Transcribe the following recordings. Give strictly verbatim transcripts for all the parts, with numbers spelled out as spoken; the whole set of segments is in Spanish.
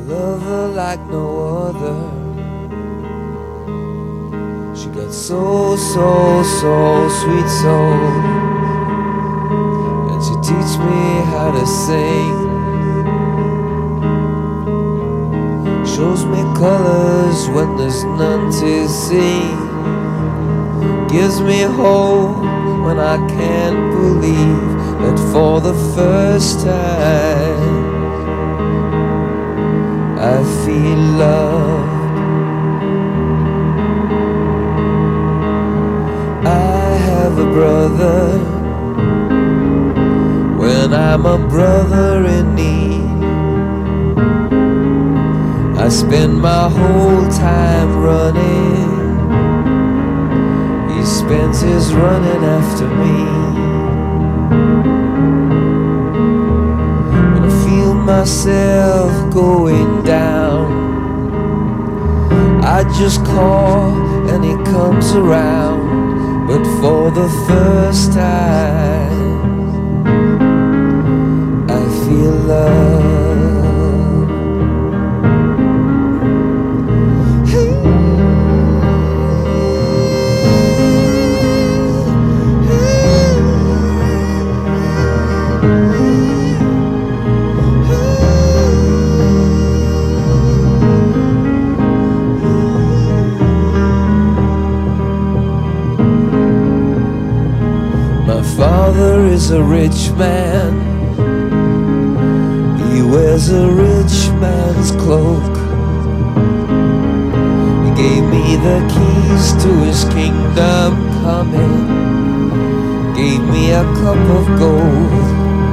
love her like no other. She got so, so, so sweet soul. And she teach me how to sing. Shows me colors when there's none to see. Gives me hope when I can't believe that for the first time I feel love. I have a brother when I'm a brother in need. I spend my whole time running. He spends his running after me. When I feel myself going down, I just call and he comes around. But for the first time I feel love. Father is a rich man. He wears a rich man's cloak. He gave me the keys to his kingdom coming. Gave me a cup of gold.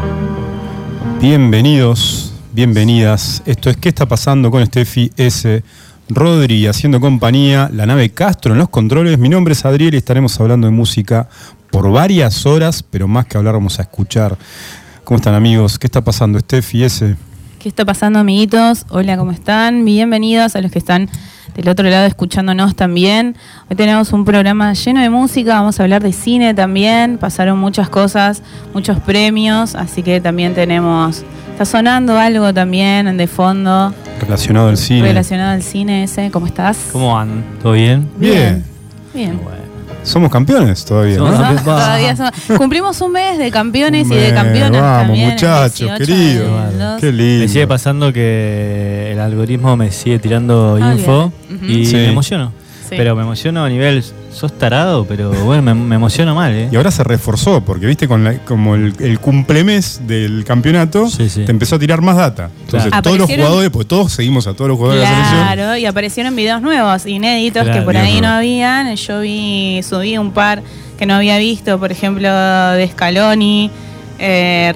Bienvenidos, bienvenidas. Esto es ¿Qué está pasando con Steffi S? Rodri haciendo compañía, la nave Castro en los controles. Mi nombre es Adriel y estaremos hablando de música por varias horas, pero más que hablar vamos a escuchar. ¿Cómo están, amigos? ¿Qué está pasando, Steffi S? ¿Qué está pasando, amiguitos? Hola, ¿cómo están? Bienvenidos a los que están del otro lado escuchándonos también. Hoy tenemos un programa lleno de música, vamos a hablar de cine también. Pasaron muchas cosas, muchos premios, así que también tenemos... Está sonando algo también de fondo. Relacionado al cine. Relacionado al cine ese. ¿Cómo estás? ¿Cómo van? ¿Todo bien? Bien. Bien. Bueno. Somos campeones todavía, ¿no? ¿no? Todavía somos, cumplimos un mes de campeones Me, y de campeonas vamos, también. Muchachos, queridos. Qué lindo. Me sigue pasando que el algoritmo me sigue tirando ah, info uh-huh. y sí. me emociono. Sí. Pero me emociono a nivel, sos tarado, pero bueno, me, me emociono mal, ¿eh? Y ahora se reforzó, porque viste, con la, como el, el cumplemes del campeonato, sí, sí. te empezó a tirar más data. Entonces, claro. todos los jugadores, porque todos seguimos a todos los jugadores claro, de la selección. Claro, y aparecieron videos nuevos, inéditos, claro, que por ahí no habían. Yo vi, subí un par que no había visto, por ejemplo, de Scaloni, eh,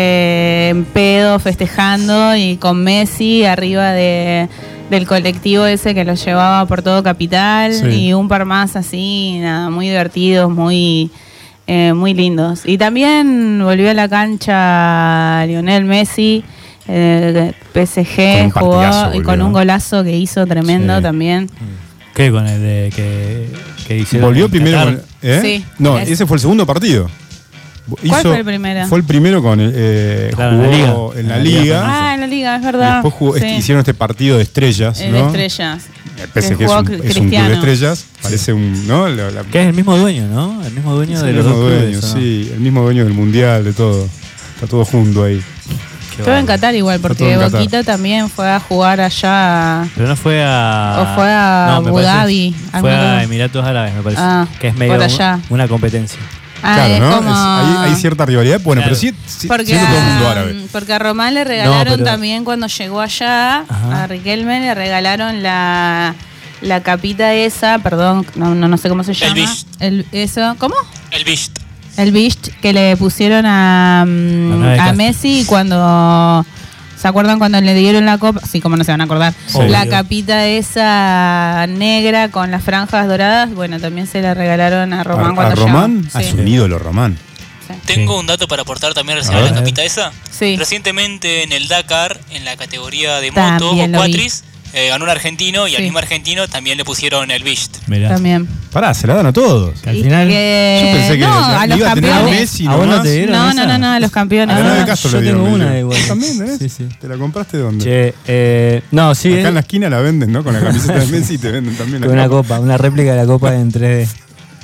re en pedo, festejando, y con Messi arriba de... del colectivo ese que los llevaba por todo Capital, sí. y un par más así, nada, muy divertidos, muy eh, muy lindos. Y también volvió a la cancha Lionel Messi, eh, P S G, jugó y con un golazo que hizo tremendo sí. también. ¿Qué? Con el de que, que hicieron. Volvió primero con, ¿eh? Sí. No, es... ese fue el segundo partido. ¿Cuál hizo, fue el primero? Fue el primero con eh, claro, jugó en la liga. En la liga. Ah, en la liga, es verdad. Y después jugó, sí. hicieron este partido de estrellas, el ¿no? de estrellas. El P S G es un, es un club de estrellas. Parece un, ¿no? La, la, que es el mismo dueño, ¿no? El mismo dueño es de el los mismo dos dueño, clubes, sí, ¿no? El mismo dueño del mundial, de todo. Está todo junto ahí. Estuvo en Qatar igual, porque Boquita también fue a jugar allá. Pero no fue a... O fue a Abu no, Dhabi. Fue a Emiratos Árabes, me parece. Ah, que es medio un, una competencia. Ah, claro, ¿no? Como... Es, hay, hay cierta rivalidad, bueno, claro. pero sí, sí porque siendo a, todo el mundo árabe. Porque a Román le regalaron no, pero... también cuando llegó allá, ajá. a Riquelme le regalaron la, la capita esa, perdón, no, no, no sé cómo se llama. El Bisht. El, eso, ¿cómo? El Bisht. El Bisht que le pusieron a, a Messi cuando... ¿Se acuerdan cuando le dieron la copa? Sí, como no se van a acordar. Obvio. La capita esa negra con las franjas doradas, bueno, también se la regalaron a Román ¿A, cuando a Román? llegó. Sí. Es un ídolo, Román. Sí. Tengo un dato para aportar también relacionado a la capita esa. Sí. Recientemente en el Dakar, en la categoría de moto o cuatris, eh, ganó un argentino y Sí. al mismo argentino también le pusieron el Bisht. Mirá. También. Pará, se la dan a todos. Que al Y final. que- Yo pensé que no, la- a los iba a tener a campeones. Messi ¿A vos no nomás. te dieron No, esa? no, no, no, a los campeones. A la no. nave Castro yo le tengo dieron, una le- igual. ¿También tenés? Sí, sí. ¿Te la compraste dónde? Che, eh, no, sí. Acá es- en la esquina la venden, ¿no? Con la camiseta de Messi te venden también la Con una capa. copa, una réplica de la copa en tres D.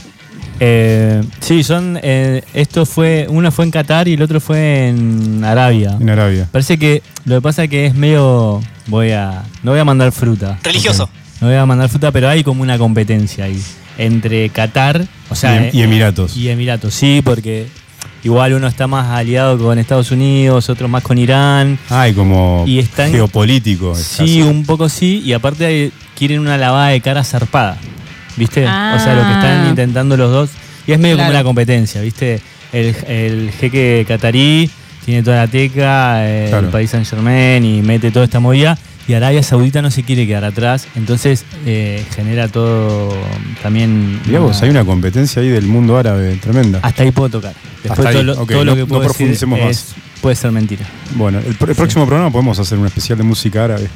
Eh, sí, son. Eh, esto fue. Uno fue en Qatar y el otro fue en Arabia. En Arabia. Parece que lo que pasa es que es medio. Voy a. No voy a mandar fruta. Religioso. No voy a mandar fruta, pero hay como una competencia ahí. Entre Qatar, o sea. y, y eh, Emiratos. Y Emiratos, sí, porque igual uno está más aliado con Estados Unidos, otro más con Irán. Ay, como Y están- geopolítico. el Sí, caso. un poco sí, y aparte hay- quieren una lavada de cara zarpada, ¿viste? Ah. O sea, lo que están intentando los dos, y es medio Claro. como una competencia, ¿viste? El, el jeque catarí tiene toda la teca, eh, Claro. el país Saint Germain, y mete toda esta movida, y Arabia Saudita no se quiere quedar atrás, entonces eh, genera todo también... Mirá vos, una- hay una competencia ahí del mundo árabe tremenda. Hasta ahí puedo tocar. Después Hasta ahí, todo, lo, ok, todo lo no- que no puedo decir profundicemos más. es- puede ser mentira. Bueno, el, pr- el próximo programa podemos hacer un especial de música árabe.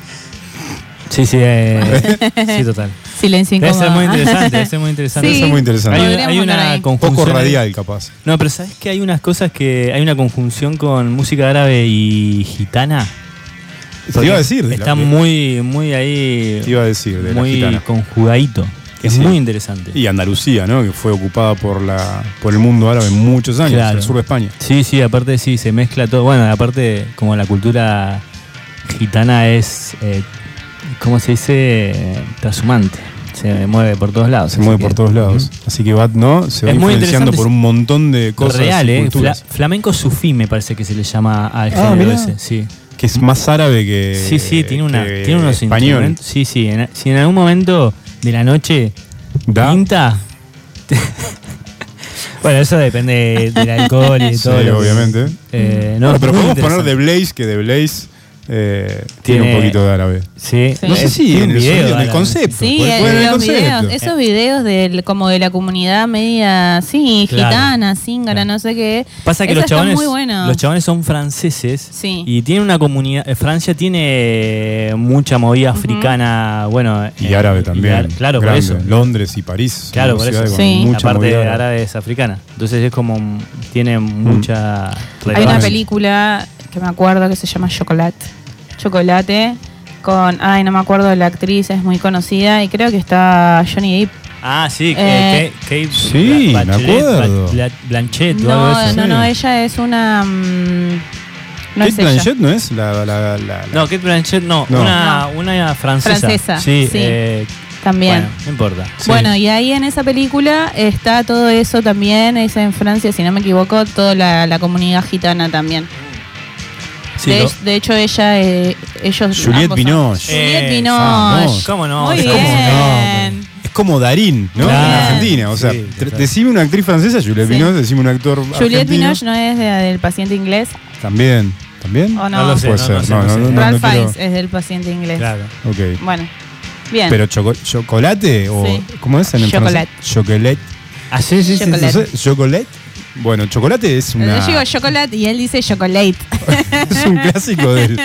Sí, sí, eh, sí, total. Silencio Debe incómodo. ser muy interesante, debe ser muy interesante. Sí. Debe ser muy interesante. Hay, Podríamos hay andar una ahí. Un conjunción. poco radial, capaz. No, pero ¿sabes que hay unas cosas que. Hay una conjunción con música árabe y gitana? Te iba a decir. de la- Está de- muy, muy ahí. Te iba a decir, de la muy gitana. conjugadito. Es Sí. muy interesante. Y Andalucía, ¿no? Que fue ocupada por la por el mundo árabe muchos años, Claro. el sur de España. Sí, sí, aparte sí, se mezcla todo. Bueno, aparte, como la cultura gitana es. Eh, ¿Cómo se dice? Trashumante. Se mueve por todos lados. Se así mueve que- por todos lados. Ujú. Así que va, ¿no? Se va Es muy influenciando interesante. por un montón de cosas. Real, y ¿eh? culturas. Fla- flamenco sufí me parece que se le llama al Ah, género mirá. ese. Sí. Que es más árabe que. Sí, sí, tiene, una, que tiene unos español. instrumentos. Sí, sí. en- si en algún momento de la noche Da. pinta. Bueno, eso depende del alcohol y de Sí, todo. lo que- obviamente. Eh, no, Bueno, pero muy podemos poner interesante. The Blaze, que The Blaze eh, tiene, Tiene- un poquito de árabe. Sí. Sí. No sé Es- si tiene en un el, video, sonido, en el ahora. concepto. Sí, puede- eh, puede en el los concepto. videos, esos videos del, como de la comunidad media, sí, Claro. gitana, zíngara, Claro. no sé qué. Pasa que Esos los están chabones, muy buenos. los chabones son franceses Sí. y tienen una comunidad. eh, Francia tiene mucha movida africana, bueno. Y eh, árabe también. ar- claro, grande. por eso. Londres y París. Claro, son por dos eso. ciudades con Sí. mucha Aparte movida de árabe. árabe es africana. Entonces es como. mm, Tiene mucha. Hay una relevancia. película que me acuerdo que se llama Chocolate. Chocolate con, ay, no me acuerdo de la actriz, es muy conocida y creo que está Johnny Depp. Ah, sí, Eh, que, que, Sí, me acuerdo. Blanchett o algo No, de eso. no, sí. no, ella es una... mm, no Kate es ella. Blanchett no es la. la, la, la- No, Kate Blanchett no, No. Una, una francesa. Francesa, Sí, sí. eh, También. bueno, no importa. Sí. Bueno, y ahí en esa película está todo eso también, es en Francia, si no me equivoco, toda la, la comunidad gitana también. Sí, de, lo- de hecho, ella, eh, ellos... Juliette ambos son- Binoche. Juliette Eh, Binoche. vamos. ¿Cómo no? Muy Es bien. como- Es como Darín, ¿no? Claro. En Argentina. O sea, Sí, tr- total. decime una actriz francesa, Juliette Sí. Binoche, decime un actor Juliette argentino. Binoche no es de- del paciente inglés. También. ¿También? ¿O no? No lo sé, Puede no, ser. no sé, No, no no, sé. no, no Ralph quiero- Fiennes es del paciente inglés. Claro. Ok. Bueno, bien. Pero choco- chocolate o Sí. ¿cómo es en el Chocolate. francés? Chocolate. Ah, sí, sí, sí. Chocolate. No sé, chocolate. Bueno, chocolate es una Yo digo chocolate y él dice chocolate. es un clásico del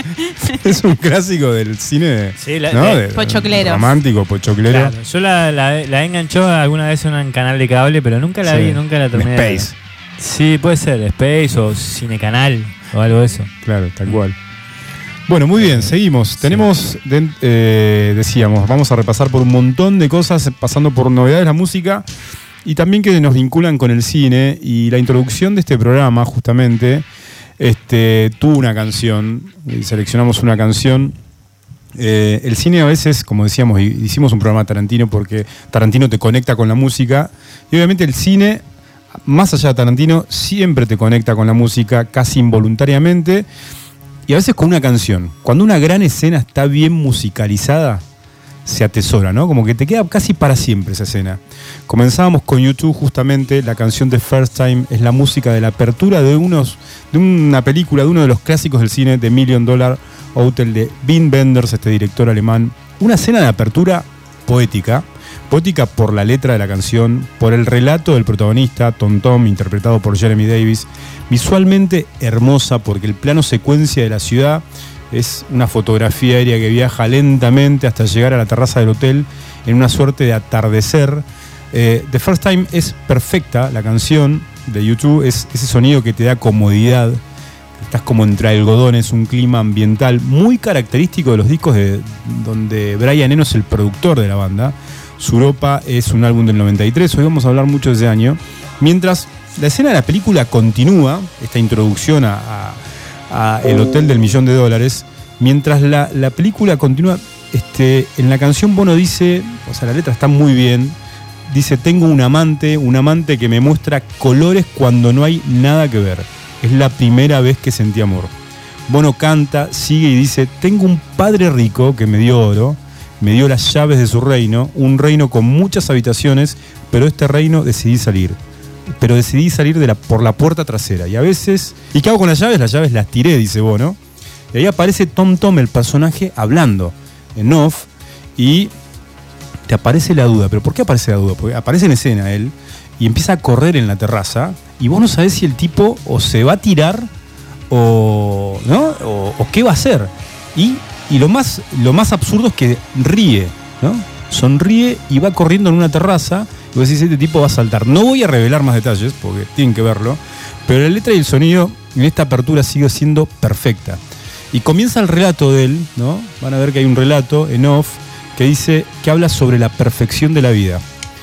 es un clásico del cine, Sí, la- ¿no? la- De- Pochoclero. Romántico, pochoclero. Claro, yo la, la, la he enganchado alguna vez en un canal de cable, pero nunca la Sí. vi, nunca la En terminé. de ver. Space. Sí, puede ser, Space o Cinecanal o algo de eso. Claro, tal cual. Bueno, muy bien, seguimos. Tenemos, de- eh, decíamos, vamos a repasar por un montón de cosas, pasando por novedades de la música y también que nos vinculan con el cine. Y la introducción de este programa, justamente, este, tuvo una canción, y seleccionamos una canción. Eh, el cine a veces, como decíamos, hi- hicimos un programa Tarantino porque Tarantino te conecta con la música. Y obviamente el cine, más allá de Tarantino, siempre te conecta con la música, casi involuntariamente. Y a veces con una canción. Cuando una gran escena está bien musicalizada, se atesora, ¿no? Como que te queda casi para siempre esa escena. Comenzábamos con YouTube, justamente, la canción de First Time es la música de la apertura de unos de una película, de uno de los clásicos del cine, de Million Dollar Hotel, de Wim Wenders, este director alemán. Una escena de apertura poética, poética por la letra de la canción, por el relato del protagonista, Tom Tom, interpretado por Jeremy Davis, visualmente hermosa porque el plano secuencia de la ciudad Es una fotografía aérea que viaja lentamente hasta llegar a la terraza del hotel en una suerte de atardecer. Eh, The First Time es perfecta, la canción de U dos, es ese sonido que te da comodidad. Estás como entre algodones, un clima ambiental muy característico de los discos de, donde Brian Eno es el productor de la banda. Suropa es un álbum del noventa y tres, hoy vamos a hablar mucho de ese año. Mientras la escena de la película continúa, esta introducción a, a, a El Hotel del Millón de Dólares, mientras la, la película continúa, este, en la canción Bono dice, o sea, la letra está muy bien, dice, tengo un amante, un amante que me muestra colores cuando no hay nada que ver. Es la primera vez que sentí amor. Bono canta, sigue y dice, tengo un padre rico que me dio oro, me dio las llaves de su reino, un reino con muchas habitaciones, pero este reino decidí salir. Pero decidí salir de la, por la puerta trasera. Y a veces, ¿y qué hago con las llaves? Las llaves las tiré, dice Bono. Y ahí aparece Tom Tom, el personaje, hablando en off, y te aparece la duda. ¿Pero por qué aparece la duda? Porque aparece en escena él, y empieza a correr en la terraza, y vos no sabés si el tipo o se va a tirar, o, ¿no? o, o qué va a hacer. Y Y lo más, lo más absurdo es que ríe, ¿no? Sonríe y va corriendo en una terraza. Y vos decís, este tipo va a saltar. No voy a revelar más detalles, porque tienen que verlo. Pero la letra y el sonido en esta apertura sigue siendo perfecta. Y comienza el relato de él, ¿no? Van a ver que hay un relato en off que dice, que habla sobre la perfección de la vida.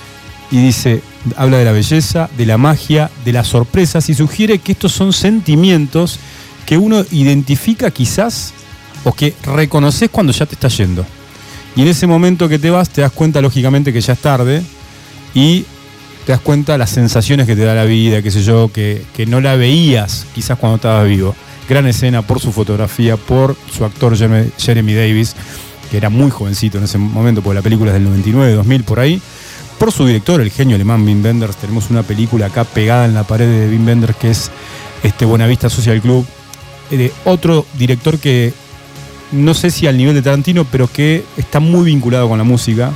Y dice, habla de la belleza, de la magia, de las sorpresas, y sugiere que estos son sentimientos que uno identifica quizás, o que reconoces cuando ya te estás yendo. Y en ese momento que te vas, te das cuenta, lógicamente, que ya es tarde, y te das cuenta de las sensaciones que te da la vida, qué sé yo, que, que no la veías quizás cuando estabas vivo. Gran escena por su fotografía, por su actor Jeremy Davis, que era muy jovencito en ese momento, porque la película es del noventa y nueve, dos mil, por ahí. Por su director, el genio alemán Wim Wenders. Tenemos una película acá pegada en la pared de Wim Wenders, que es este Buenavista Social Club. De otro director que no sé si al nivel de Tarantino, pero que está muy vinculado con la música.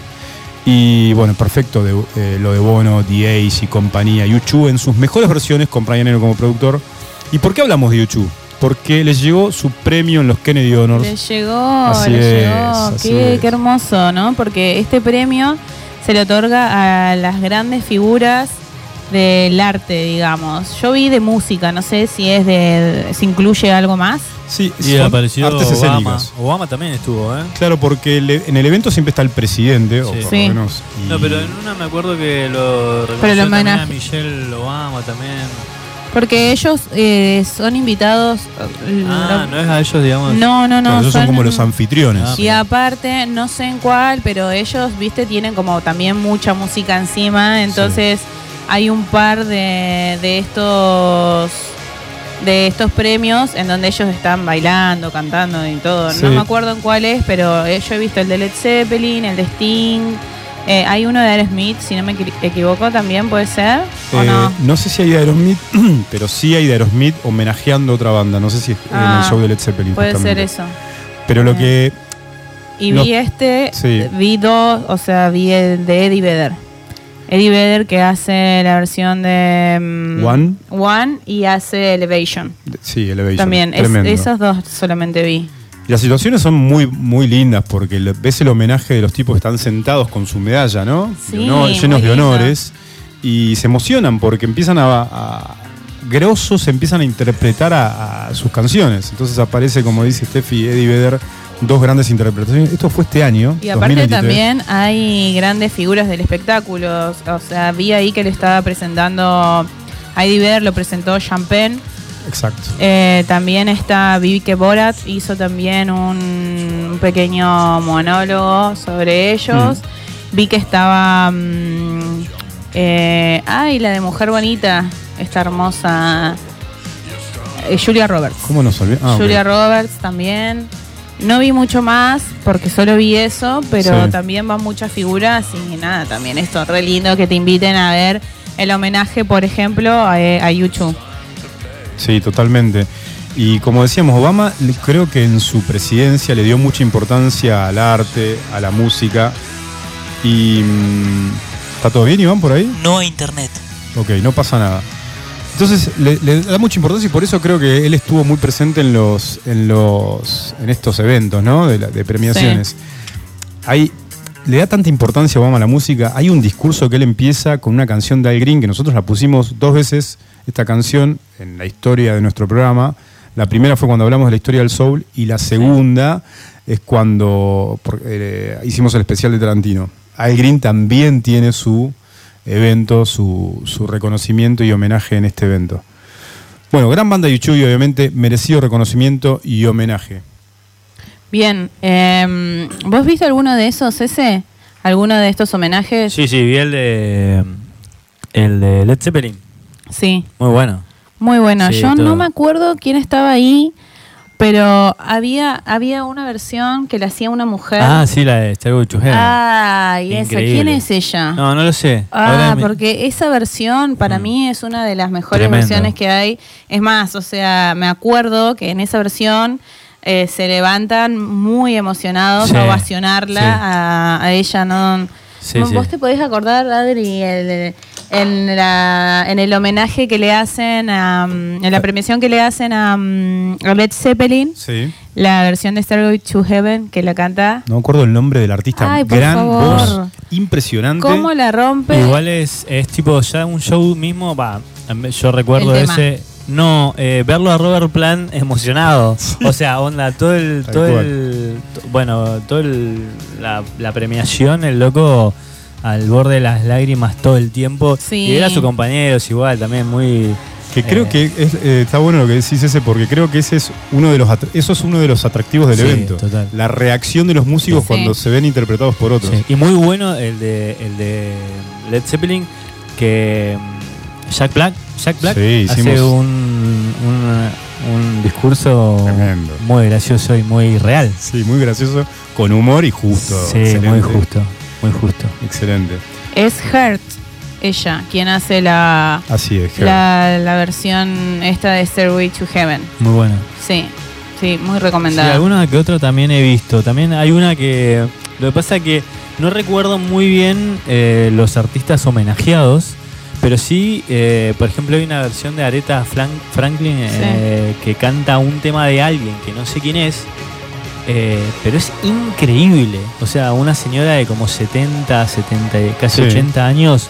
Y bueno, perfecto de, eh, lo de Bono, The Ace y compañía. U dos en sus mejores versiones, con Brian Eno como productor. ¿Y por qué hablamos de U dos? Porque les llegó su premio en los Kennedy Honors. Les llegó, así les es, llegó. así Qué, es. qué hermoso, ¿no? Porque este premio se le otorga a las grandes figuras del arte, digamos. Yo vi de música, no sé si es de, si incluye algo más. Sí, y apareció artes Obama. escénicas. Obama también estuvo, ¿eh? Claro, porque le, en el evento siempre está el presidente, Sí. o por Sí. lo menos. Y No, pero en una me acuerdo que lo Pero reconoció lo también a homenaje- Michelle Obama también. Porque ellos eh, son invitados. eh, Ah, lo- no es a ellos, digamos. no, no, no. claro, ellos son como los anfitriones. Ah, Y aparte, no sé en cuál, pero ellos, viste, tienen como también mucha música encima. Entonces, hay un par de, de estos de estos premios en donde ellos están bailando, cantando y todo. Sí. No me acuerdo en cuál es, pero eh, yo he visto el de Led Zeppelin, el de Sting. Eh, hay uno de Aerosmith, si no me equi- equivoco, también puede ser, ¿o Eh, no? no sé si hay de Aerosmith, pero sí hay de Aerosmith homenajeando a otra banda. No sé si es en Ah, el show de Led Zeppelin. Puede ser justamente. eso. Pero lo Eh. que. Y No. vi este, Sí. vi dos, o sea, vi el de Eddie Vedder. Eddie Vedder que hace la versión de mm, One. One y hace Elevation. Sí, Elevation. También, es- Tremendo. esos dos solamente vi. Y las situaciones son muy, muy lindas porque le- ves el homenaje de los tipos que están sentados con su medalla, ¿no? Sí, De honor- muy llenos de lindo. honores. Y se emocionan porque empiezan a. a grosos empiezan a interpretar a, a sus canciones. Entonces aparece, como dice Steffi, Eddie Vedder, dos grandes interpretaciones. Esto fue este año. Y aparte dos mil veintitrés. también hay grandes figuras del espectáculo. O sea, vi ahí que le estaba presentando a Eddie Vedder, lo presentó Champagne. Exacto. Eh, también está Viveke Borat, hizo también un, un pequeño monólogo sobre ellos. Vi que estaba. mm, eh, ay, la de Mujer Bonita, esta hermosa. eh, Julia Roberts. ¿Cómo nos olvidamos? Ah, Julia ok. Roberts también. No vi mucho más porque solo vi eso, pero Sí. también van muchas figuras y nada, también esto re lindo que te inviten a ver el homenaje, por ejemplo, a, a U dos. Sí, totalmente. Y como decíamos, Obama le- creo que en su presidencia le dio mucha importancia al arte, a la música. Y mm, ¿está todo bien, Iván, por ahí? No a internet. Ok, no pasa nada. Entonces le, le da mucha importancia y por eso creo que él estuvo muy presente en los en los en estos eventos, ¿no? De, la, de premiaciones. Sí. Hay, le da tanta importancia a Obama a la música. Hay un discurso que él empieza con una canción de Al Green, que nosotros la pusimos dos veces, esta canción, en la historia de nuestro programa. La primera fue cuando hablamos de la historia del soul y la segunda sí. es cuando por, eh, hicimos el especial de Tarantino. Al Green también tiene su evento, su, su reconocimiento y homenaje en este evento. Bueno, gran banda de YouTube y obviamente merecido reconocimiento y homenaje. Bien, eh, ¿vos viste alguno de esos, ese? ¿Alguno de estos homenajes? Sí, sí, vi el de el de Led Zeppelin. Sí. Muy bueno. Muy bueno. Sí, Yo todo. no me acuerdo quién estaba ahí, pero había había una versión que la hacía una mujer. Ah, sí, la de Stairway to Heaven. Ah, y esa, ¿quién es ella? No, no lo sé. Ah, Ahora porque me... esa versión para mm. mí es una de las mejores Tremendo. versiones que hay. Es más, o sea, me acuerdo que en esa versión eh, se levantan muy emocionados sí. a ovacionarla sí. a, a ella, ¿no? Sí, ¿Vos sí. te podés acordar, Adri, el, en, la, en el homenaje que le hacen, a, en la premiación que le hacen a, a Led Zeppelin? Sí. La versión de Stairway to Heaven que la canta. No me acuerdo el nombre del artista. Ay, por Gran favor. voz, impresionante. ¿Cómo la rompe? Igual es, es tipo ya un show mismo, va. Yo recuerdo ese. No, eh, verlo a Robert Plant emocionado. O sea, onda, todo el. todo el Bueno, toda la, la premiación, el loco al borde de las lágrimas todo el tiempo. Sí. Y ver a sus compañeros igual, también muy. Que creo eh, que es, eh, está bueno lo que decís ese, porque creo que ese es uno de los eso es uno de los atractivos del sí, evento. Total. La reacción de los músicos sí. cuando se ven interpretados por otros. Sí. Y muy bueno el de el de Led Zeppelin, que Jack Black, Jack Black sí, hace un, un, un discurso Tremendo. muy gracioso y muy real. Sí, muy gracioso, con humor y justo. Sí, excelente. muy justo, muy justo. Excelente. Es Hurt, ella, quien hace la, Así es, la, la versión esta de Stairway to Heaven. Muy buena. Sí, sí, muy recomendada. Sí, alguna que otra también he visto. También hay una que... Lo que pasa es que no recuerdo muy bien eh, los artistas homenajeados, pero sí, eh, por ejemplo, hay una versión de Aretha Franklin eh, sí. que canta un tema de alguien que no sé quién es, eh, pero es increíble. O sea, una señora de como setenta, setenta, casi sí. ochenta años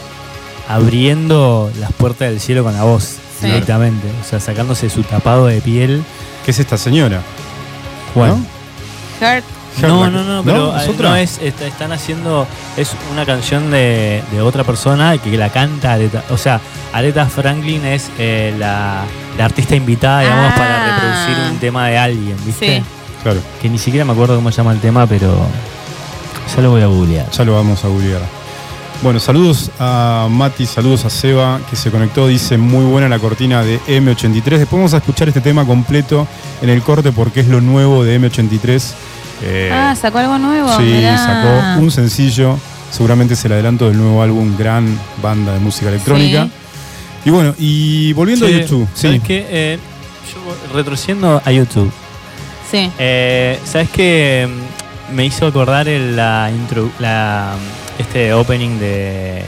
abriendo las puertas del cielo con la voz sí. directamente. O sea, sacándose su tapado de piel. ¿Qué es esta señora? ¿Cuál? ¿No? Heart. No, no, no, pero ¿No? ¿Es no es, est están haciendo, es una canción de, de otra persona que la canta Aretha. O sea, Aretha Franklin es eh, la, la artista invitada, digamos, ah. para reproducir un tema de alguien, ¿viste? Sí. Claro. Que ni siquiera me acuerdo cómo se llama el tema, pero ya lo voy a googlear. Ya lo vamos a googlear. Bueno, saludos a Mati, saludos a Seba, que se conectó, dice muy buena la cortina de eme ochenta y tres. Después vamos a escuchar este tema completo en el corte porque es lo nuevo de eme ochenta y tres. Eh, ah, ¿sacó algo nuevo? Sí, Mirá. sacó un sencillo, seguramente es el adelanto del nuevo álbum, gran banda de música electrónica. Sí. Y bueno, y volviendo sí, a YouTube. ¿Sabes sí. qué? Eh, yo retrocediendo a YouTube. Sí. Eh, ¿Sabes qué? Me hizo acordar el, la, intro, la este opening de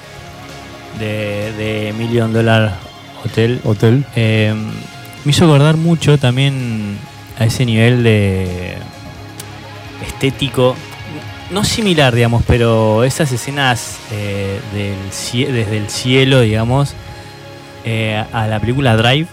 de, de Million Dollar Hotel. Hotel. Eh, me hizo acordar mucho también a ese nivel de estético, no similar, digamos, pero esas escenas eh, del, desde el cielo, digamos, eh, a la película Drive.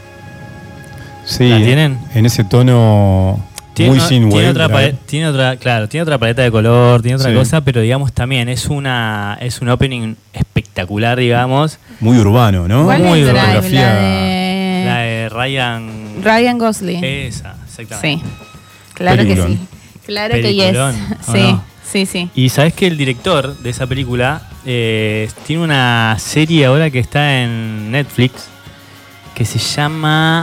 Sí, ¿la tienen? En ese tono tiene, muy no, sin tiene otra palet, tiene otra, claro, tiene otra paleta de color, tiene otra sí. cosa, pero digamos también es una es un opening espectacular, digamos. Muy urbano, ¿no? ¿Cuál muy es Drive? La de... la de Ryan Ryan Gosling. Esa, exactamente. Sí. Claro Peliculón. que sí. Claro Peliculón, que yes. Sí, no? sí, sí. Y sabes que el director de esa película eh, tiene una serie ahora que está en Netflix que se llama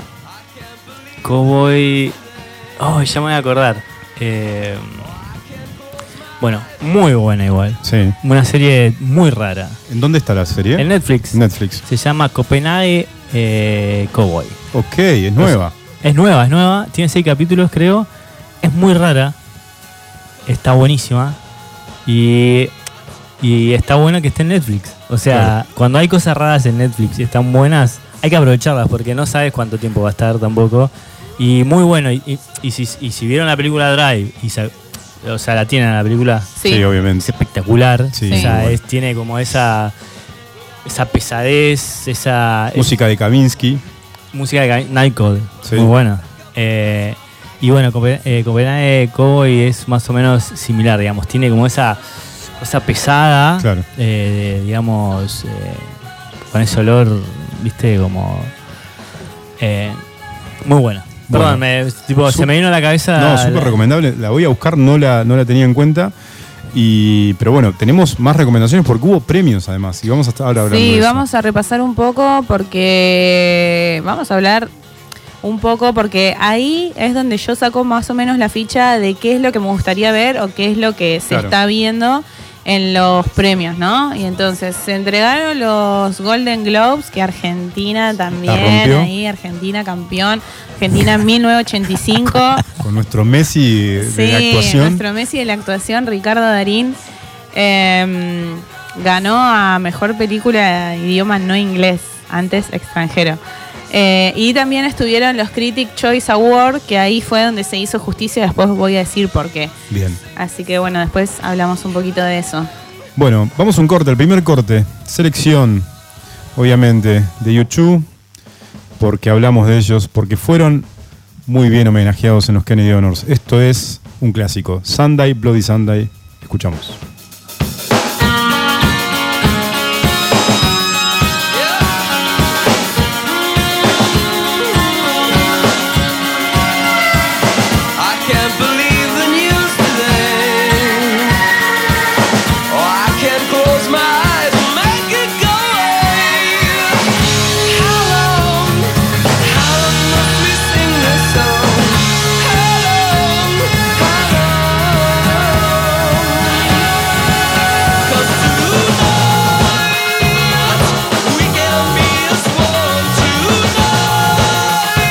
Cowboy. Oh, ya me voy a acordar. Eh, bueno, muy buena igual. Sí. Una serie muy rara. ¿En dónde está la serie? En Netflix. Netflix. Se llama Copenhague eh, Cowboy. Ok, es nueva. Es, es nueva, es nueva. Tiene seis capítulos, creo. Es muy rara. Está buenísima. Y, y está bueno que esté en Netflix. O sea, claro. Cuando hay cosas raras en Netflix y están buenas, hay que aprovecharlas porque no sabes cuánto tiempo va a estar tampoco. Y muy bueno. Y, y, y, si, y si vieron la película Drive, y se, o sea, la tienen la película. Sí, sí obviamente. Es espectacular. Sí, o sea, sí. es, tiene como esa, esa pesadez, esa. Música de Kavinsky. Música de Nightcode. Sí. Muy buena. Eh, y bueno, Copenhague eh, Cowboy es más o menos similar, digamos. Tiene como esa, esa pesada, Claro. eh, de, digamos, eh, con ese olor, viste, como. Eh, muy buena. Perdón, Bueno. me, tipo, se me vino a la cabeza. No, súper la- recomendable. La voy a buscar, no la, no la tenía en cuenta. Y, pero bueno, tenemos más recomendaciones porque hubo premios además. Y vamos a estar ahora hablando Sí, de eso. vamos a repasar un poco porque vamos a hablar un poco porque ahí es donde yo saco más o menos la ficha de qué es lo que me gustaría ver o qué es lo que se Claro. está viendo en los premios, ¿no? Y entonces se entregaron los Golden Globes, que Argentina La también, rompió. ahí Argentina campeón, Argentina en mil novecientos ochenta y cinco. Con nuestro Messi de Sí, la actuación. nuestro Messi de la actuación, Ricardo Darín, eh, ganó a mejor película de idioma no inglés, antes extranjero. Eh, y también estuvieron los Critic Choice Award, que ahí fue donde se hizo justicia, después voy a decir por qué. Bien. Así que bueno, después hablamos un poquito de eso. Bueno, vamos a un corte, el primer corte. Selección, obviamente, de YouTube, porque hablamos de ellos, porque fueron muy bien homenajeados en los Kennedy Honors. Esto es un clásico. Sunday, Bloody Sunday. Escuchamos. I can't believe the news today. Oh, I can't close my eyes and make it go away. How long, how long must we sing this song? How long, how long? 'Cause tonight we can be as one tonight.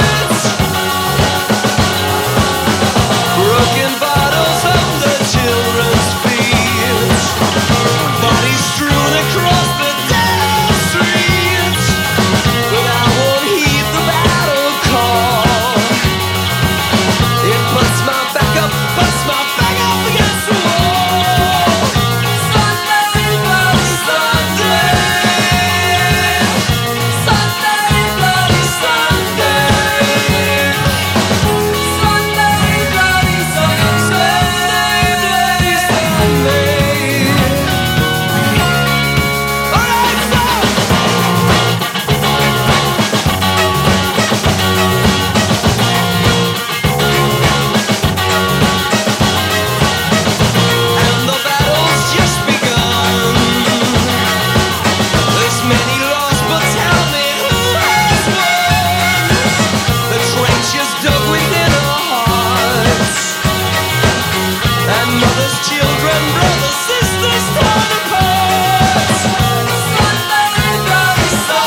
Broken bottles under children's feet, bodies strewn across the dead streets. But I won't heed the battle call. It puts my back up, puts my back up against the wall. Sunday, bloody Sunday. Sunday, bloody Sunday. Sunday, bloody Sunday, bloody Sunday. All right, stop. And the battle's just begun. There's many lost, but tell me who has won. The trenches dug within our hearts, and mothers, children, brothers, sisters torn apart. Sunday, bloody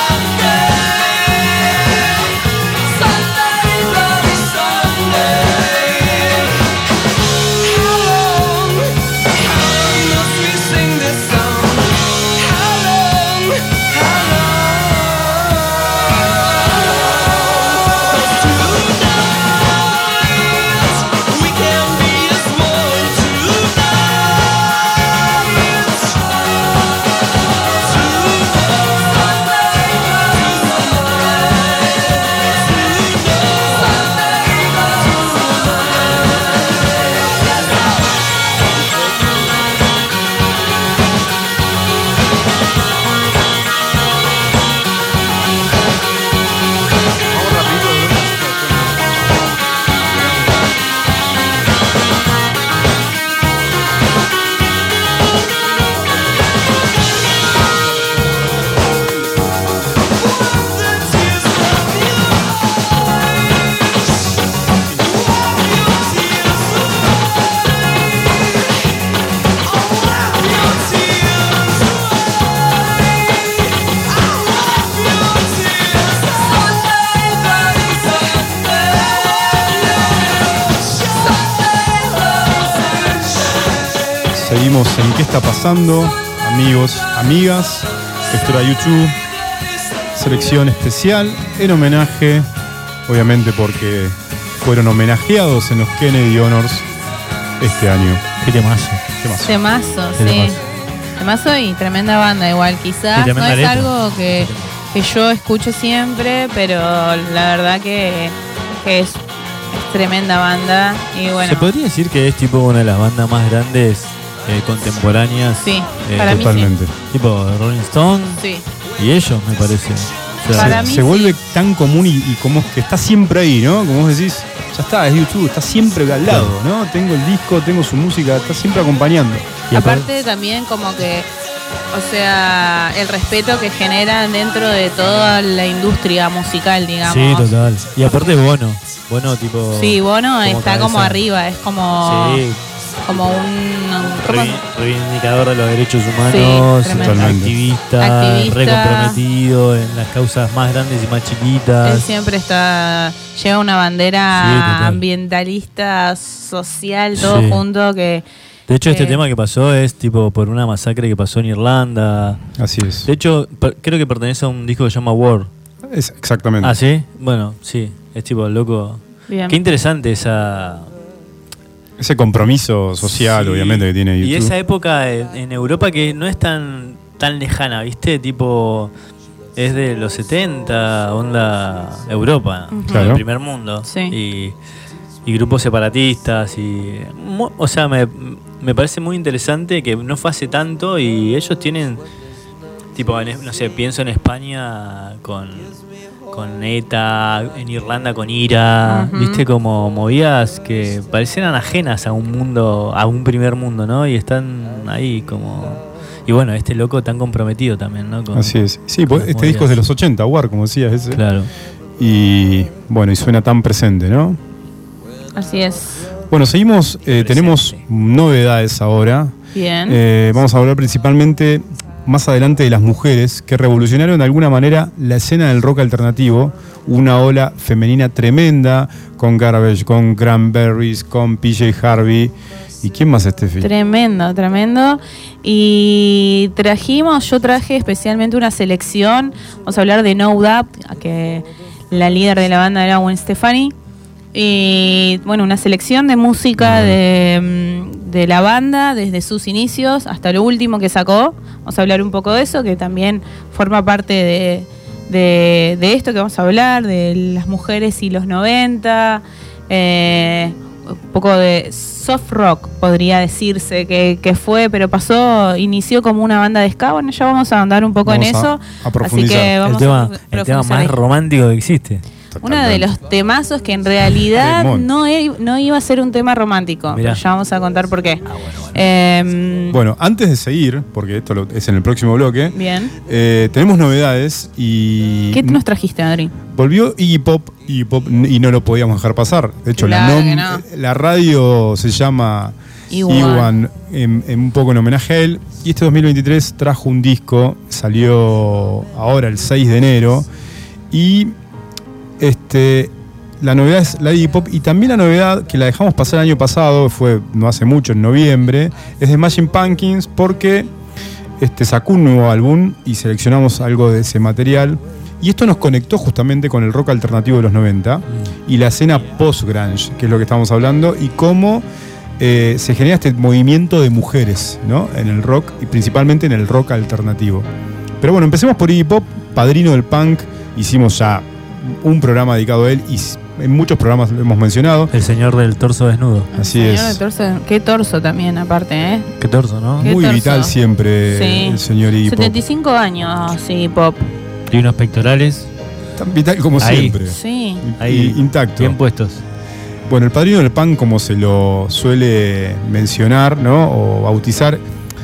Sunday. Sunday, bloody Sunday. How long, how long must we sing this song? How long, how long? 'Cause tonight we can be as one tonight. Seguimos en ¿Qué está pasando? Amigos, amigas. Esto era YouTube. selección especial en homenaje, obviamente porque fueron homenajeados en los Kennedy Honors este año. Qué temazo. Temazo. Temazo, Qué sí. temazo. Temazo y tremenda banda igual. Quizás Y no tremenda es letra. algo que, que yo escucho siempre, pero la verdad que, que es, es tremenda banda. Y bueno, ¿Se podría decir que es tipo una de las bandas más grandes eh, contemporáneas? sí, Eh, para mí Totalmente. Tipo Rolling Stone sí. y ellos, me parece. O sea, Para se, mí se sí. vuelve tan común y, y como que está siempre ahí, ¿no? Como vos decís, ya está, es YouTube, está siempre al lado, ¿no? Tengo el disco, tengo su música, está siempre acompañando. y aparte- Aparte también como que, o sea, el respeto que generan dentro de toda la industria musical, digamos. Sí, total. Y aparte Bono. Bono tipo... Sí, Bono como está como cabeza. arriba, es como, Sí, como un... ¿cómo? revi- reivindicador de los derechos humanos, tremendo. Totalmente. activista, Activista. re comprometido en las causas más grandes y más Él chiquitas. siempre está, lleva una bandera Sí, total. ambientalista, social, todo Sí. junto que... De hecho, este Eh. tema que pasó es tipo por una masacre que pasó en Irlanda. Así es. De hecho, per- creo que pertenece a un disco que se llama War. Es exactamente. Ah, ¿sí? Bueno, sí. Es tipo loco. Bien. Qué interesante esa... Ese compromiso social, Sí. obviamente, que tiene YouTube. Y esa época en, en Europa que no es tan, tan lejana, ¿viste? Tipo, es de los setenta, onda Europa, Ujú. Claro. el primer mundo. Sí. Y, y grupos separatistas. y mu- O sea, me, me parece muy interesante que no fue hace tanto y ellos tienen, tipo, en- no sé, pienso en España con... con ETA, en Irlanda con IRA, Ujú. viste, como movidas que parecieran ajenas a un mundo, a un primer mundo, ¿no? Y están ahí como... Y bueno, este loco tan comprometido también, ¿no? Con- Así es. Sí, con pues, las este disco es de movidas. los ochenta, War, como decías, ese. Claro. Y bueno, y suena tan presente, ¿no? Así es. Bueno, seguimos, eh, tenemos novedades ahora. Bien. Eh, vamos a hablar principalmente más adelante de las mujeres que revolucionaron de alguna manera la escena del rock alternativo, una ola femenina tremenda con Garbage, con Cranberries, con P J Harvey. ¿Y quién más, Steffi? Tremendo, tremendo. Y trajimos, yo traje especialmente una selección. Vamos a hablar de No Doubt, que la líder de la banda era Gwen Stefani. Y bueno, una selección de música de, mm, de la banda desde sus inicios hasta lo último que sacó. Vamos a hablar un poco de eso, que también forma parte de, de, de esto que vamos a hablar, de las mujeres y los noventa. Eh, un poco de soft rock, podría decirse que, que fue, pero pasó, inició como una banda de ska. Bueno, ya vamos a andar un poco Vamos en a- eso. a profundizar. Así que El vamos tema, a el profundizar tema más ahí. romántico que existe. Uno de los temazos que en realidad Temón. no, e- no iba a ser un tema romántico. Mirá. Pero ya vamos a contar por qué. Ah, bueno, bueno. Em, Bueno, antes de seguir, porque esto lo- es en el próximo bloque, bien. eh, tenemos novedades y ¿Qué nos trajiste, Adri? volvió Iggy Pop, Iggy Pop y no lo podíamos dejar pasar. De hecho, la, Claro nom- que no. la radio se llama Iwan. Iwan, en, en un poco en homenaje a él. Y este dos mil veintitrés trajo un disco, salió ahora el seis de enero. Y este, la novedad es la de Iggy Pop. Y también la novedad, que la dejamos pasar el año pasado, fue no hace mucho, en noviembre, es de Smashing Pumpkins, porque este, sacó un nuevo álbum y seleccionamos algo de ese material. Y esto nos conectó justamente con el rock alternativo de los noventa y la escena post-grunge, que es lo que estamos hablando, y cómo eh, se genera este movimiento de mujeres, ¿no? En el rock y principalmente en el rock alternativo. Pero bueno, empecemos por Iggy Pop, padrino del punk. Hicimos ya un programa dedicado a él y en muchos programas lo hemos mencionado. El señor del torso desnudo. Así Señor es. de torso, qué torso también, aparte, ¿eh? Qué torso, ¿no? Qué Muy torso. vital siempre Sí. el señor Iggy Pop. setenta y cinco años, sí, Pop. Y unos pectorales Tan vital como Ahí. siempre. Sí. ahí Y intacto. bien puestos. Bueno, el padrino del punk, como se lo suele mencionar, ¿no? O bautizar,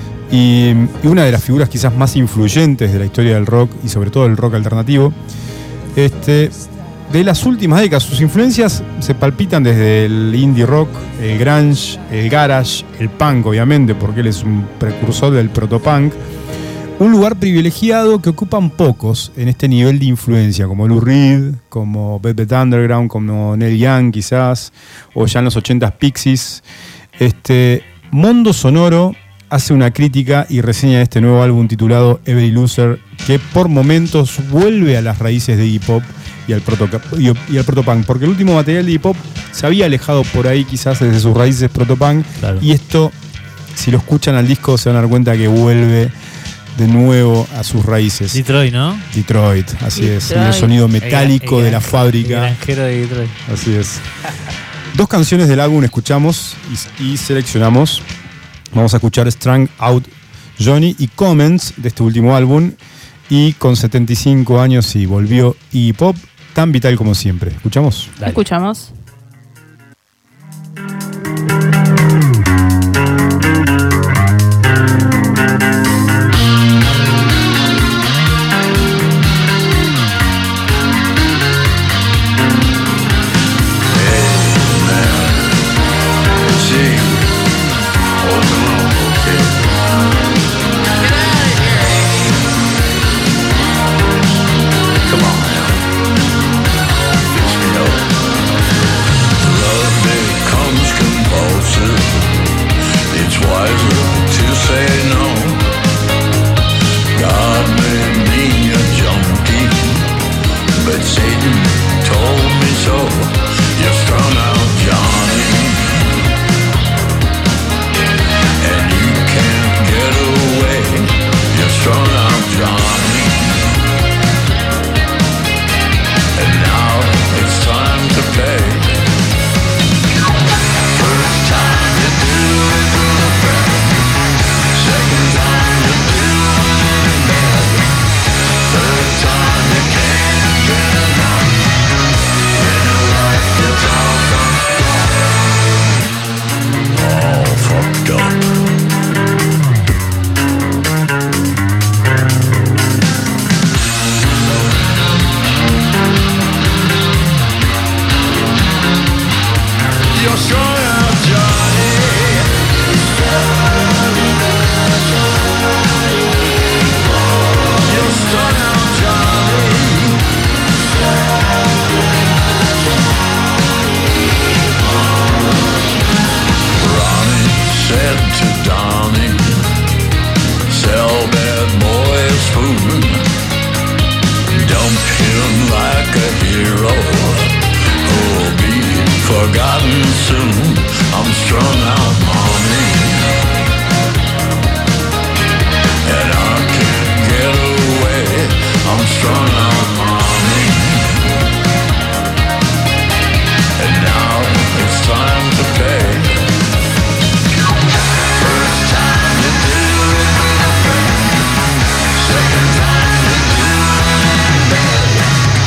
y, y una de las figuras quizás más influyentes de la historia del rock y sobre todo del rock alternativo, este, de las últimas décadas, sus influencias se palpitan desde el indie rock, el grunge, el garage, el punk, obviamente, porque él es un precursor del protopunk. Un lugar privilegiado que ocupan pocos en este nivel de influencia, como Lou Reed, como Velvet Underground, como Neil Young quizás, o ya en los ochentas Pixies. Este, Mondo Sonoro hace una crítica y reseña este nuevo álbum titulado Every Loser, que por momentos vuelve a las raíces de hip hop y al, proto, y, y al protopunk, porque el último material de hip hop se había alejado por ahí quizás desde sus raíces protopunk, claro. Y esto, si lo escuchan al disco, se van a dar cuenta que vuelve de nuevo a sus raíces. Detroit, ¿no? Detroit, así Detroit. es, el sonido metálico el, el, de la fábrica. El granjero de Detroit. Así es. Dos canciones del álbum escuchamos y, y seleccionamos. Vamos a escuchar Strung Out Johnny y Comments de este último álbum. Y con setenta y cinco años y volvió hip hop tan vital como siempre. ¿Escuchamos? Dale. Escuchamos.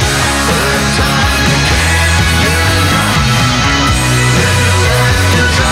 It's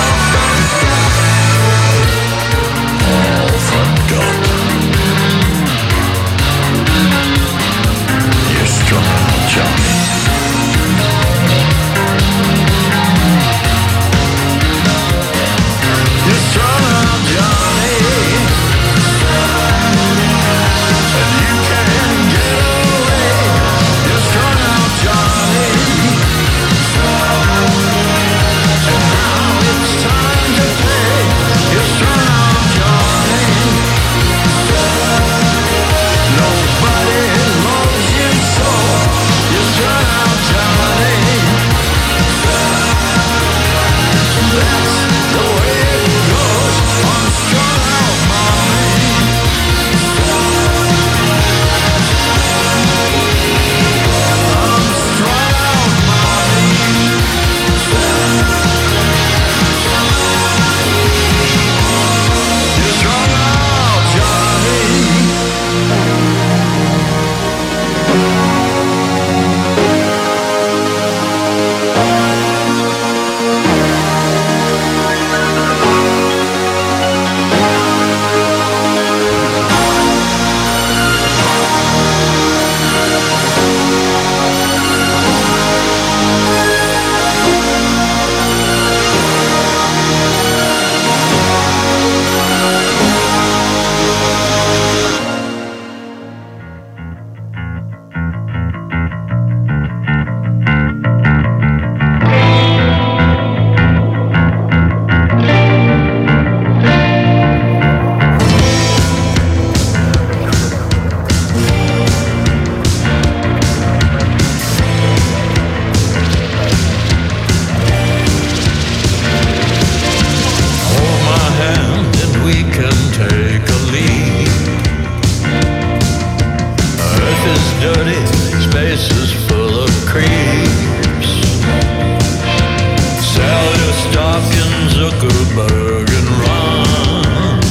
Zuckerberg and run.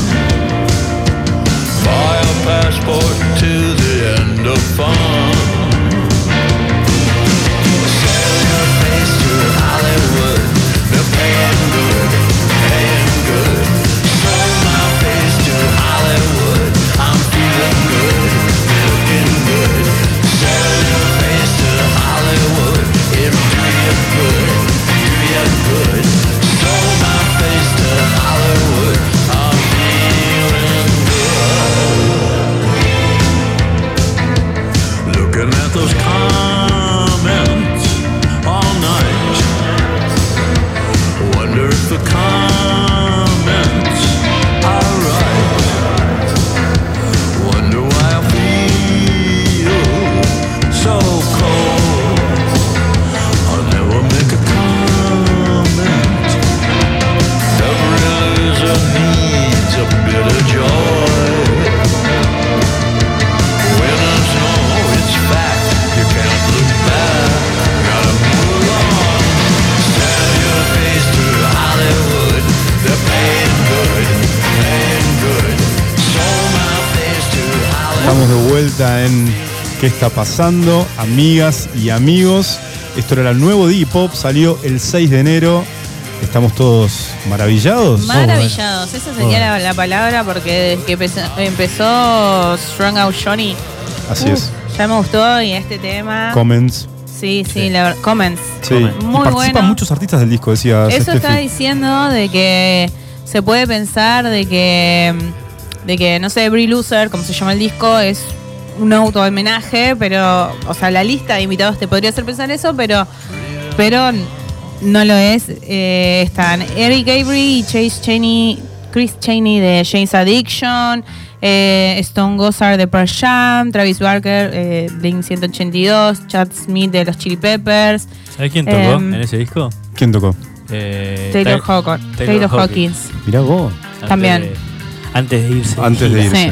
Buy a passport to the end of fun. Sell your face to Hollywood. They're paying good, paying good. Sold my face to Hollywood. I'm feeling good, looking good. Sell your face to Hollywood. It'll do you good, do you good. Sold my face to Hollywood. I'm feeling good. Looking at those comments all night. Wonder if the comments are right. Wonder why I feel so cold. I'll never make a comment. Every loser needs a bit of joy. Winners know it's fact. You can't look back. Gotta move on. Sell your face to Hollywood. They're paying good, paying good. Sold my face to Hollywood. Estamos de vuelta en ¿Qué está pasando? Amigas y amigos. Esto era el nuevo Iggy Pop, salió el seis de enero. Estamos todos maravillados. Maravillados, esa sería la, la palabra, porque desde que empezó, empezó Strung Out Johnny, Así uh, es. ya me gustó, y este tema. Comments. Sí, sí, sí. La verdad. Comments. Sí. Muy Y participan bueno. muchos artistas del disco, decía Eso Steffi. está diciendo de que se puede pensar de que, de que no sé, Brie Loser, como se llama el disco, es un auto homenaje, pero, o sea, la lista de invitados te podría hacer pensar eso, pero, pero no lo es. Eh, están Eric Avery y Chase Chaney, Chris Chaney de Jane's Addiction, eh, Stone Gossard de Pearl Jam, Travis Barker, eh, Blink ciento ochenta y dos, Chad Smith de los Chili Peppers, ¿Sabes quién tocó Em, en ese disco? ¿Quién tocó? Eh, Taylor, Ta- Hawkins, Taylor Taylor Hawkins. Hawkins. Mirá vos. antes también. de- antes de irse. Antes de gira. irse. Sí.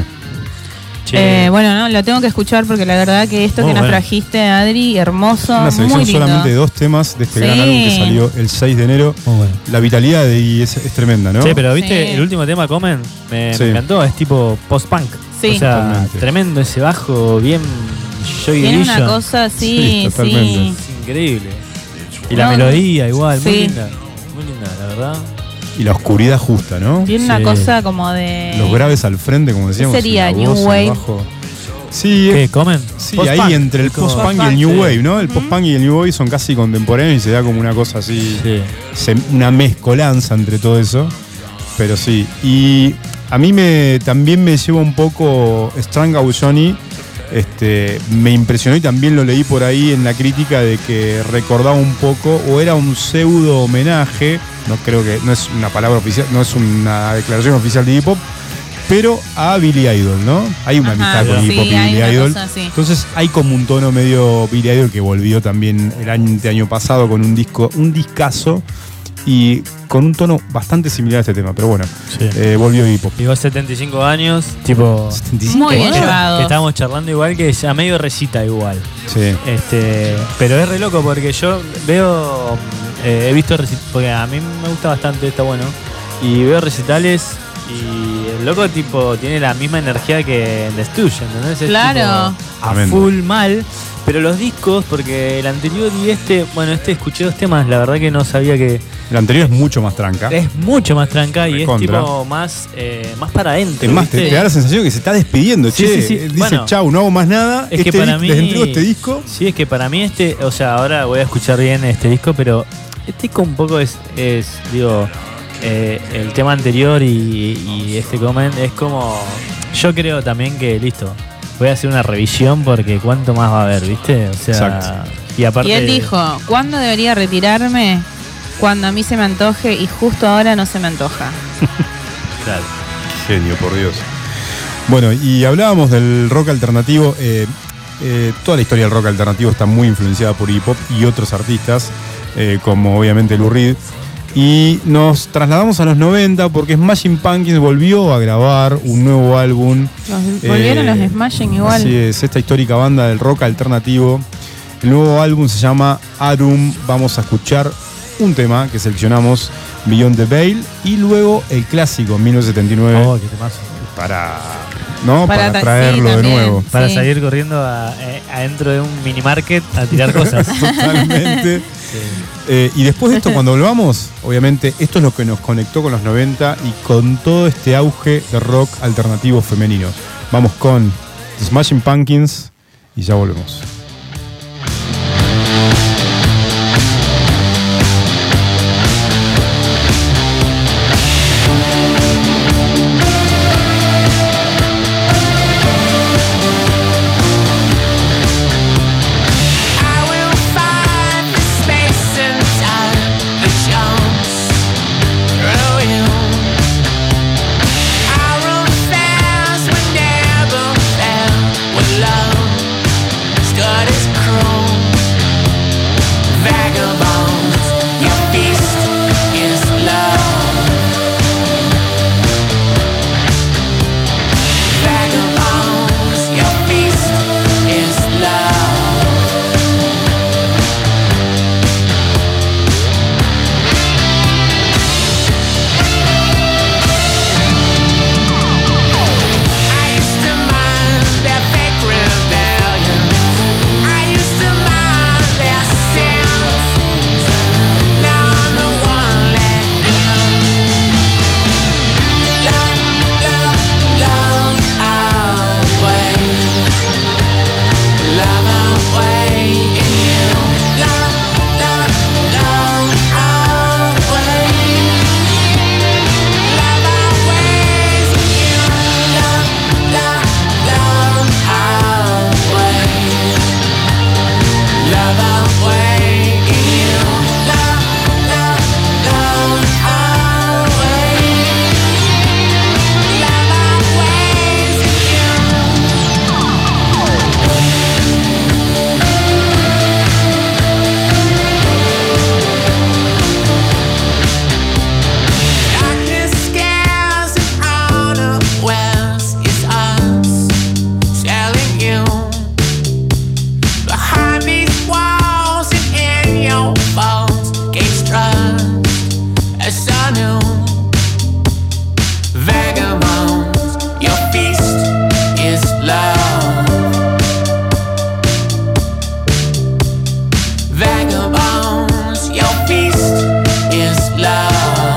Che, Eh, bueno, no, lo tengo que escuchar porque la verdad que esto Muy que nos bueno. trajiste, Adri, hermoso, Una muy selección lindo. solamente de dos temas de este Sí. gran álbum que salió el seis de enero. muy bueno. La vitalidad de Iggy es, es tremenda, ¿no? Che, pero viste, Sí. el último tema, Comen, me, Sí. me encantó. Es tipo post-punk. Sí. O sea, Totalmente. tremendo ese bajo, bien Joy Tiene Division. una cosa Sí, así, sí. totalmente. Es increíble. Y la No, melodía igual, muy sí. linda. Muy linda, la verdad. Y la oscuridad justa, ¿no? Tiene una Sí. cosa como de... Los graves al frente, como decíamos. ¿Qué sería? y la New voz, el Wave. bajo. Sí, ¿Qué? es- ¿Comen? sí, Post-punk. ahí entre el Es como- post-punk y el Post-punk, new sí. wave, ¿no? El post-punk y el new wave son casi contemporáneos y se da como una cosa así, Sí. se- una mezcolanza entre todo eso. Pero sí, y a mí me también me lleva un poco Strung Out Johnny. Este, me impresionó y también lo leí por ahí en la crítica de que recordaba un poco, o era un pseudo homenaje, no creo que, no es una palabra oficial, no es una declaración oficial de hip hop, pero a Billy Idol, ¿no? Hay una Ajá, amistad con sí, hip hop y hay Billy una Idol. cosa así. Entonces hay como un tono medio Billy Idol que volvió también el año, año pasado con un disco, un discazo, y con un tono bastante similar a este tema, pero bueno, Sí. eh, volvió hip hop. Llegó a setenta y cinco años, tipo. setenta y cinco Muy bien años. llevado. Que estábamos charlando igual, que ya medio recita igual. Sí. Este, pero es re loco porque yo veo, eh, he visto recitales, porque a mí me gusta bastante, está bueno, y veo recitales y el loco tipo tiene la misma energía que en The Stooges, ¿entendés? Es Claro. tipo a Tremendo. full mal, pero los discos, porque el anterior y este, bueno, este escuché dos temas, la verdad que no sabía que El anterior es mucho más tranca. es mucho más tranca y Recontra. es tipo más, eh, más para adentro. Es más, te, ¿viste? te da la sensación de que se está despidiendo, Sí, che. sí, sí. Dice, Bueno, chau, no hago más nada. Es este que para dis- mí. Les entrego este disco. Sí, es que para mí este. O sea, ahora voy a escuchar bien este disco, pero este disco un poco es. es digo, eh, el tema anterior y, y este comment es como. Yo creo también que, listo. Voy a hacer una revisión porque cuánto más va a haber, ¿viste? O sea. Exacto. Y aparte. Y él dijo, ¿cuándo debería retirarme? Cuando a mí se me antoje, y justo ahora no se me antoja. Claro. Genio, por Dios. Bueno, y hablábamos del rock alternativo. eh, eh, toda la historia del rock alternativo está muy influenciada por hip hop y otros artistas, eh, como obviamente Lou Reed. Y nos trasladamos a los noventa porque Smashing Pumpkins volvió a grabar un nuevo álbum. Los- volvieron Eh, los Smashing igual. Así es, esta histórica banda del rock alternativo. El nuevo álbum se llama Arum. Vamos a escuchar un tema que seleccionamos Beyond the Veil, y luego el clásico mil novecientos setenta y nueve Oh, qué temazo. para, ¿no? Para para ta- traerlo sí, de también. nuevo. Para Sí. salir corriendo a- eh, adentro de un mini market a tirar cosas. Totalmente. Eh, y después de esto, cuando volvamos, obviamente, esto es lo que nos conectó con los noventa y con todo este auge de rock alternativo femenino. Vamos con The Smashing Pumpkins y ya volvemos. I will find the space and time that jumps through you. I run fast when never felt with love stood as cruel. Vagabonds, your feast is love. Vagabonds, your feast is love. I used to mind their fake rebellion. I used to mind their sins. Now I'm the one let them love, love, love away, love away in you, love, love, love away. Love always in you, love, love, love away. Love away in you, love, love, love away. Love always in you. Darkness scares and unawares is us telling you behind these walls and in your bones gates trust as I knew. Vagabonds, your feast is love. Vagabonds, your feast is love.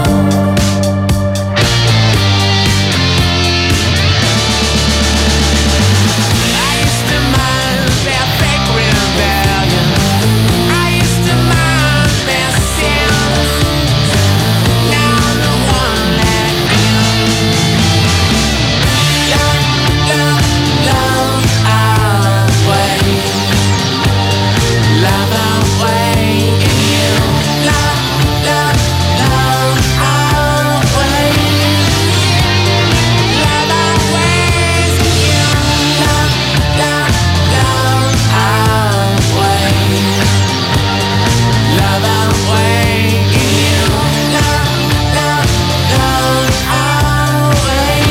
I used to mind their fake rebellion. I used to mind their sins. Now I'm the one let them love, love, love away, love away in you, love, love, love away. Love always in you, love, love, love away. Love away in you, love, love, love away.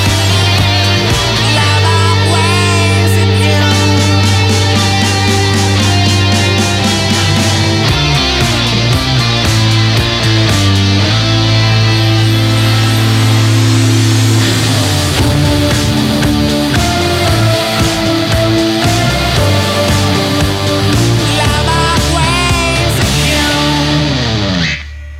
Love always in you. Love always in you.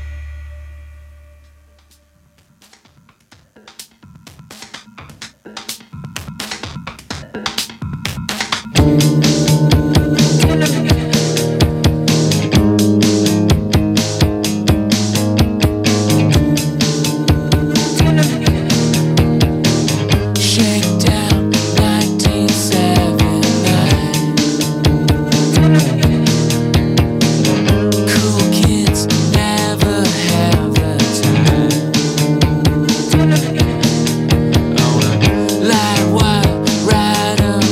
Shakedown nineteen seventy-nine. Cool kids never have the time. On a light wire ride of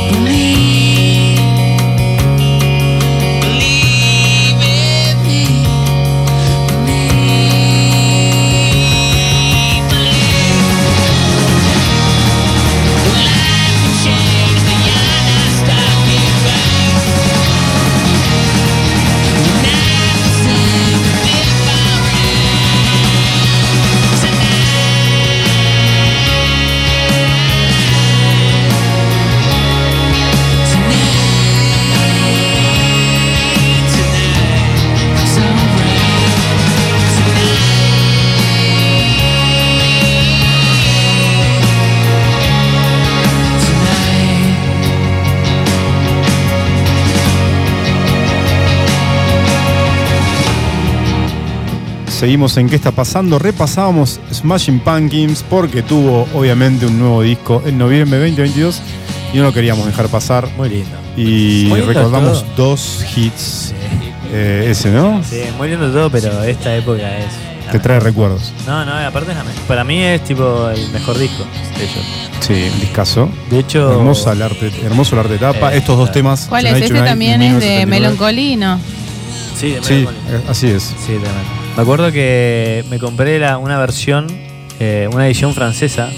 Seguimos en ¿Qué está pasando? Repasábamos Smashing Pumpkins porque tuvo obviamente un nuevo disco en noviembre de veinte veintidós y no lo queríamos dejar pasar. Muy lindo. Y muy lindo recordamos todo. dos hits. Sí. Eh, ese, ¿no? Sí, muy lindo todo, pero esta época es... Te trae recuerdos. No, no, aparte es la mejor. Para mí es tipo el mejor disco de ellos. Sí, un discazo. De hecho... Hermoso el arte, hermoso el arte de tapa. Eh, Estos dos claro. temas. ¿Cuál es? Tonight Este Tonight, también en es de mil novecientos setenta y nueve. Melancolino. Sí, de Sí, Melancholy. eh, así es. Sí, tremendo. Me acuerdo que me compré la, una versión, eh, una edición francesa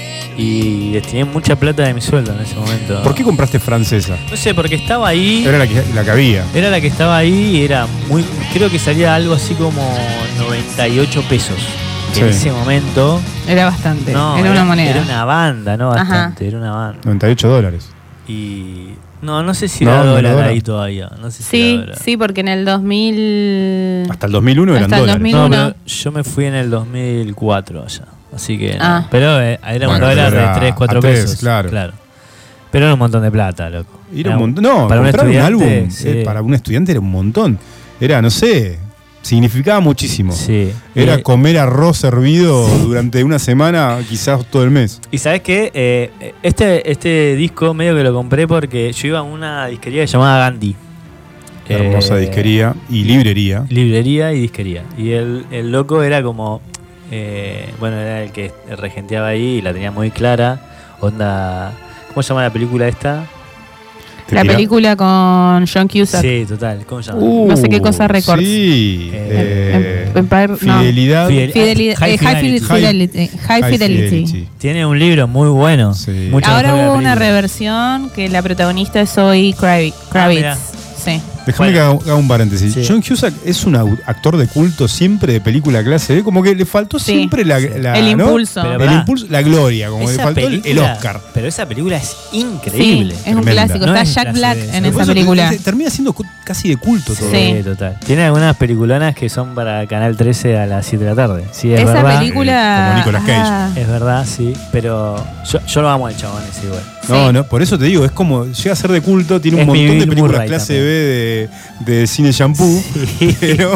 y destiné mucha plata de mi sueldo en ese momento. ¿Por qué compraste francesa? No sé, porque estaba ahí, Era la que, la que había. era la que estaba ahí y era muy, creo que salía algo así como noventa y ocho pesos. Que Sí. en ese momento, Era bastante. no, era una moneda. Era una banda, no Ajá. bastante, era una banda. noventa y ocho dólares. Y no, no sé si No, era no era dólar dólar. ahí todavía. No sé si Sí, era dólar. sí, porque en el dos mil... Hasta el dos mil uno eran Hasta el dólares. dos mil No, uno. pero yo me fui en el dos mil cuatro allá. Así que. no. Ah. Pero eh, era un Bueno, dólar era de tres, cuatro a tres, pesos. claro. Pero era un montón de plata, loco. Era un montón. No, para un comprar un, estudiante, álbum sí. eh, para un estudiante era un montón. Era, no sé, significaba muchísimo. Sí. Era Y- comer arroz hervido durante una semana, quizás todo el mes. Y sabes qué, Eh, este, este disco medio que lo compré porque yo iba a una disquería llamada Gandhi. Hermosa Eh, disquería y librería. Librería y disquería. Y el, el loco era como. eh, bueno, era el que regenteaba ahí y la tenía muy clara. Onda. ¿Cómo se llama la película esta? Te La tira- película con John Cusack. Sí, total. ¿Cómo se llama? Uh, No sé qué cosa, Records. Sí. Eh, eh, Em- Empire- no. fidelidad. Fidel- Fidelidad- High eh, High Fidelity. Fidelity. High Fidelity. Tiene un libro muy bueno. Sí. Mucho Ahora mejor que la hubo una película. reversión que la protagonista es Zoe Kravitz. Kravitz. mirá. sí. Déjame Bueno. que haga, haga un paréntesis. Sí. John Cusack es un au- actor de culto siempre de película clase B, como que le faltó Sí. siempre la, la- El ¿no? impulso. Pero El pará. impulso, la gloria, como que le Esa faltó el- el película- Oscar. Pero esa película es increíble. Sí, es un Tremenda. clásico. No Está es Jack clase Black B, en sí. Por esa eso película. te- termina siendo cu- casi de culto todo. Sí. Sí, total. Tiene algunas peliculonas que son para Canal trece a las siete de la tarde. Sí, es Esa verdad. película. Como Nicolas Cage. ah, Es verdad, sí. Pero yo, yo lo amo al chabón ese igual. No, Sí. no, por eso te digo, es como, llega a ser de culto, tiene un Es mi montón de Bill películas Murray clase también. B de, de cine shampoo, Sí. pero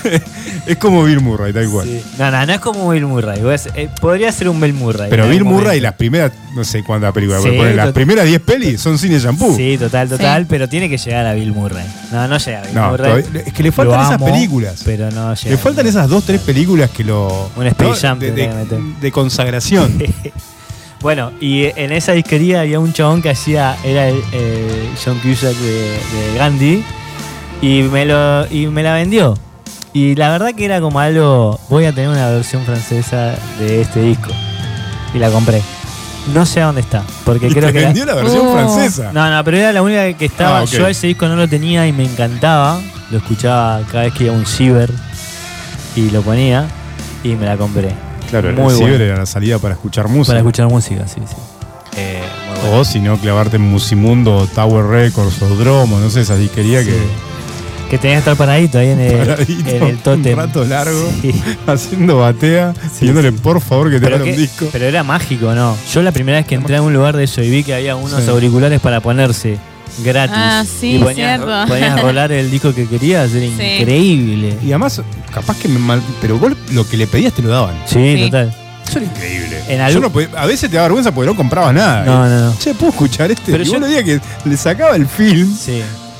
es como Bill Murray, tal cual. Sí. No, no, no es como Bill Murray. Es- eh, podría ser un Bill Murray. Pero en Bill algún Murray, momento. las primeras, no sé cuántas películas, Sí, pero ponen las tot- primeras diez pelis son cine shampoo. Sí, total, total. Sí. Pero tiene que llegar a Bill Murray. No, no llega a Bill No, Murray. todavía- es que le faltan Lo esas amo, películas. Pero no llega. Le faltan esas dos, tres películas que lo. Un Space ¿no? Jam de, tendría de- que meter. de consagración. Bueno, y en esa disquería había un chabón que hacía, era el eh, John Cusack de, de Gandhi, y me, lo, y me la vendió. Y la verdad que era como algo, voy a tener una versión francesa de este disco. Y la compré. No sé a dónde está, porque Y creo te que... era- vendió la versión Oh. francesa. No, no, pero era la única que estaba. Ah, ok. Yo ese disco no lo tenía y me encantaba. Lo escuchaba cada vez que iba a un ciber y lo ponía y me la compré. Claro, el Muy ciber bueno. era la salida para escuchar música. Para escuchar música, sí, sí. Eh, muy bueno. O si no, clavarte en Musimundo, Tower Records o Dromo, no sé, esa disquería Sí. que. Que tenía que estar paradito ahí en el, Paradito, en el tótem. un rato largo, Sí. haciendo batea, Sí, pidiéndole por favor que te Pero, haga un que- disco. pero era mágico, ¿no? Yo la primera vez que entré a un lugar de eso y vi que había unos Sí. auriculares para ponerse gratis. Ah, sí, y ponías, cierto. ponías a rolar el disco que querías, era increíble. Y además, capaz que me mal. Pero vos lo que le pedías te lo daban. Sí, Sí. total. Eso era increíble. En Yo algún- no podía- a veces te da vergüenza porque no comprabas nada. No, no, no. Che, ¿puedo escuchar este? Pero y yo- vos lo días que le sacaba el film Sí.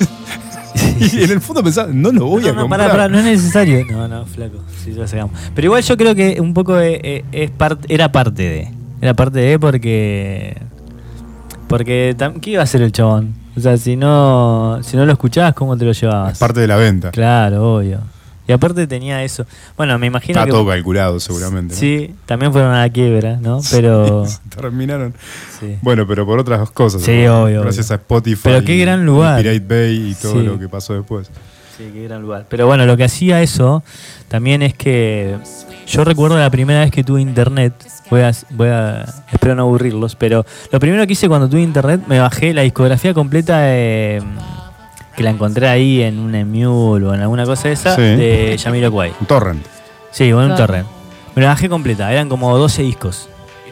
y en el fondo pensaba, no lo voy no, a no, comprar. pará, pará, no es necesario. No, no, flaco. Sí, lo sacamos. Pero igual yo creo que un poco eh, eh, es parte, era parte de. Era parte de porque. Porque, tam- ¿qué iba a hacer el chabón? O sea, si no, si no lo escuchabas, ¿cómo te lo llevabas? Es parte de la venta. Claro, obvio. Y aparte tenía eso. Bueno, me imagino Está que... todo calculado seguramente, ¿no? Sí, también fueron a la quiebra, ¿no? Pero... Terminaron. Sí. Bueno, pero por otras cosas. Sí, ¿no? obvio, Gracias obvio. a Spotify. Pero qué y- gran lugar. y Pirate Bay y todo Sí. lo que pasó después. Sí, qué gran lugar. Pero bueno, lo que hacía eso también es que yo recuerdo la primera vez que tuve internet. Voy a, voy a espero no aburrirlos, pero lo primero que hice cuando tuve internet me bajé la discografía completa de, que la encontré ahí en un Emule o en alguna cosa de esa Sí. de Jamiroquai. Un torrent. Sí, o en un Torrent. torrent. Me la bajé completa, eran como doce discos.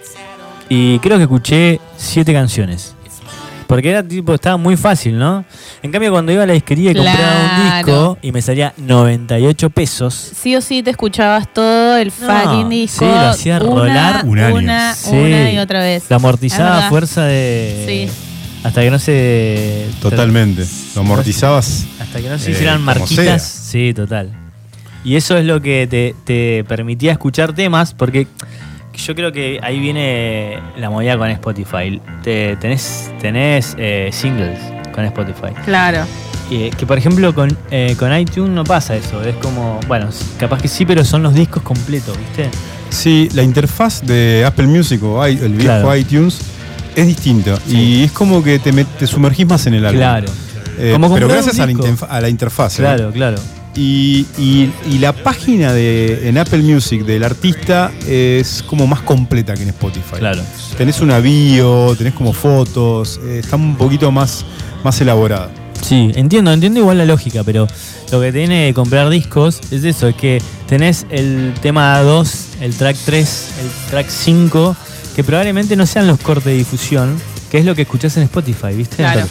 Y creo que escuché siete canciones. Porque era tipo, estaba muy fácil, ¿no? En cambio, cuando iba a la disquería y compraba un Claro. disco y me salía noventa y ocho pesos. Sí o sí te escuchabas todo el No, fucking disco. sí, lo hacía una, rolar un año. Una, Sí. una y otra vez. La Es amortizaba a verdad. fuerza de. Sí. Hasta que no se. Totalmente. Lo amortizabas. Hasta que no se Eh, hicieran como marquitas. sea. Sí, total. Y eso es lo que te, te permitía escuchar temas, porque yo creo que ahí viene la movida con Spotify. Te, tenés tenés eh, singles con Spotify. Claro. Eh, que por ejemplo con, eh, con iTunes no pasa eso. Es como, bueno, capaz que sí, pero son los discos completos, ¿viste? Sí, la interfaz de Apple Music o i- el viejo Claro. iTunes es distinta. Sí. Y es como que te, met- te sumergís más en el álbum. Claro. Eh, Como pero comprar gracias un a la, disco. interfa- a la interfaz. ¿eh? Claro, claro. Y, y- y la página de, en Apple Music del artista es como más completa que en Spotify. Claro. Tenés una bio, tenés como fotos, eh, está un poquito más, más elaborada. Sí, entiendo, entiendo igual la lógica, pero lo que tiene de comprar discos es eso, es que tenés el tema dos, el track tres, el track cinco, que probablemente no sean los cortes de difusión, que es lo que escuchás en Spotify, ¿viste? Claro.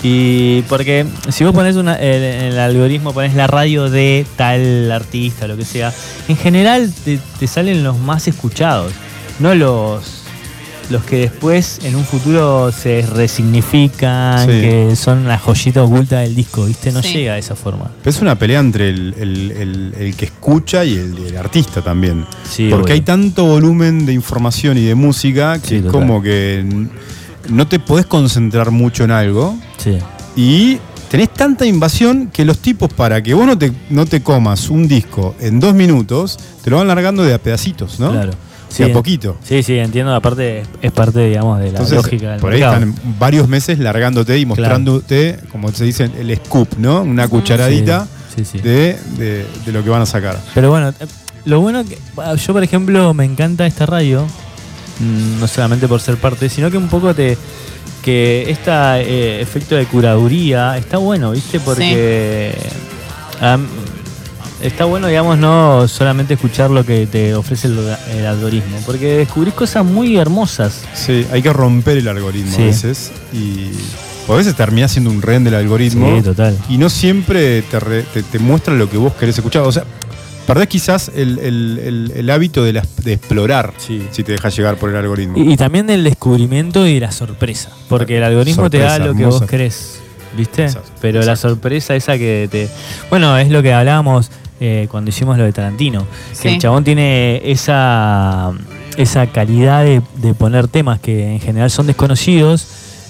Y porque si vos pones una, el, en el algoritmo, pones la radio de tal artista, lo que sea, en general te, te salen los más escuchados, no los los que después en un futuro se resignifican, Sí. que son la joyita oculta del disco, ¿viste? No Sí. llega de esa forma. Pero es una pelea entre el, el- el- el que escucha y el, el artista también. Sí, Porque obvio. hay tanto volumen de información y de música que Sí, es total. como que n- no te podés concentrar mucho en algo Sí. y tenés tanta invasión que los tipos, para que vos no te, no te comas un disco en dos minutos, te lo van largando de a pedacitos, ¿no? Claro. De a poquito. Sí, sí, entiendo. Aparte, es parte, digamos, de la Entonces, lógica del por ahí mercado. están varios meses largándote y mostrándote, como se dice, el scoop, ¿no? Una cucharadita Sí, sí, sí. De, de- de lo que van a sacar. Pero bueno, eh, lo bueno que ah, yo, por ejemplo, me encanta esta radio, mm, no solamente por ser parte, sino que un poco te que este efecto de curaduría está bueno, ¿viste? Porque am, está bueno, digamos, no solamente escuchar lo que te ofrece el, el algoritmo, porque descubrís cosas muy hermosas. Sí, hay que romper el algoritmo Sí. a veces y a veces terminás siendo un rehén del algoritmo Sí, total. y no siempre te, re- te- te muestra lo que vos querés escuchar. O sea, perdés quizás el, el- el- el hábito de, la- de explorar Sí. si te dejas llegar por el algoritmo. Y, y también del descubrimiento y de la sorpresa. Porque el algoritmo te da Sorpresa, lo que hermosa. vos querés. ¿Viste? Exacto, Pero la exacto. sorpresa esa que te. Bueno, es lo que hablábamos eh, cuando hicimos lo de Tarantino. Que Sí. el chabón tiene esa, esa calidad de, de poner temas que en general son desconocidos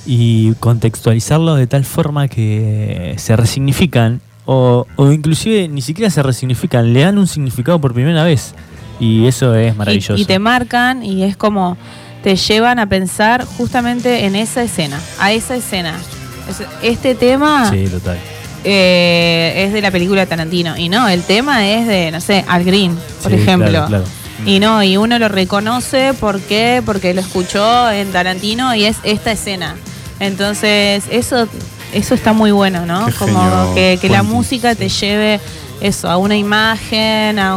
y contextualizarlos de tal forma que se resignifican. O, o inclusive ni siquiera se resignifican, le dan un significado por primera vez. Y eso es maravilloso. Y, y te marcan y es como te llevan a pensar justamente en esa escena, a esa escena. Es- Este tema Sí, total. eh, es de la película Tarantino y no, el tema es de, no sé, Al Green, por Sí, ejemplo. claro, claro. Y no, y uno lo reconoce ¿por qué? Porque lo escuchó en Tarantino y es esta escena. Entonces, eso eso está muy bueno, ¿no? Qué Como genio, que, que la Quentin. música te lleve eso, a una imagen, a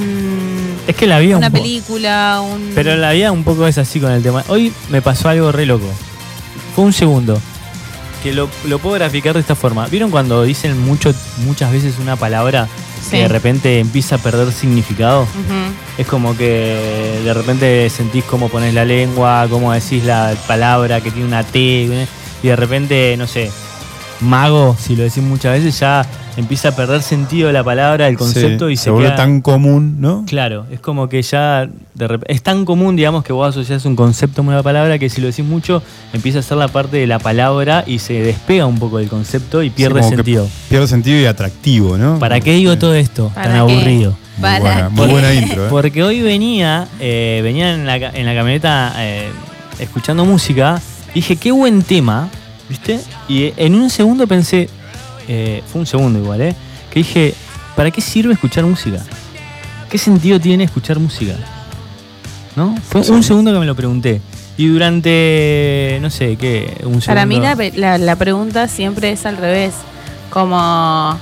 un Es que la vida una un po- película, un Pero la vida un poco es así con el tema. Hoy me pasó algo re loco. Fue un segundo. Que lo, lo puedo graficar de esta forma. ¿Vieron cuando dicen mucho, muchas veces una palabra Sí. que de repente empieza a perder significado? Ujú. Es como que de repente sentís cómo pones la lengua, cómo decís la palabra que tiene una T, y de repente, no sé, mago, si lo decís muchas veces, ya empieza a perder sentido la palabra, el concepto Sí, y se, se, vuelve queda... tan común, ¿no? Claro, es como que ya de rep- es tan común, digamos, que vos asociás un concepto a una palabra que si lo decís mucho empieza a ser la parte de la palabra y se despega un poco del concepto y pierde Sí, como que sentido. Pierde sentido y atractivo, ¿no? ¿Para qué digo todo esto ¿Para tan qué? aburrido? Muy ¿Para buena, muy qué? buena intro, ¿eh? Porque hoy venía, eh, venía en la, ca- en la camioneta eh, escuchando música, dije, qué buen tema, ¿viste? Y en un segundo pensé, eh, fue un segundo igual, ¿eh? Que dije, ¿para qué sirve escuchar música? ¿Qué sentido tiene escuchar música? ¿No? Fue Sí. un segundo que me lo pregunté. Y durante, no sé, ¿qué? Un segundo. Para mí la, pe- la, la pregunta siempre es al revés. Como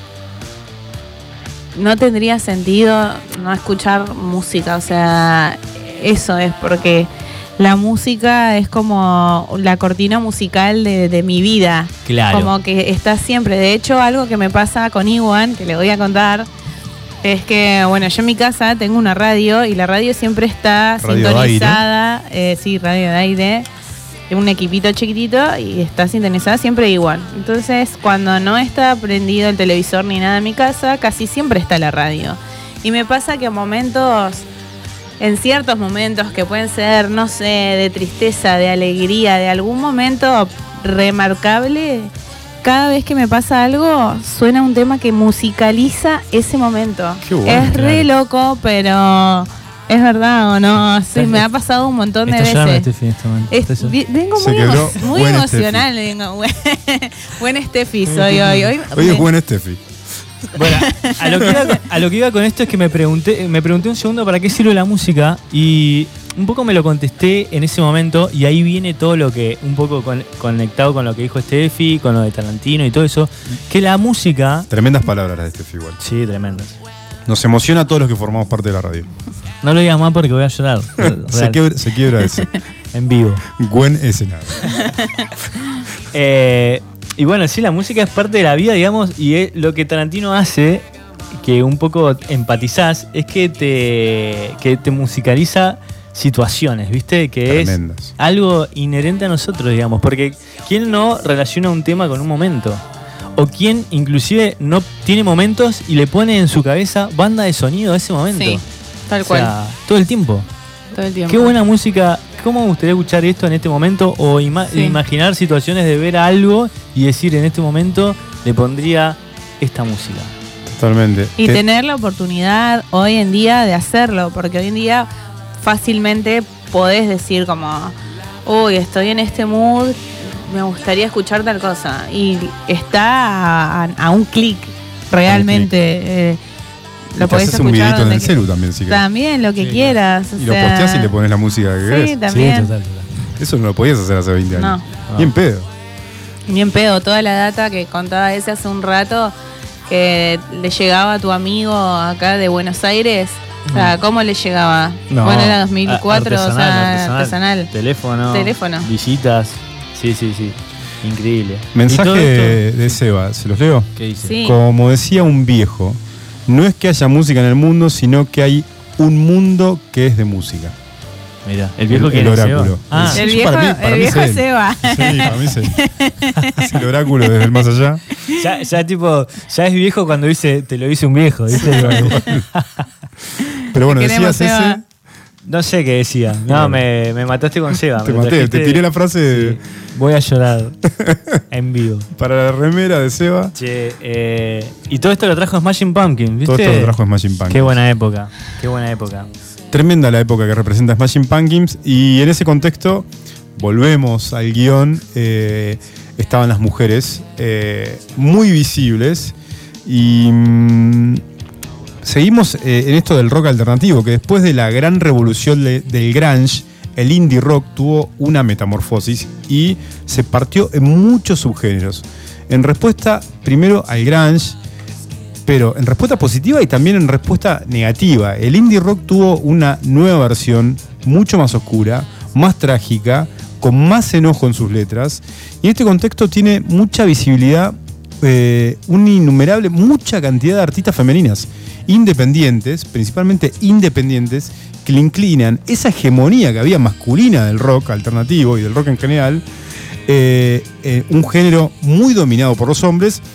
no tendría sentido no escuchar música. O sea, eso es porque la música es como la cortina musical de, de mi vida. Claro. Como que está siempre. De hecho, algo que me pasa con Iwan, que le voy a contar, es que, bueno, yo en mi casa tengo una radio y la radio siempre está Radio sintonizada. Eh, sí, radio de aire. Un equipito chiquitito y está sintonizada siempre igual. Entonces, cuando no está prendido el televisor ni nada en mi casa, casi siempre está la radio. Y me pasa que a momentos, en ciertos momentos que pueden ser, no sé, de tristeza, de alegría, de algún momento remarcable, cada vez que me pasa algo, suena un tema que musicaliza ese momento. Qué bueno, es re loco, pero ¿es verdad o no? Sí, me ha pasado un montón de Está llorando veces. Steffi en este momento. Es- Está llorando. vi- vengo Se muy, quebró. emo- muy Buen emocional. Vengo, buen, buen Steffi soy hoy. Hoy, Hoy es buen Steffi. Bueno, a lo, que iba, con- a lo que iba con esto es que me pregunté, me pregunté un segundo para qué sirve la música y un poco me lo contesté en ese momento y ahí viene todo lo que, un poco con- conectado con lo que dijo Steffi, con lo de Tarantino y todo eso, que la música... Tremendas palabras las de Steffi igual. Sí, tremendo. Nos emociona a todos los que formamos parte de la radio. No lo digas más porque voy a llorar. Real, Se quiebra, se quiebra eso. en vivo. Buen escenario. Eh, y bueno, sí, la música es parte de la vida, digamos, y es lo que Tarantino hace, que un poco empatizás, es que te, que te musicaliza situaciones, ¿viste? Que Tremendas. es algo inherente a nosotros, digamos, porque ¿quién no relaciona un tema con un momento? O quién inclusive no tiene momentos y le pone en su cabeza banda de sonido a ese momento. Sí, tal O cual. sea, todo el tiempo. todo el tiempo. Qué buena música. ¿Cómo me gustaría escuchar esto en este momento? O ima- Sí. imaginar situaciones de ver algo y decir en este momento le pondría esta música. Totalmente. Y Te- tener la oportunidad hoy en día de hacerlo, porque hoy en día fácilmente podés decir como, uy, estoy en este mood, me gustaría escuchar tal cosa. Y está a, a un clic, realmente. eh, lo te podés haces un escuchar videito en donde el qui- celu también, si querés. También, lo que Sí, quieras. o Y lo sea, posteás y le pones la música que Sí, querés. también. Sí, total, total. Eso no lo podías hacer hace veinte años. No. Bien pedo. Bien pedo, toda la data que contaba ese hace un rato, que le llegaba a tu amigo acá de Buenos Aires. O sea, ¿cómo le llegaba? No, bueno, era dos mil cuatro, a- o sea, artesanal. Teléfono. Teléfono. Visitas. Sí, sí, sí. Increíble. ¿Y Mensaje todo esto? de, de Seba, ¿se los leo? ¿Qué dice? Sí. Como decía un viejo, no es que haya música en el mundo, sino que hay un mundo que es de música. Mira, el viejo El- que el era oráculo. Seba. Ah, El Eso viejo, para mí- para el mí viejo es él. Seba. Sí, para mí sí. Es el oráculo desde el más allá. ya, ya tipo, ya es viejo cuando dice, te lo dice un viejo, ¿viste? Pero bueno, Te decías queremos, Seba. ese. No sé qué decía. No, Bueno. me, me mataste con Seba. Te me maté, trajiste- te tiré la frase de- Sí, voy a llorar en vivo. para la remera de Seba. Che, eh, y todo esto lo trajo Smashing Pumpkins, ¿viste? Todo esto lo trajo Smashing Pumpkins. Qué buena época, qué buena época. Tremenda la época que representa Smashing Pumpkins. Y en ese contexto, volvemos al guión. eh, estaban las mujeres eh, muy visibles. Y mm, seguimos eh, en esto del rock alternativo, que después de la gran revolución de- del grunge, el indie rock tuvo una metamorfosis y se partió en muchos subgéneros. En respuesta, primero al grunge, pero en respuesta positiva y también en respuesta negativa. El indie rock tuvo una nueva versión, mucho más oscura, más trágica, con más enojo en sus letras. Y en este contexto tiene mucha visibilidad, eh, una innumerable, mucha cantidad de artistas femeninas, independientes, principalmente independientes, que le inclinan esa hegemonía que había masculina del rock alternativo y del rock en general, eh, eh, un género muy dominado por los hombres,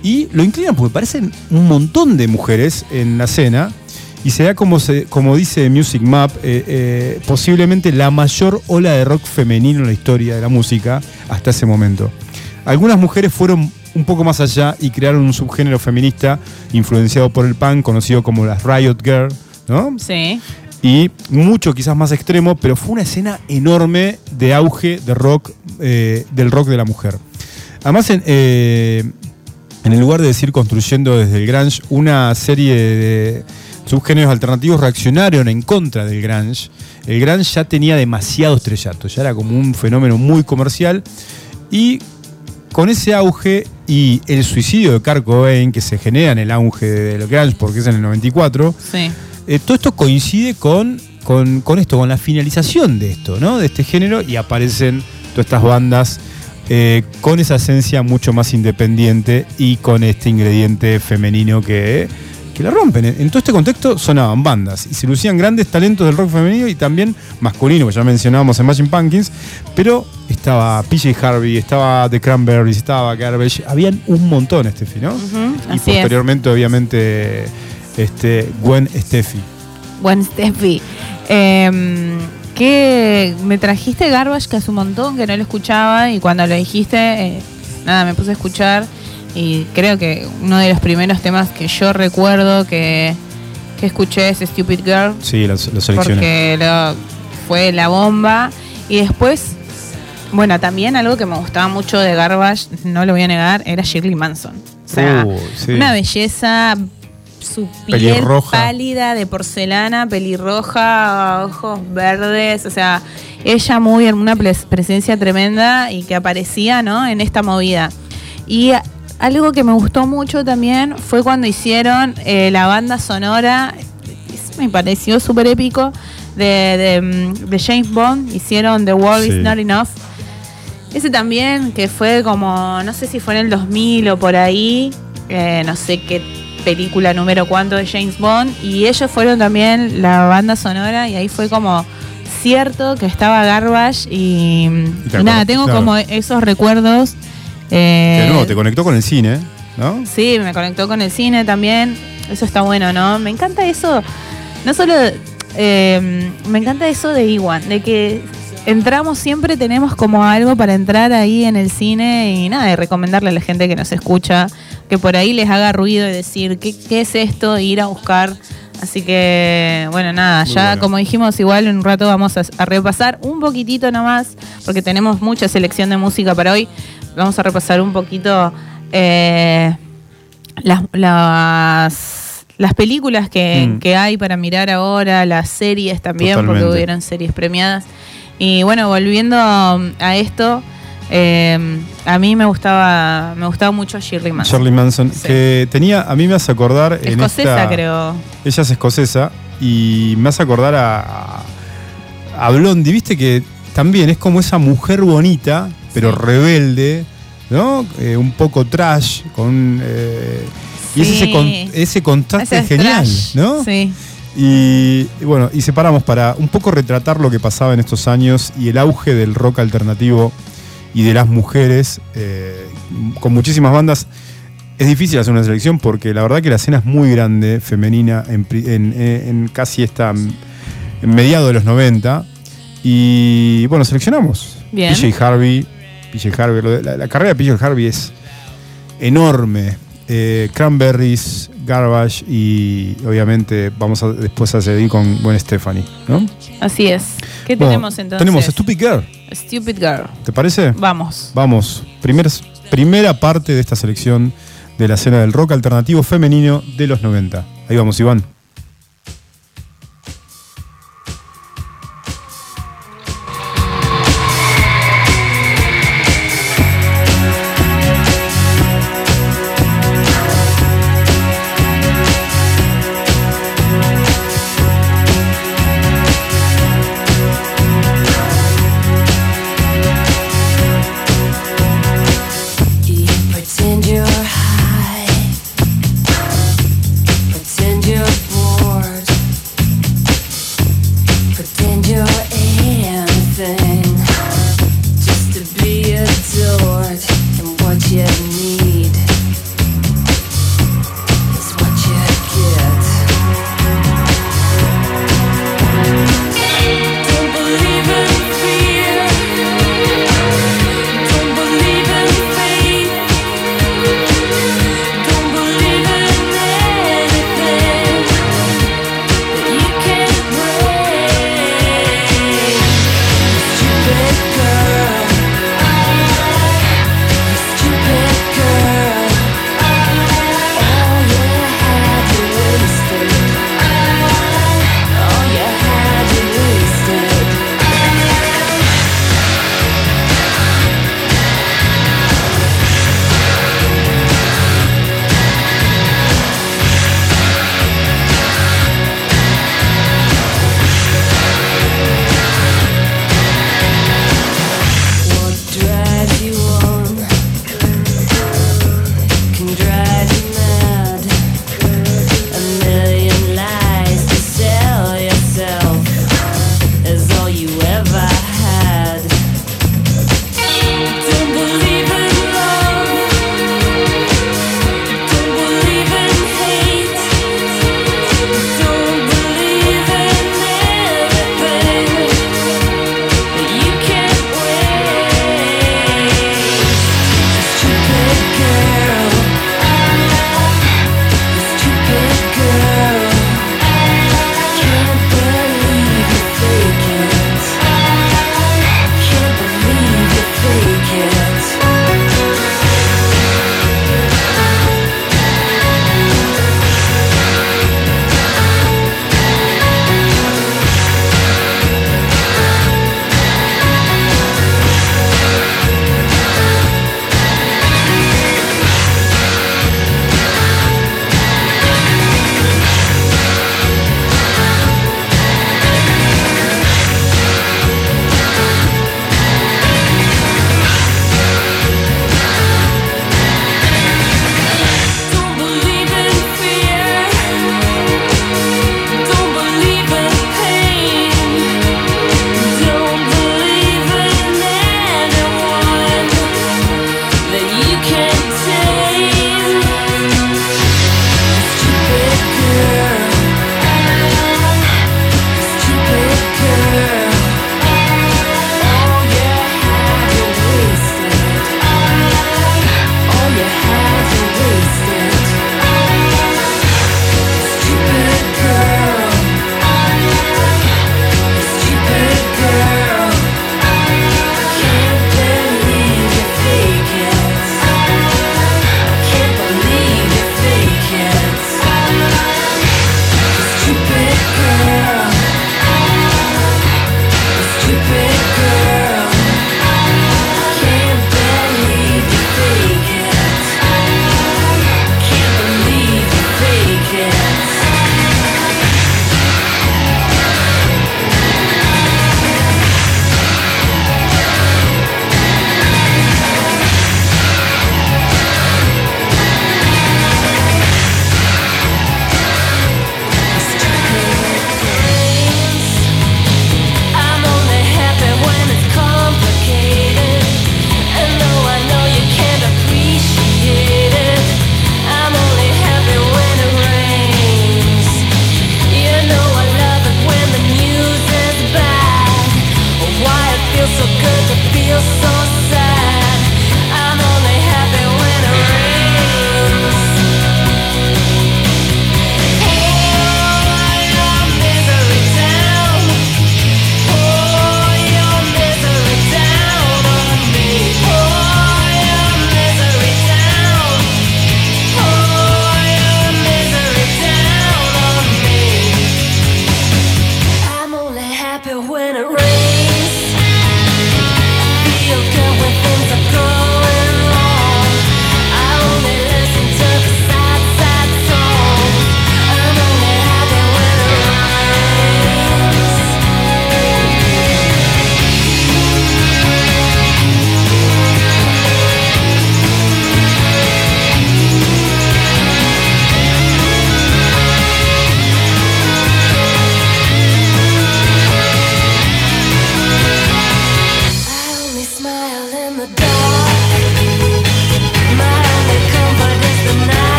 y lo inclinan porque parecen un montón de mujeres en la escena. Y se da, como, se, como dice Music Map, eh, eh, posiblemente la mayor ola de rock femenino en la historia de la música hasta ese momento. Algunas mujeres fueron un poco más allá y crearon un subgénero feminista influenciado por el punk, conocido como las Riot Girl, ¿no? Sí. Y mucho quizás más extremo, pero fue una escena enorme de auge de rock, eh, del rock de la mujer. Además, en, eh, en el lugar de decir construyendo desde el grunge, una serie de subgéneros alternativos reaccionaron en contra del grunge. El grunge ya tenía demasiado estrellato, ya era como un fenómeno muy comercial, y con ese auge y el suicidio de Kurt Cobain que se genera en el auge del grunge, porque es en el noventa y cuatro, Sí. eh, todo esto coincide con, con, con esto, con la finalización de esto, ¿no? De este género, y aparecen todas estas bandas eh, con esa esencia mucho más independiente y con este ingrediente femenino que... que la rompen. En todo este contexto sonaban bandas y se lucían grandes talentos del rock femenino y también masculino, que ya mencionábamos en Smashing Pumpkins, pero estaba P J Harvey, estaba The Cranberries, estaba Garbage, habían un montón, Steffi, ¿no? Uh-huh, y así posteriormente, es. obviamente, este, Gwen Steffi. Gwen Steffi. Eh, que me trajiste Garbage, que hace un montón que no lo escuchaba, y cuando lo dijiste, eh, nada, me puse a escuchar. Y creo que uno de los primeros temas que yo recuerdo que, que escuché es Stupid Girl. Sí, lo, lo seleccioné. Porque lo, fue la bomba. Y después, bueno, también algo que me gustaba mucho de Garbage, no lo voy a negar, era Shirley Manson. O sea, Uh, sí. una belleza, su piel Pelirroja. pálida de porcelana, pelirroja, ojos verdes, o sea, ella muy en una pres- presencia tremenda y que aparecía, ¿no?, en esta movida. Y algo que me gustó mucho también fue cuando hicieron eh, la banda sonora, me pareció súper épico, de, de, de James Bond, hicieron The World Sí. Is Not Enough. Ese también, que fue como, no sé si fue en el dos mil o por ahí, eh, no sé qué película número cuánto de James Bond, y ellos fueron también la banda sonora, y ahí fue como cierto que estaba Garbage, y, Y te y nada, acuerdas, tengo claro. como esos recuerdos. Eh, Que de nuevo, te conectó con el cine, ¿no? Sí, me conectó con el cine también. Eso está bueno, ¿no? Me encanta eso. No solo. Eh, me encanta eso de Iwan, de que entramos, siempre tenemos como algo para entrar ahí en el cine y nada, y recomendarle a la gente que nos escucha que por ahí les haga ruido y decir, ¿qué, qué es esto? E ir a buscar. Así que, bueno, nada, Muy ya bueno. como dijimos, igual en un rato vamos a, a repasar un poquitito nomás, porque tenemos mucha selección de música para hoy. Vamos a repasar un poquito eh, las, las, las películas que, Mm. que hay para mirar ahora, las series también, Totalmente. porque hubieron series premiadas. Y bueno, volviendo a esto, eh, a mí me gustaba me gustaba mucho Shirley Manson. Shirley Manson, Sí. que tenía, a mí me hace acordar en Escocesa, esta, creo. ella es escocesa y me hace acordar a, a, a Blondie, viste que también es como esa mujer bonita, pero Sí. rebelde, ¿no? Eh, un poco trash, con eh, y es Sí. ese, con, ese contraste Ese genial, trash, ¿no? Sí. Y, y bueno, y separamos para un poco retratar lo que pasaba en estos años y el auge del rock alternativo y de las mujeres, eh, con muchísimas bandas. Es difícil hacer una selección porque la verdad que la escena es muy grande, femenina, en, pri- en- en- en casi esta, en mediados de los noventa. Y bueno, seleccionamos. Bien. P J Harvey, P J Harvey, lo de- la, la carrera de P J Harvey es enorme. Eh, Cranberries, Garbage y obviamente vamos a, después a seguir con Gwen Stefani, ¿no? Así es. ¿Qué Bueno, tenemos entonces? Tenemos Stupid Girl, Stupid Girl. ¿te parece? Vamos. Vamos, primer, primera parte de esta selección de la escena del rock alternativo femenino de los noventa. Ahí vamos, Iván. You pretend you're high, pretend you're bored, pretend you're anything, just to be adored. And what you need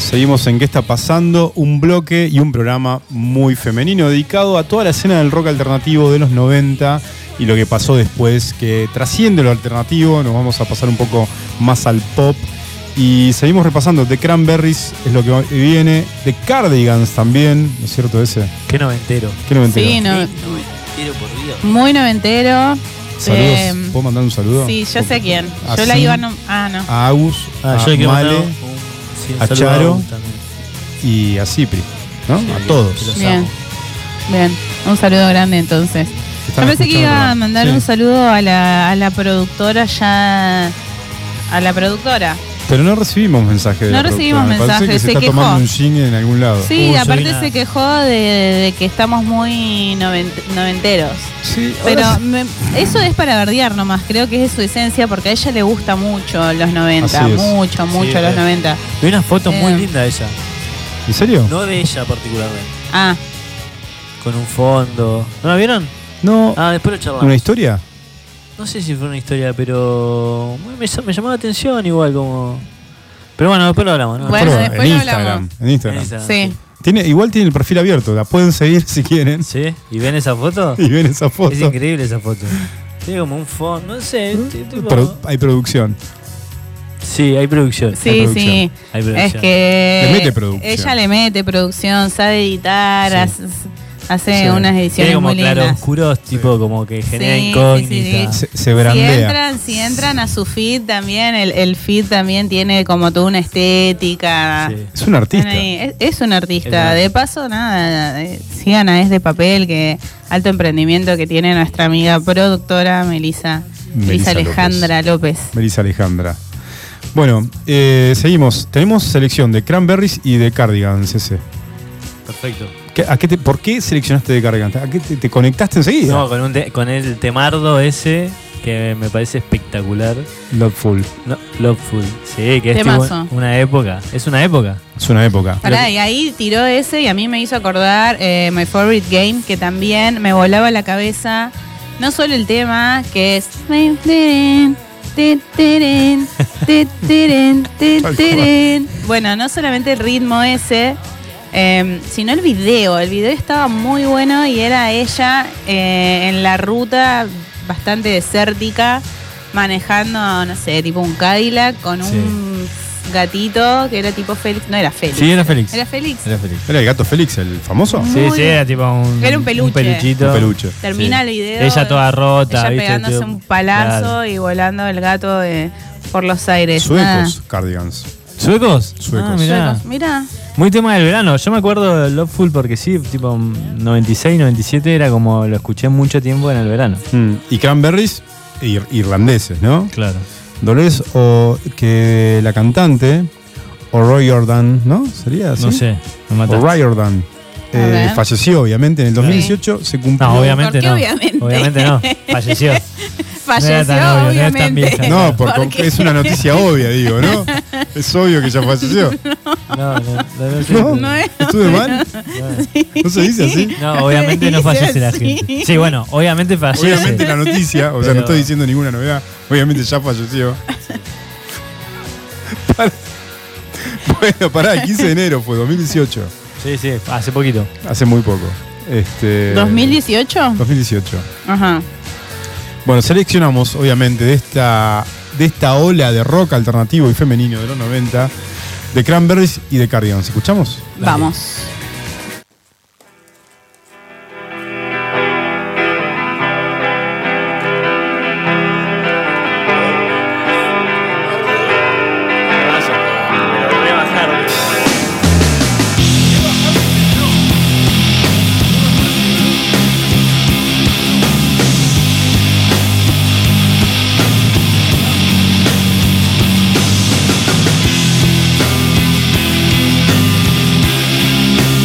Seguimos en ¿Qué está pasando? Un bloque y un programa muy femenino dedicado a toda la escena del rock alternativo de los noventa y lo que pasó después, que trasciende lo alternativo. Nos vamos a pasar un poco más al pop y seguimos repasando. The Cranberries es lo que viene, The Cardigans también, ¿no es cierto ese? Qué noventero. ¿Qué noventero? Sí, no, Tiro por Dios. muy noventero. Saludos. Eh, ¿Puedo mandar un saludo? Sí, yo sé a quién. A Yo la Sim, iba a... nom- Ah, no. A Agus, Ah, a yo le quiero mandar Male un- sí, un a saludo Charo. Agus también. y a Cipri, ¿no? Sí, a que- todos. que los Bien. amo. Bien, un saludo grande entonces. Yo Están pensé que escuchando el iba a programa. mandar Sí. un saludo a la, a la productora ya... A la productora. Pero no recibimos mensaje de No la recibimos productora. Me parece mensaje, que se, se está quejó. tomando un jingle en algún lado. Sí, Uy, soy aparte una- se quejó de, de que estamos muy novent- noventeros. Sí, Pero ahora- me- eso es para verdear nomás, creo que es su esencia porque a ella le gusta mucho los noventa, Así es. mucho, mucho Sí, los eh. noventa. Vi una foto muy Eh. linda de ella. ¿En serio? No de ella particularmente. Ah, Con un fondo. ¿No la vieron? No. Ah, después lo charlamos. ¿Una historia? No sé si fue una historia, pero me, me llamó la atención igual como... Pero bueno, después lo hablamos, ¿no? Bueno, Perdón, después en lo Instagram. hablamos. En Instagram. Esa, sí. Tiene, igual tiene el perfil abierto, la pueden seguir si quieren. ¿Sí? ¿Y ven esa foto? Y ven esa foto. Es increíble esa foto. Tiene como un fondo, no sé. t- tipo- Pero hay producción. Sí, hay producción. Sí, Hay producción. sí. Hay producción. Es que Le mete producción. ella le mete producción, sabe editar, Sí. hace, hace Sí. unas ediciones Tiene como muy lindas. claroscuros, tipo como que genera Sí, incógnita. sí, Se, se Si brandea. entran, si entran a su feed también, el, el feed también tiene como toda una estética. Sí. Es un artista. Ahí, Es, es un Es artista. un De artista. paso, nada, eh, sigan a Es de Papel, que alto emprendimiento que tiene nuestra amiga productora Melissa, Melissa Melissa Alejandra López. Melissa Alejandra. Bueno, eh, seguimos. Tenemos selección de Cranberries y de Cardigans ese. Perfecto. ¿Qué- a qué te- ¿Por qué seleccionaste de Cardigans? ¿A qué te, te conectaste enseguida? No, con, un te- con el temardo ese que me parece espectacular. Loveful. No, Loveful. Sí, que es tipo Temazo. una época. Es una época. Es una época. Pará, y ahí tiró ese y a mí me hizo acordar eh, My Favorite Game, que también me volaba la cabeza. No solo el tema, que es... Bueno, no solamente el ritmo ese, eh, sino el video. El video estaba muy bueno y era ella eh, en la ruta bastante desértica, manejando, no sé, tipo un Cadillac con Sí. un gatito que era tipo Félix. No era Félix. Sí, era Félix. Era Félix. Era feliz. ¿Era el gato Félix, el famoso? Muy Sí, sí, bien. era tipo un, Era un peluche. peluchito. Un peluche. Termina Sí. el video. Ella toda rota, Ella ¿viste? pegándose Tipo, un palazo claro. y volando el gato de- por los aires. Suecos, Cardigans. ¿Suecos? Suecos. Ah, Nada. mirá. Suecos. Mirá. Muy tema del verano. Yo me acuerdo de Loveful porque sí, tipo noventa y seis, noventa y siete era como lo escuché mucho tiempo en el verano. Mm, Y Cranberries, ir- irlandeses, ¿no? Claro. Dolores o que la cantante, o Roy Jordan, ¿no? ¿Sería así? No sé, me O mataste. Roy Jordan. A Eh, ver. falleció, obviamente, en el dos mil dieciocho se cumplió. No, obviamente ¿Por qué no. obviamente? Obviamente no. Falleció. Falleció, tan obvio, no es tan obviamente. vieja. No, porque ¿Por qué? es una noticia obvia, digo, ¿no? Es obvio que ya falleció. No, no, no, no, sé. ¿No? No es- ¿Estuve mal? ¿No se dice así? No, obviamente no Dice fallece la así. gente. Sí, bueno, obviamente fallece. Obviamente la noticia, o sea, Pero- no estoy diciendo ninguna novedad, obviamente ya falleció. Para- Bueno, pará, el quince de enero fue, dos mil dieciocho, Sí, sí, hace poquito. hace muy poco. Este, ¿dos mil dieciocho? dos mil dieciocho. Ajá. Bueno, seleccionamos, obviamente, de esta, de esta ola de rock alternativo y femenino de los noventa, de Cranberries y de Cardigans. ¿Escuchamos? Vamos. Thank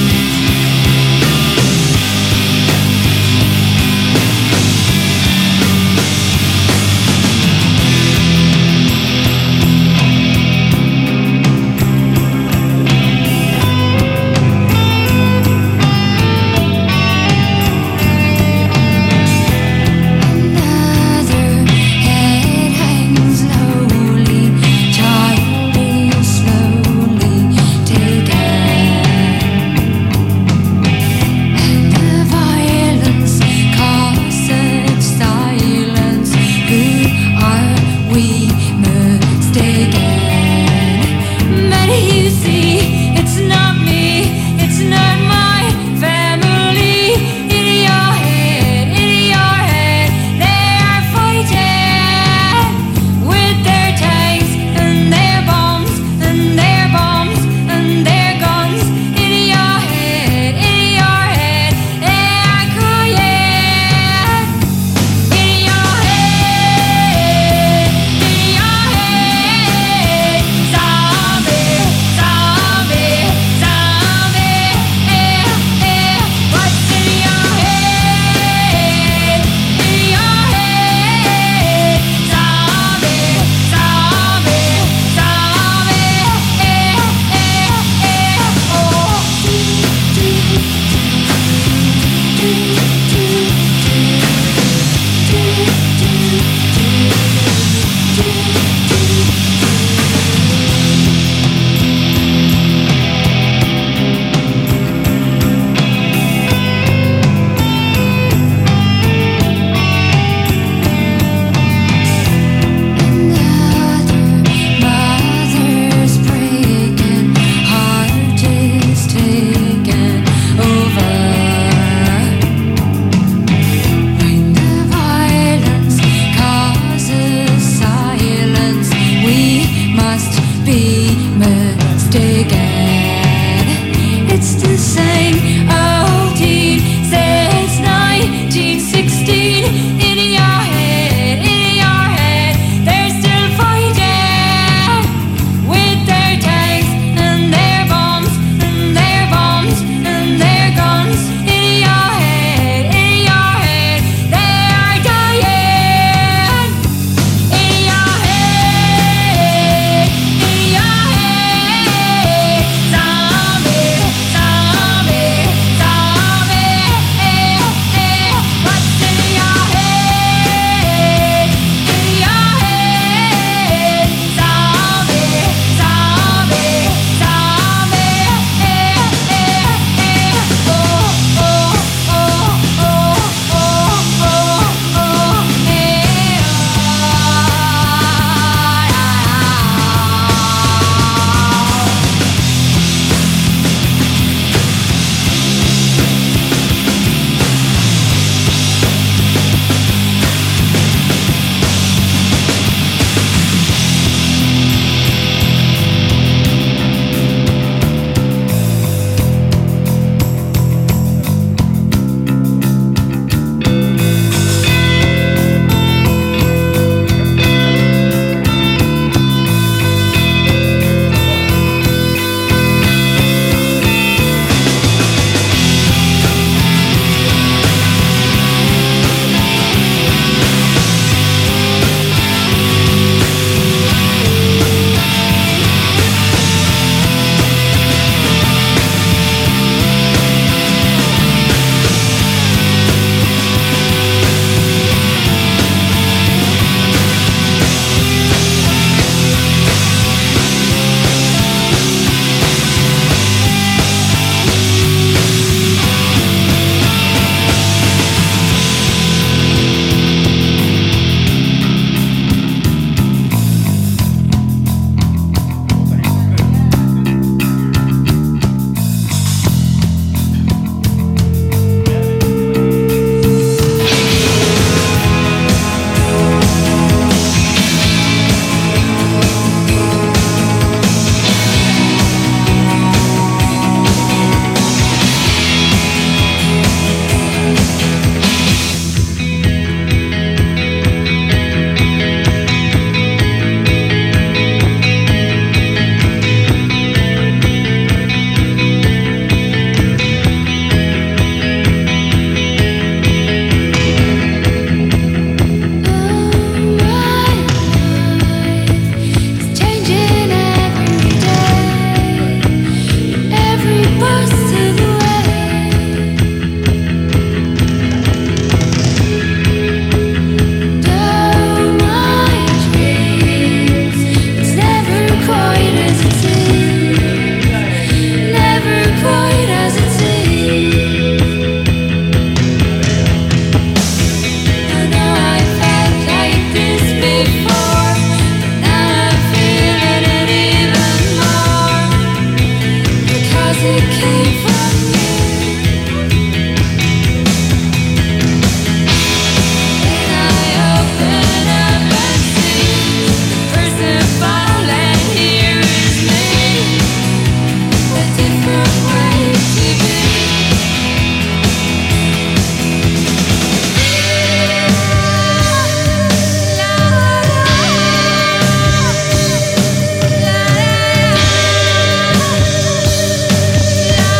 La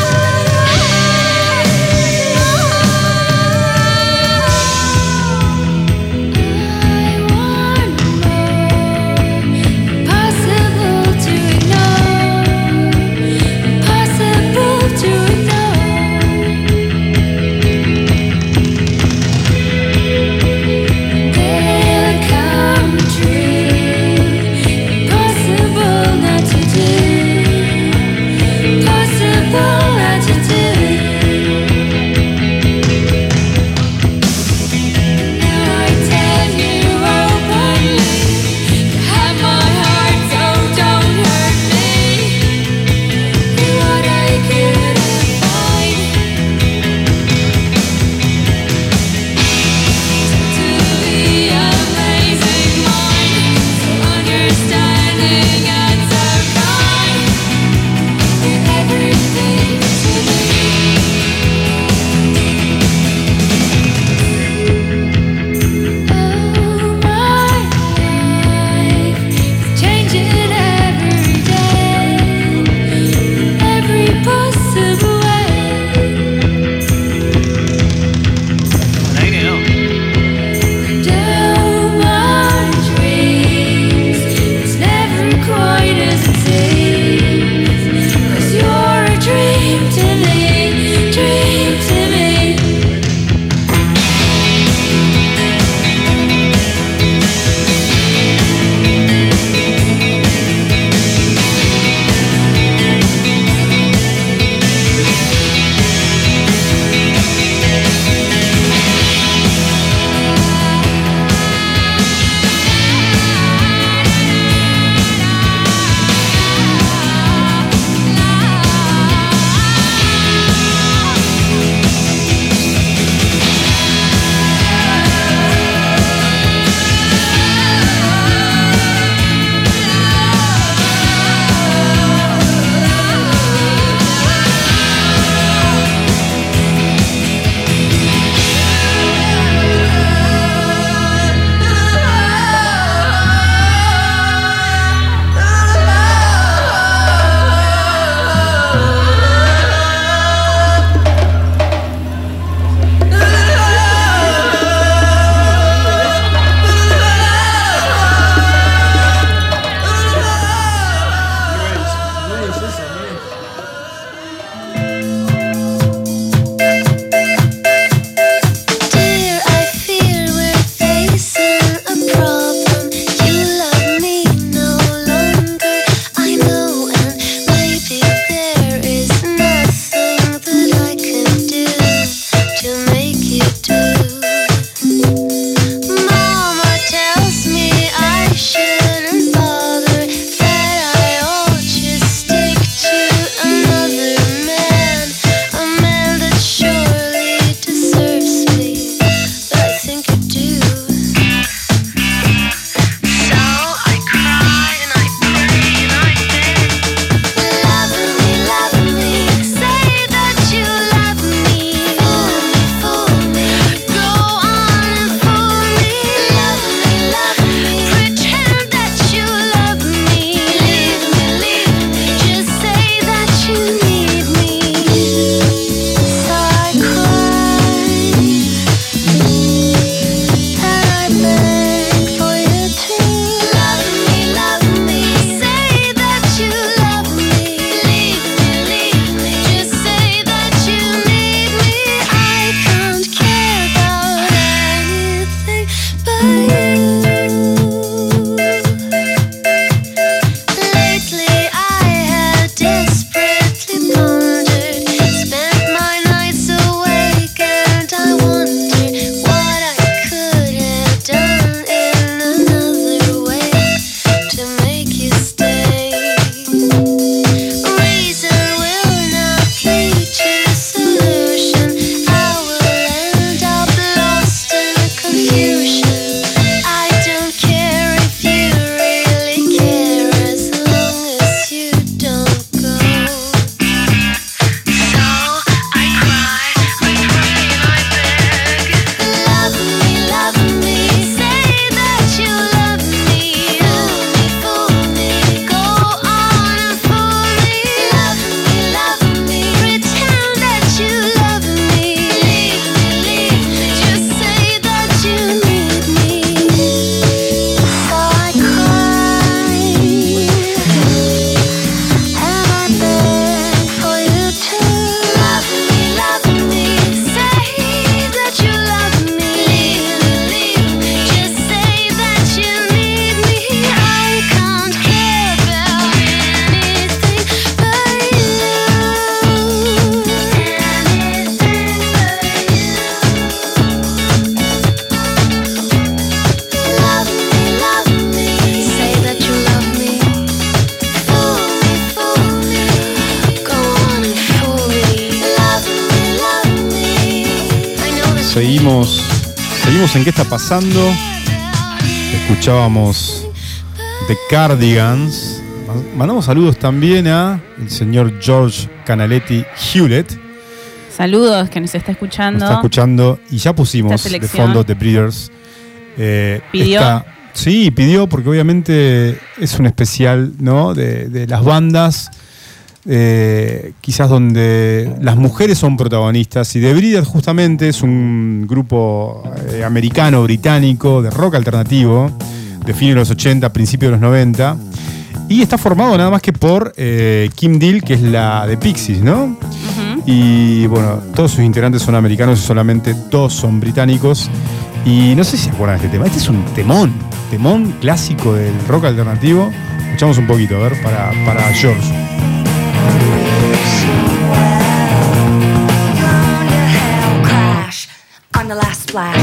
Seguimos, seguimos en qué está pasando. Escuchábamos The Cardigans. Mandamos saludos también a el señor George Canaletti Hewlett. Saludos, que nos está escuchando. Nos está escuchando y ya pusimos Esta de selección. fondo The Breeders. Eh, ¿Pidió? esta- sí, pidió porque obviamente es un especial, ¿no? de, de las bandas, eh, quizás donde las mujeres son protagonistas. Y The Breeders justamente es un grupo eh, americano, británico, de rock alternativo, de fines de los ochenta, principios de los noventa. Y está formado nada más que por eh, Kim Deal, que es la de Pixies, ¿no? Ujú. Y bueno, todos sus integrantes son americanos y solamente dos son británicos. Y no sé si se acuerdan de este tema. Este es un temón, temón clásico del rock alternativo. Escuchamos un poquito, a ver, para, para George. Crash on the last splash.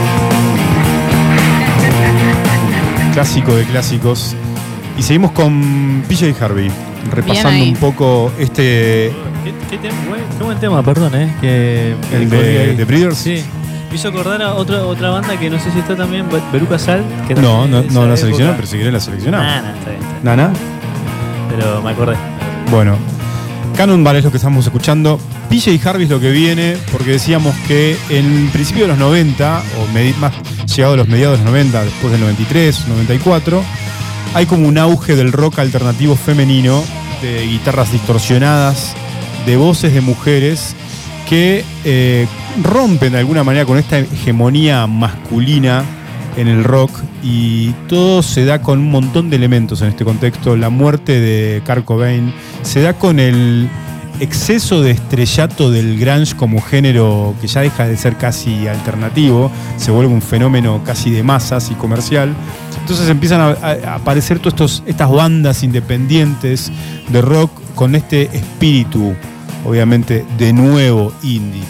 Clásico de clásicos. Y seguimos con P J Harvey, repasando ahí. un poco este, ¿Qué, qué, tema, buen, qué buen tema, perdón, ¿eh? Que, el que de ahí. The Breeders. Sí. Me hizo acordar a otra, otra banda que no sé si está también, Be- Beruca Sal. Que No, también no, de esa no la época. seleccionamos, pero si querés la seleccionamos. Nah, nah, está bien, está bien. Nana. Pero me acordé. Bueno, Cannonball es lo que estamos escuchando. P J Harvey es lo que viene, porque decíamos que en principio de los noventa, o medi- más llegado a los mediados de los noventa, después del noventa y tres, noventa y cuatro, hay como un auge del rock alternativo femenino, de guitarras distorsionadas, de voces de mujeres que eh, rompen de alguna manera con esta hegemonía masculina en el rock, y todo se da con un montón de elementos en este contexto. La muerte de Kurt Cobain se da con el exceso de estrellato del grunge como género que ya deja de ser casi alternativo, se vuelve un fenómeno casi de masas y comercial. Entonces empiezan a, a aparecer todas estos, estas bandas independientes de rock con este espíritu, obviamente, de nuevo indie.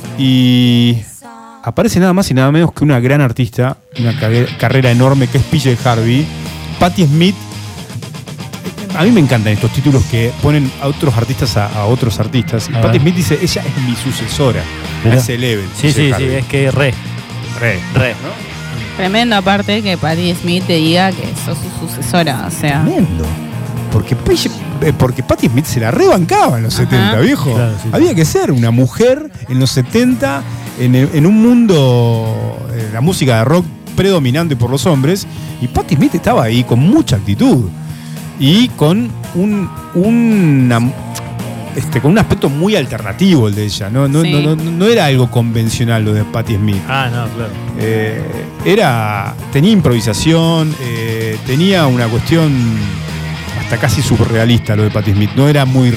Y aparece nada más y nada menos que una gran artista, una carre- carrera enorme, que es P J Harvey. Patti Smith. A mí me encantan estos títulos que ponen a otros artistas a, a otros artistas. Y A Patti ver. Smith dice, ella es mi sucesora. Mirá. A ese level. Sí, P J sí, sí, Harvey. es que re. Re. Re. Tremendo aparte que Patti Smith te diga que sos su sucesora, o sea. Tremendo. Porque, P J eh, porque Patti Smith se la rebancaba en los Ajá. setenta, viejo. Claro, sí. Había que ser una mujer en los setenta, en, el- en un mundo, eh, la música de rock predominante por los hombres, y Patti Smith estaba ahí con mucha actitud y con un, una- este, con un aspecto muy alternativo el de ella. No, no, Sí. no, no, no era algo convencional lo de Patti Smith. Ah, no, claro. Eh, era, tenía improvisación, eh, tenía una cuestión hasta casi surrealista lo de Patti Smith. No era muy,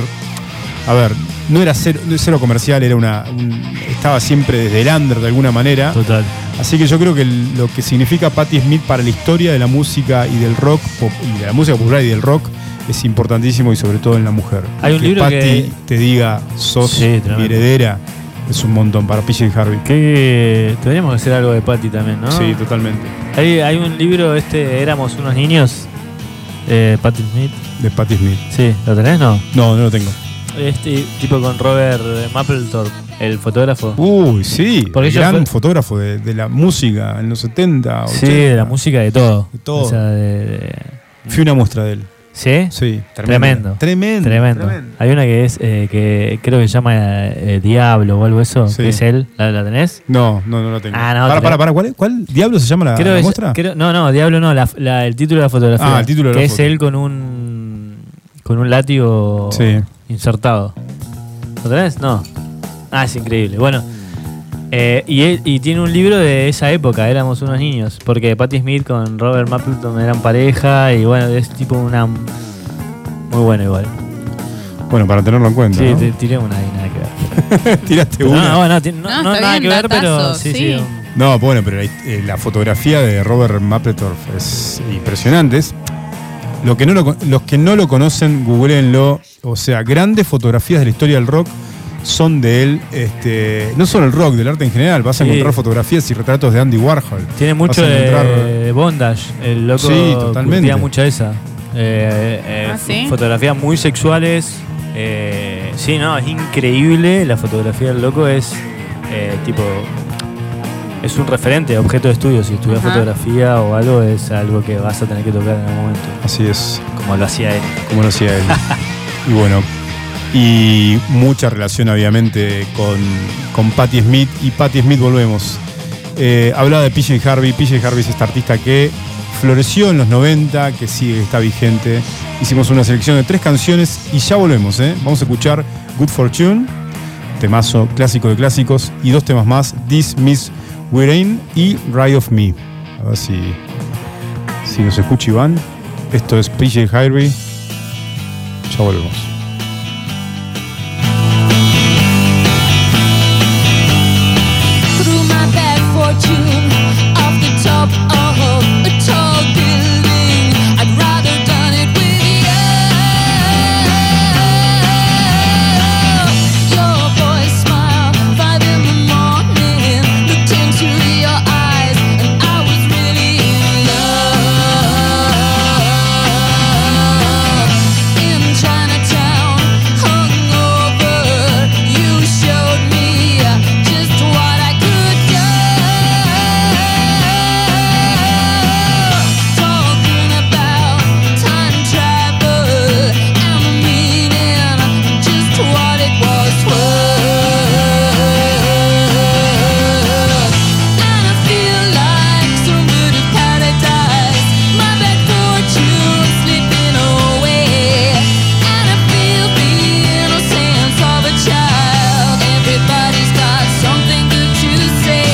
a ver, no era cero, cero comercial, era una, un- estaba siempre desde el under de alguna manera. Total. Así que yo creo que el- lo que significa Patti Smith para la historia de la música y del rock, pop- y de la música popular y del rock, es importantísimo, y sobre todo en la mujer. Hay un que libro Patti que- te diga, sos Sí, tremendo. mi heredera, es un montón para P J Harvey. Que deberíamos hacer algo de Patty también, ¿no? Sí, totalmente. Hay, hay un libro, este, Éramos unos niños, eh, Patti Smith. De Patti Smith. Sí, ¿lo tenés? No. No, no lo tengo. Este tipo con Robert Mapplethorpe, el fotógrafo. Uy, sí. Porque el ella gran fue- fotógrafo de, de la música en los setenta, Sí, ochenta. de la música de todo. De todo. O sea, de, de- Fui una muestra de él. ¿Sí? Sí. Tremendo. Tremendo. Tremendo. Hay una que es, eh, que creo que se llama eh, Diablo o algo eso, Sí. que es él. ¿La, la tenés? No, no, no la tengo. Ah, no, para, te para, la- para. ¿Cuál, ¿Cuál diablo se llama la, Creo la que es- muestra? creo- no, no, Diablo no, la, la- el título de la fotografía. Ah, el título de la Que es foto. él con un con un látigo Sí. insertado. ¿Lo tenés? No. Ah, es increíble. Bueno, eh, y, él- y tiene un libro de esa época, Éramos unos niños, porque Patti Smith con Robert Mapplethorpe eran pareja y bueno, es tipo una... Muy bueno igual. Bueno, para tenerlo en cuenta. Sí, ¿no? te tiré una ahí, nada que ver. Tiraste Pero una. no, bueno, ti- no, No, no está nada bien, que ver, pero datazo, sí, sí. sí. un- No, bueno, pero la, eh, la fotografía de Robert Mapplethorpe es impresionante. Es- Lo que no lo con- los que no lo conocen, googleenlo. O sea, grandes fotografías de la historia del rock son de él. Este, no solo el rock, del arte en general. Vas a Sí. encontrar fotografías y retratos de Andy Warhol. Tiene mucho Vas a de, encontrar- de bondage. El loco Sí, totalmente. curtía mucho esa. Eh, eh, ¿Ah, sí? Fotografías muy sexuales. Eh, sí, no, es increíble. La fotografía del loco es eh, tipo es un referente, objeto de estudio. Si estudias Ajá. fotografía o algo, es algo que vas a tener que tocar en algún momento. Así es, Como lo hacía él. como lo hacía él. Y bueno, y mucha relación obviamente con, con Patti Smith. Y Patti Smith, volvemos. Eh, hablaba de P J Harvey. P J Harvey es esta artista que floreció en los noventa, que sigue, está vigente. Hicimos una selección de tres canciones y ya volvemos, ¿eh? Vamos a escuchar Good Fortune, temazo clásico de clásicos, y dos temas más, This Miss We're y Ride of Me. A ver si, si nos escucha Iván. Esto es P J Harvey. Ya volvemos. Through my bad fortune, off the top of a tall building, I'd rather done it with you. Your boy smile, five in the morning, looked into your eyes, and I was really in love. In Chinatown, hungover, you showed me just what I could do. Talking about time travel and the meaning, just what it was worth. And I feel like some bit of paradise, my bad fortune slipping away. And I feel the innocence of a child. Everybody's got something good to say.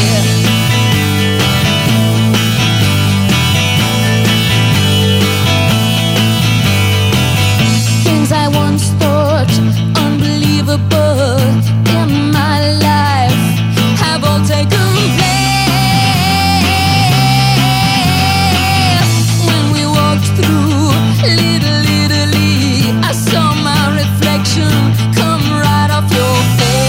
Things I once thought unbelievable in my life have all taken place. When we walked through Little Italy, I saw my reflection come right off your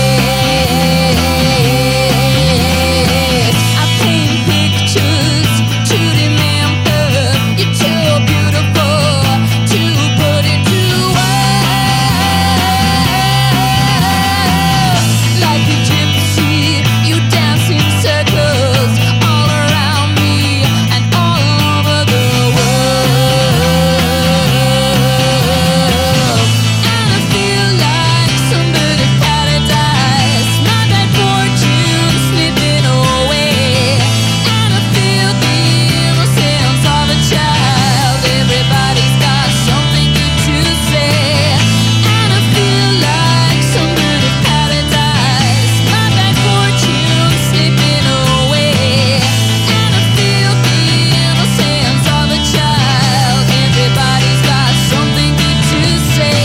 face. I paint pictures to remember. You're too beautiful to put into words. Like a gypsy, you dance in circles all around me and all over the world. And I feel like some bit of paradise, my bad fortune slipping away. And I feel the innocence of a child. Everybody's got something good to say. And I feel like some bit of paradise, my bad fortune slipping away. And I feel the innocence of a child. Everybody's got something good to say.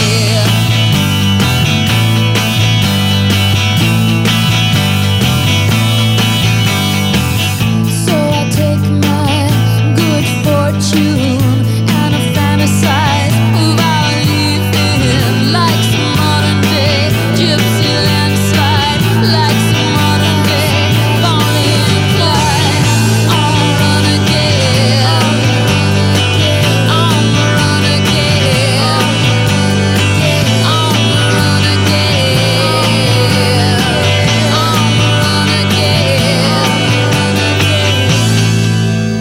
So I take my good fortune and I fantasize about living like some modern day gypsy landslide, like some modern day Bonnie and Clyde. On the run again, on the run again, on the run again, on the run again.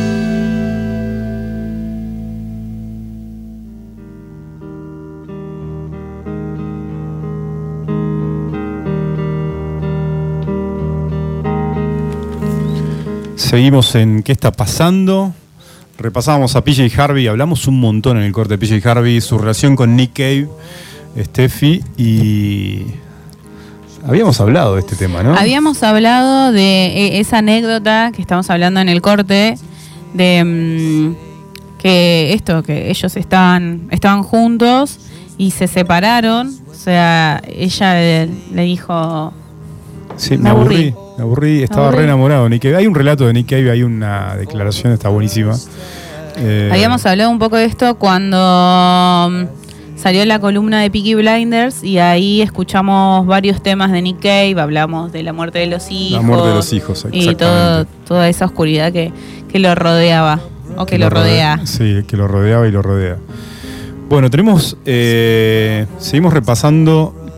Seguimos en ¿Qué está pasando? Repasamos a P J Harvey, hablamos un montón en el corte de P J Harvey, su relación con Nick Cave, Steffi, y habíamos hablado de este tema, ¿no? Habíamos hablado de eh, esa anécdota que estamos hablando en el corte, de mm, que esto, que ellos estaban, estaban juntos y se separaron. O sea, ella le, le dijo... Sí, me, me aburrí. aburrí. Me aburrí, estaba aburrí. re enamorado de Nick Cave. Hay un relato de Nick Cave, hay una declaración, está buenísima. Eh, Habíamos hablado un poco de esto cuando mm, salió la columna de Peaky Blinders y ahí escuchamos varios temas de Nick Cave, hablamos de la muerte de los hijos. La muerte de los hijos, y todo, exactamente. toda esa oscuridad que, que lo rodeaba, o que, lo rodea. Sí, que lo rodeaba y lo rodea. Bueno, tenemos, eh, seguimos repasando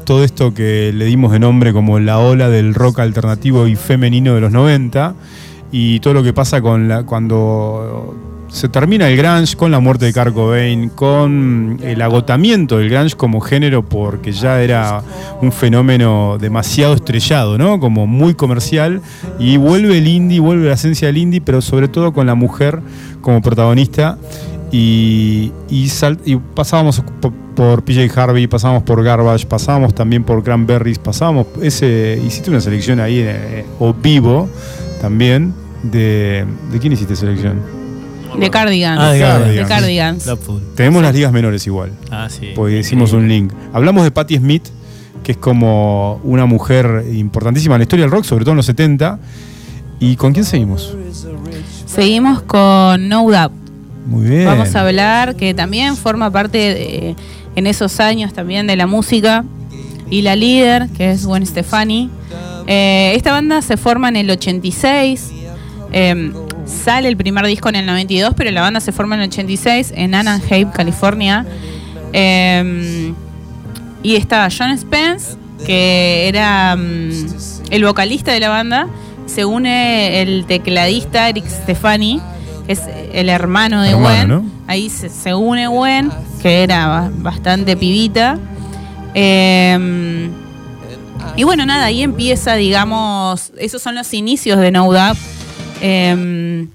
todo esto que le dimos de nombre como la ola del rock alternativo y femenino de los noventa, y todo lo que pasa con la, cuando se termina el grunge, con la muerte de Kurt Cobain, con el agotamiento del grunge como género, porque ya era un fenómeno demasiado estrellado, ¿no? Como muy comercial, y vuelve el indie, vuelve la esencia del indie, pero sobre todo con la mujer como protagonista. Y, y, sal, y pasábamos por, por P J Harvey, pasábamos por Garbage, pasábamos también por Cranberries, pasábamos ese, hiciste una selección ahí eh, o vivo también de, ¿de quién hiciste selección? De Cardigans. Ah, de Cardigans. De Cardigans. Loveful. Tenemos las ligas menores igual, Ah, sí. porque hicimos un link. Hablamos de Patti Smith, que es como una mujer importantísima en la historia del rock, sobre todo en los setenta. ¿Y con quién seguimos? Seguimos con No Doubt. Muy bien. Vamos a hablar que también forma parte de, en esos años también de la música, y la líder, que es Gwen Stefani. Eh, esta banda se forma en el ochenta y seis, eh, sale el primer disco en el noventa y dos, pero la banda se forma en el ochenta y seis en Anaheim, California. Eh, y estaba John Spence, que era um, el vocalista de la banda. Se une el tecladista Eric Stefani, que es el hermano de Hermano, Gwen. ¿no? Ahí se, se une Gwen, que era ba- bastante pibita. Eh, y bueno, nada, ahí empieza, digamos, esos son los inicios de No Doubt. Eh,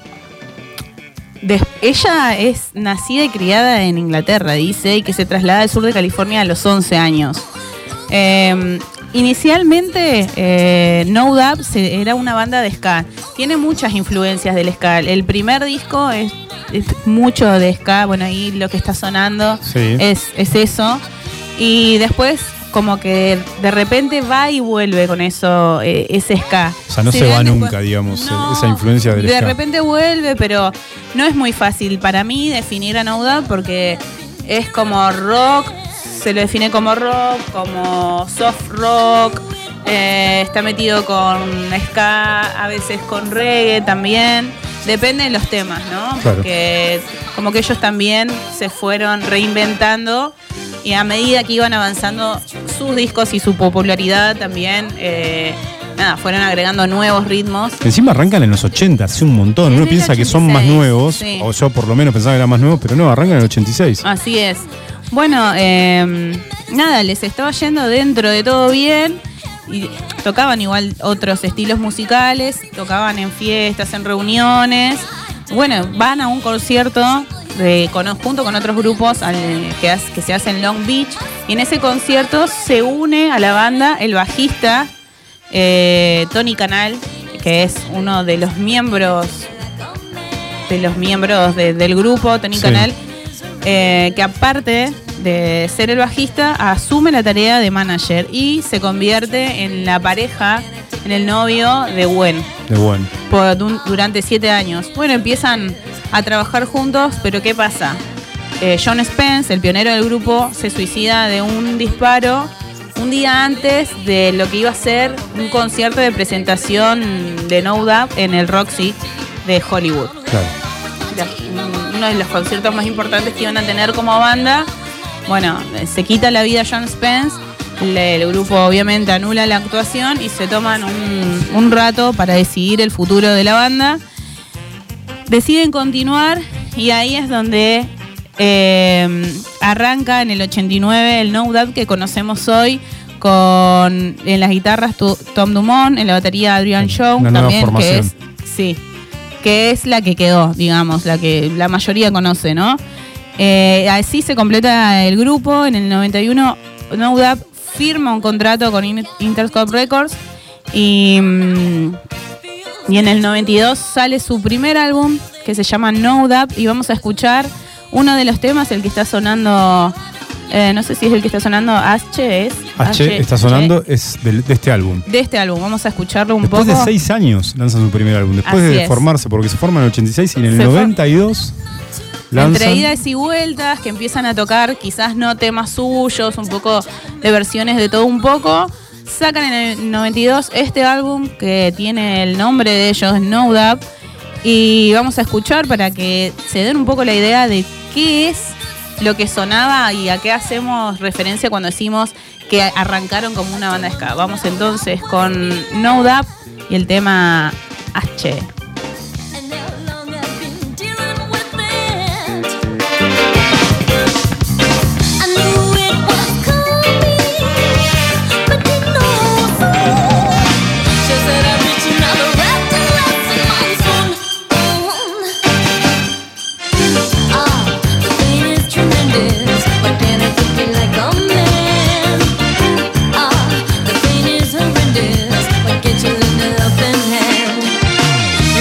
des- ella es nacida y criada en Inglaterra, dice, y que se traslada al sur de California a los once años. Eh, inicialmente, eh, No Doubt se- era una banda de ska. Tiene muchas influencias del ska. El primer disco es, es mucho de ska. Bueno, ahí lo que está sonando Sí. es, es eso. Y después, como que de repente va y vuelve con eso, eh, ese ska. O sea, no se va ven nunca, después- digamos, No, esa influencia del de ska. repente vuelve, pero no es muy fácil para mí definir a No Doubt, porque es como rock, se lo define como rock, como soft rock, eh, está metido con ska, a veces con reggae también, depende de los temas, ¿no? Claro. Porque como que ellos también se fueron reinventando, y a medida que iban avanzando sus discos y su popularidad también, eh, nada, fueron agregando nuevos ritmos. Encima arrancan en los ochenta, hace un montón. Desde Uno el piensa que son más ochenta y seis, nuevos, sí. o yo por lo menos pensaba que eran más nuevos, pero no, arrancan en el ochenta y seis. Así es. Bueno, eh, nada, les estaba yendo dentro de todo bien, y tocaban igual otros estilos musicales, tocaban en fiestas, en reuniones. Bueno, van a un concierto de, con, junto con otros grupos al, que, hace- que se hace en Long Beach, y en ese concierto se une a la banda el bajista eh, Tony Canal, que es uno de los miembros de los miembros de- del grupo, Tony Sí. Canal, eh, que aparte de ser el bajista, asume la tarea de manager y se convierte en la pareja, en el novio de Gwen De bueno. por du- durante siete años. Bueno, empiezan a trabajar juntos, pero ¿qué pasa? Eh, John Spence, el pionero del grupo, se suicida de un disparo un día antes de lo que iba a ser un concierto de presentación de No Doubt en el Roxy de Hollywood. Claro. La- uno de los conciertos más importantes que iban a tener como banda. Bueno, eh, se quita la vida John Spence, le- el grupo obviamente anula la actuación y se toman un, un rato para decidir el futuro de la banda. Deciden continuar, y ahí es donde eh, arranca en el ochenta y nueve el No Doubt que conocemos hoy, con en las guitarras tu- Tom Dumont, en la batería Adrian Shaw, Una nueva también, que es, formación. sí, que es la que quedó, digamos, la que la mayoría conoce, ¿no? Eh, así se completa el grupo. En el noventa y uno No Doubt firma un contrato con In- Interscope Records, y, mm, y en el noventa y dos sale su primer álbum, que se llama No Doubt, y vamos a escuchar uno de los temas, el que está sonando, eh, no sé si es el que está sonando, H es. H está sonando, es del- de este álbum. De este álbum, vamos a escucharlo un Después poco. de seis años lanzan su primer álbum. Después Así de es. formarse, porque se forman en el ochenta y seis y en el Se for- noventa y dos lanzan. Entre idas y vueltas, que empiezan a tocar quizás no temas suyos, un poco de versiones de todo un poco. Sacan en el noventa y dos este álbum que tiene el nombre de ellos, No Doubt, y vamos a escuchar para que se den un poco la idea de qué es lo que sonaba y a qué hacemos referencia cuando decimos que arrancaron como una banda de ska. Vamos entonces con No Doubt y el tema H. And how long I've been dealing with it. I knew it was coming, but didn't know so. Just that I reached another raptor monsoon. Ah, the pain is tremendous. Why can't I take it like a man? Ah, the pain is horrendous. Why can't you lend a helping hand?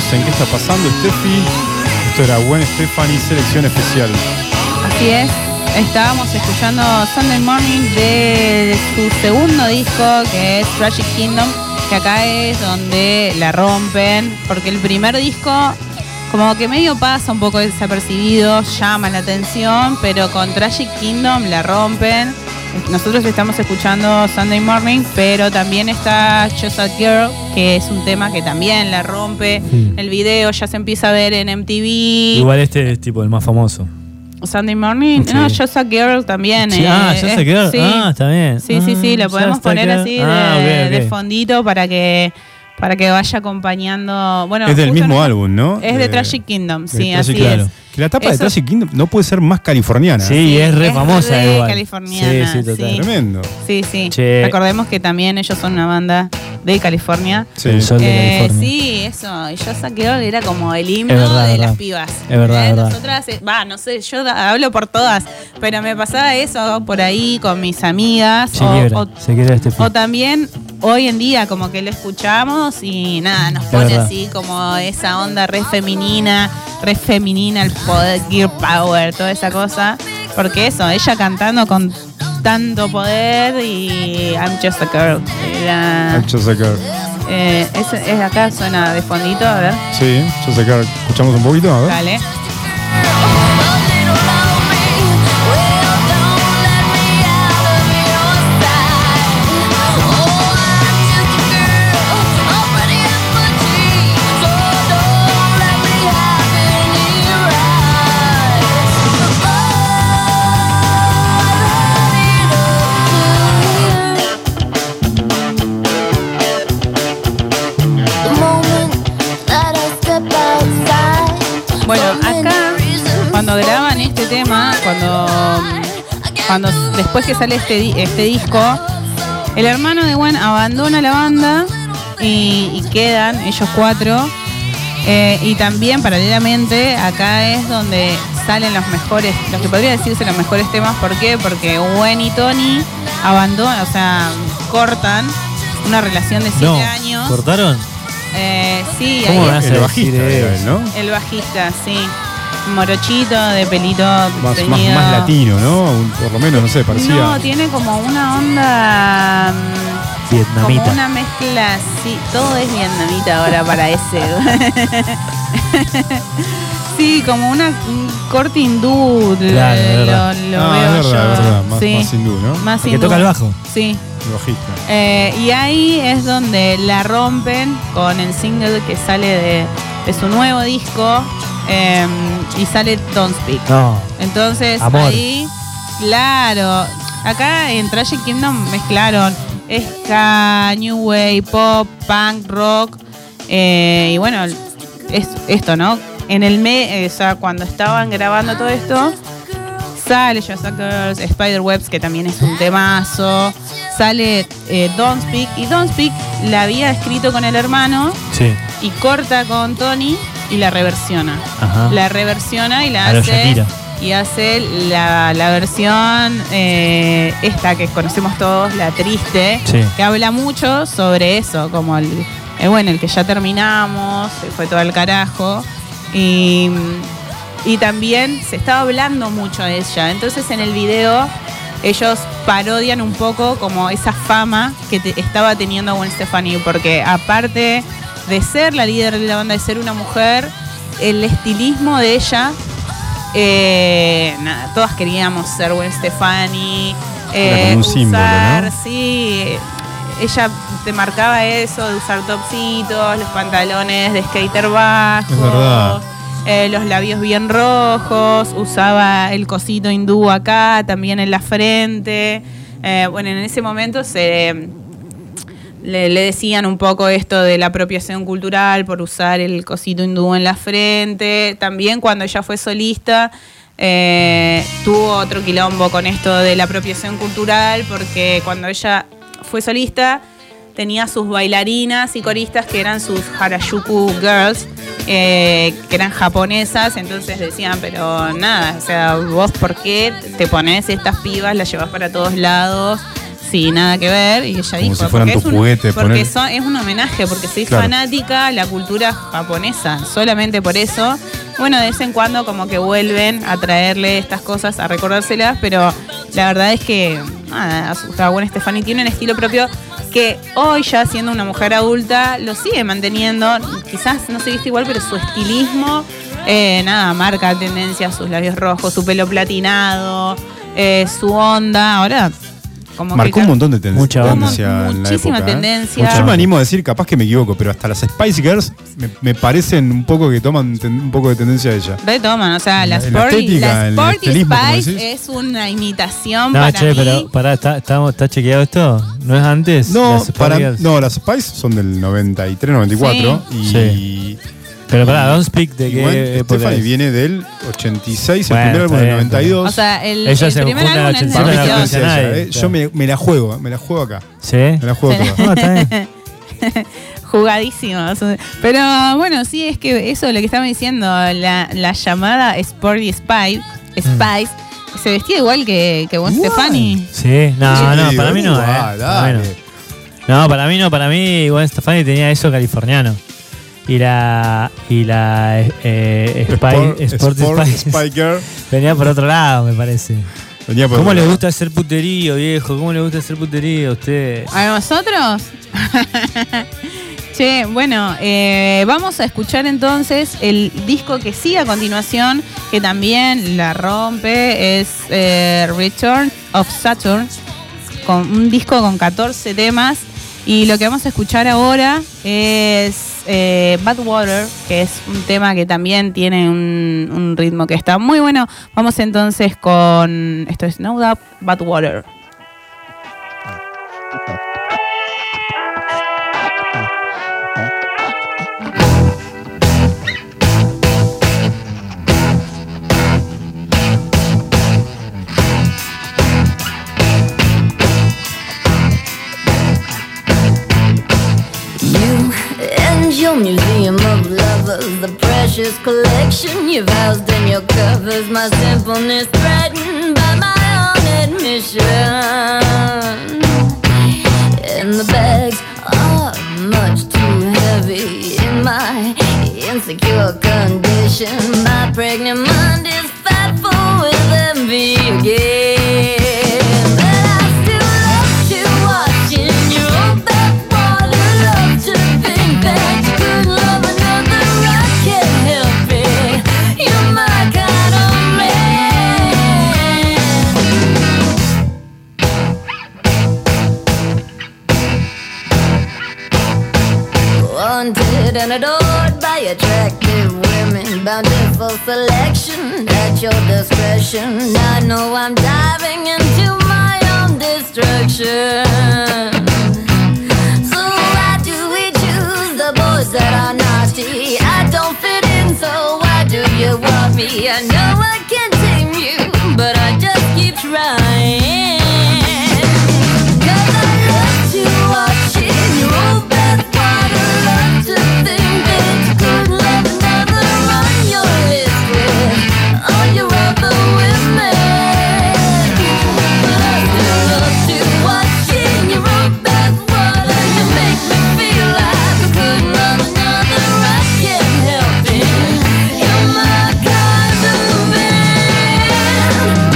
Seguimos en ¿Qué está pasando, Steffi? Esto era Gwen Stefani, selección especial. Así es. Estábamos escuchando Sunday Morning de su segundo disco, que es Tragic Kingdom, que acá es donde la rompen, porque el primer disco como que medio pasa un poco desapercibido, llama la atención, pero con Tragic Kingdom la rompen. Nosotros estamos escuchando Sunday Morning, pero también está Just a Girl, que es un tema que también la rompe. Sí. El video ya se empieza a ver en M T V. Igual este es tipo el más famoso. Sunday Morning, Sí. no, Just a Girl también. Sí, eh, ah, ya es- se quedó. sí. Ah, está bien. Sí, sí, sí, Ah, lo podemos Just a poner Girl. así de, Ah, ok, ok. de fondito para que para que vaya acompañando. Bueno, Es del justo mismo no- álbum, ¿no? Es de Tragic Kingdom, de sí, Tragic así Kingdom. es. Que la tapa de Eso- Tragic Kingdom no puede ser más californiana. Sí, es re es famosa re igual. californiana, Sí, sí, total. sí. Tremendo. Sí, sí. Che. Recordemos que también ellos son una banda de California. Sí. El sol de Eh, California. sí, eso. Y yo saqué era como el himno Es verdad, de verdad. las pibas. Es verdad, Eh, verdad. Nosotras, eh, va, no sé, yo da- hablo por todas, pero me pasaba eso por ahí con mis amigas. Se o, quiebra, o- se quiebra este o film. también hoy en día como que lo escuchamos y nada, nos Es pone verdad. así como esa onda re femenina, re femenina, el poder, gear power, toda esa cosa. Porque eso, ella cantando con tanto poder y I'm just a girl. Era, Ah, Just a Girl. eh, es, es acá, suena de fondito, a ver, Sí, Just a Girl. Escuchamos un poquito, a ver. dale. Bueno, acá cuando graban este tema, cuando, cuando después que sale este, di- este disco, el hermano de Gwen abandona la banda y, y quedan ellos cuatro. Eh, y también paralelamente acá es donde salen los mejores, los que podría decirse los mejores temas. ¿Por qué? Porque Gwen y Tony abandonan, o sea, cortan una relación de siete No, años. ¿cortaron? Eh, sí, ¿Cómo ahí me es- hace El decir bajista era eso? él, ¿no? el bajista, sí. Morochito, de pelito Más, más, teñido. más latino, ¿no? Un- Por lo menos, no sé, parecía. No, tiene como una onda. mm, Vietnamita. Como una mezcla, sí. Todo es vietnamita ahora para ese. Sí, como una, un corte hindú. lo- Claro, es lo, verdad. lo Ah, veo es verdad, yo. es verdad. Más, sí. más hindú, ¿no? Más Que hindú. toca el bajo. Sí. El bajista. Eh, y ahí es donde la rompen con el single que sale de, de su nuevo disco eh, y sale Don't Speak. No. Entonces Amor. ahí, claro, acá en Tragic Kingdom mezclaron ska, new wave, pop, punk, rock eh, y bueno, es esto, ¿no? En el me, eh, o sea, cuando estaban grabando todo esto, sale Just a Girls, Spiderwebs, que también es un temazo, sale eh, Don't Speak, y Don't Speak la había escrito con el hermano Sí. y corta con Tony y la reversiona. Ajá. La reversiona y la A lo hace Shakira. y hace la, la versión eh, esta que conocemos todos, la triste, Sí. que habla mucho sobre eso, como el, el bueno, el que ya terminamos, se fue todo al carajo. Y, y también se estaba hablando mucho de ella. Entonces en el video ellos parodian un poco como esa fama que te- estaba teniendo Gwen Stefani, porque aparte de ser la líder de la banda, de ser una mujer, el estilismo de ella, eh, nada, todas queríamos ser Gwen Stefani, Era eh, como un símbolo, usar, ¿no? sí, ella te marcaba eso de usar topsitos, los pantalones de skater bajos, Es verdad. eh, los labios bien rojos, usaba el cosito hindú acá, también en la frente. Eh, bueno, en ese momento se le, le decían un poco esto de la apropiación cultural por usar el cosito hindú en la frente. También cuando ella fue solista, eh, tuvo otro quilombo con esto de la apropiación cultural, porque cuando ella fue solista tenía sus bailarinas y coristas que eran sus Harajuku Girls, eh, que eran japonesas, entonces decían, pero nada, o sea, vos por qué te pones estas pibas, las llevas para todos lados, y nada que ver. Y ella dijo, si fueran porque, tus es, un, juguetes, porque ponele. son- es un homenaje, porque soy Claro. fanática a la cultura japonesa, solamente por eso. Bueno, de vez en cuando como que vuelven a traerle estas cosas, a recordárselas, pero la verdad es que nada, la Gwen Stefani tiene un estilo propio que hoy, ya siendo una mujer adulta, lo sigue manteniendo. Quizás no se viste igual, pero su estilismo, eh, nada, marca tendencia, sus labios rojos, su pelo platinado, eh, su onda. Ahora, como Marcó que un montón de ten- Mucha onda. tendencia en la Muchísima época, ¿eh? tendencia. Yo me animo a decir, capaz que me equivoco, pero hasta las Spice Girls me, me parecen un poco que toman ten- un poco de tendencia de ella. Retoman, o sea, la, En la- en la Sporty, estética, la en el Sporty estilismo, como Spice decís. es una imitación No, para che, mí. pero pará, ¿está, está, está chequeado esto? ¿No es antes? No, Las para, Spice Girls. no, las Spice son del noventa y tres, noventa y cuatro y, Sí. Pero pará, don't speak de y qué Gwen época Stefani es. viene del ochenta y seis, Bueno, el primer álbum está del bien, noventa y dos. O sea, el, Ella el se primer junta álbum es ochenta y del Para mí no es la noventa y dos. tendencia conoce ella, nadie, eh. claro. Yo me, me la juego, me la juego acá. ¿Sí? Me la juego Sí. toda. No, está bien. Jugadísimos. Pero bueno, sí, es que eso es lo que estaba diciendo, la, la llamada Sporty Spice, Spice se vestía igual que, que Gwen Igual. Stefani. Sí, no, Sí, no, para mí no, igual, eh. Para mí dale. no. No, para mí no, para mí Gwen Stefani tenía eso californiano. Y la y la eh, Sport- Spy, Sport Sport Spice Spy Girl. venía por otro lado, me parece. Venía por ¿Cómo otro le lado. gusta hacer puterío, viejo? ¿Cómo le gusta hacer puterío a usted? ¿A nosotros? Che, bueno, eh, vamos a escuchar entonces el disco que sigue a continuación, que también la rompe, es eh, Return of Saturn, con un disco con catorce temas. Y lo que vamos a escuchar ahora es eh, Bad Water, que es un tema que también tiene un, un ritmo que está muy bueno. Vamos entonces con, esto es No Doubt, Bad Water. You and your museum of lovers, the precious collection you've housed in your covers, my simpleness threatened by my own admission. And the bags are much too heavy in my insecure condition. My pregnant mind is fat full with envy again. But I still love to watch in your own backwater. Love to think that you could love another. I can't help it. You're my kind of man. Wanted and adored by attractive women, bountiful selection at your discretion. I know I'm diving into my own destruction. So why do we choose the boys that are naughty? I don't fit in, so why do you want me? I know I can't tame you, but I just keep trying. 'Cause I love to watch in your old bathwater. Love to think that you could love another on your list with all your other women. But I still love to watch in your old bathwater. You make me feel like I could love another. I can't help it. You're my kind of man.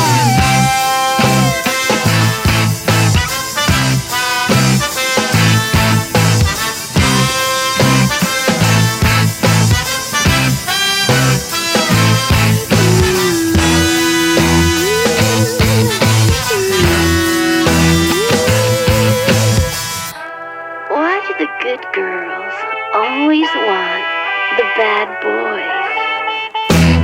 Why do the good girls always want the bad boys?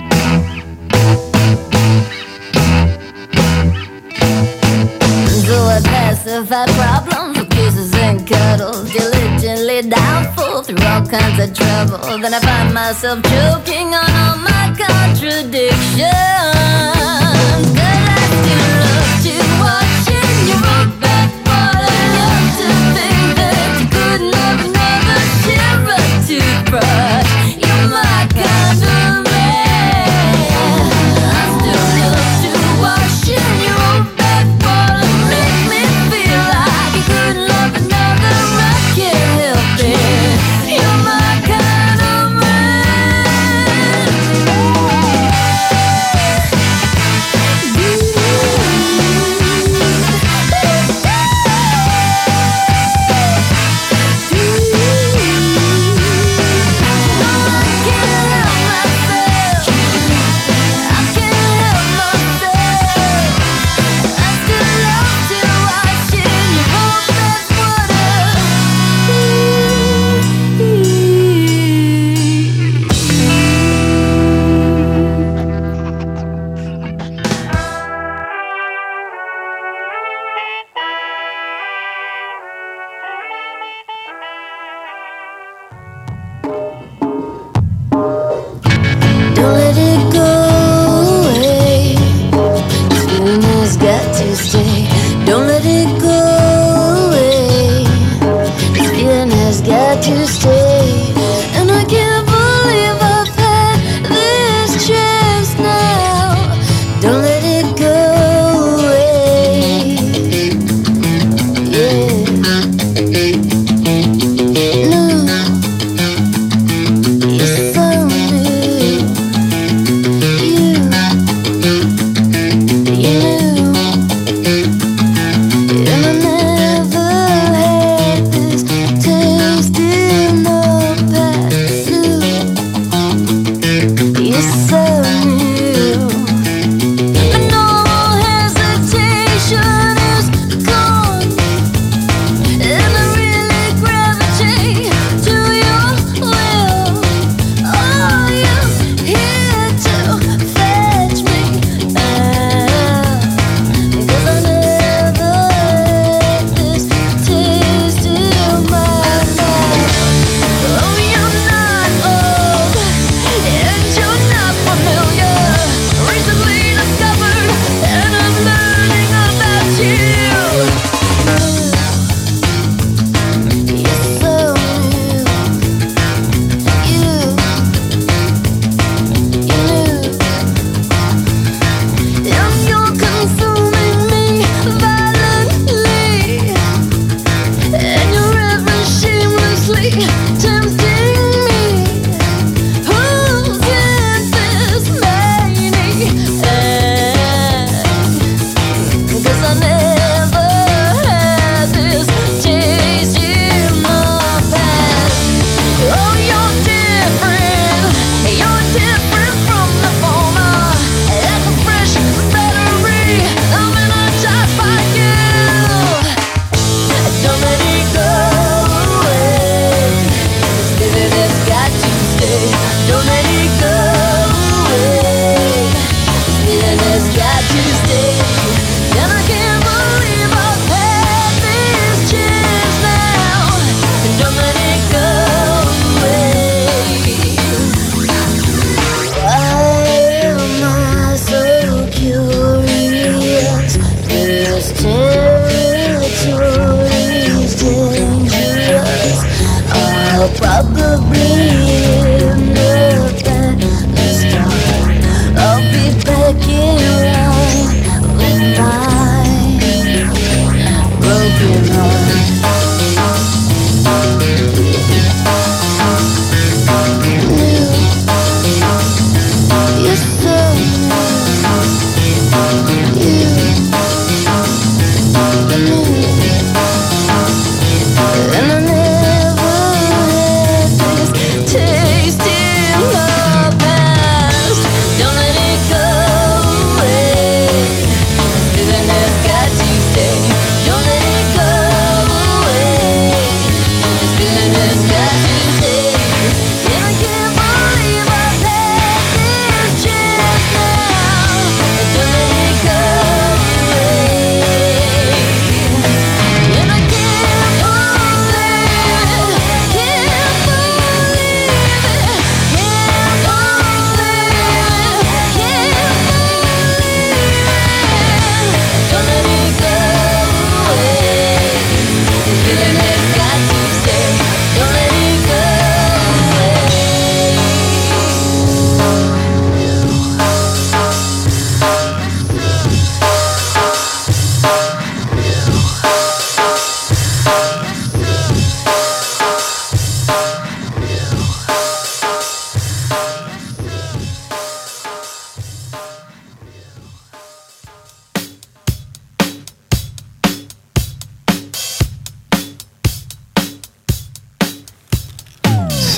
So I pacify problems with kisses and cuddles, diligently doubtful through all kinds of trouble. Then I find myself choking on all my contradictions. 'Cause I still love to watch in your own backwater. Love to think that you could love another. Share a toothbrush. You're my kind of man. I still love to wash in your own backwater. Make me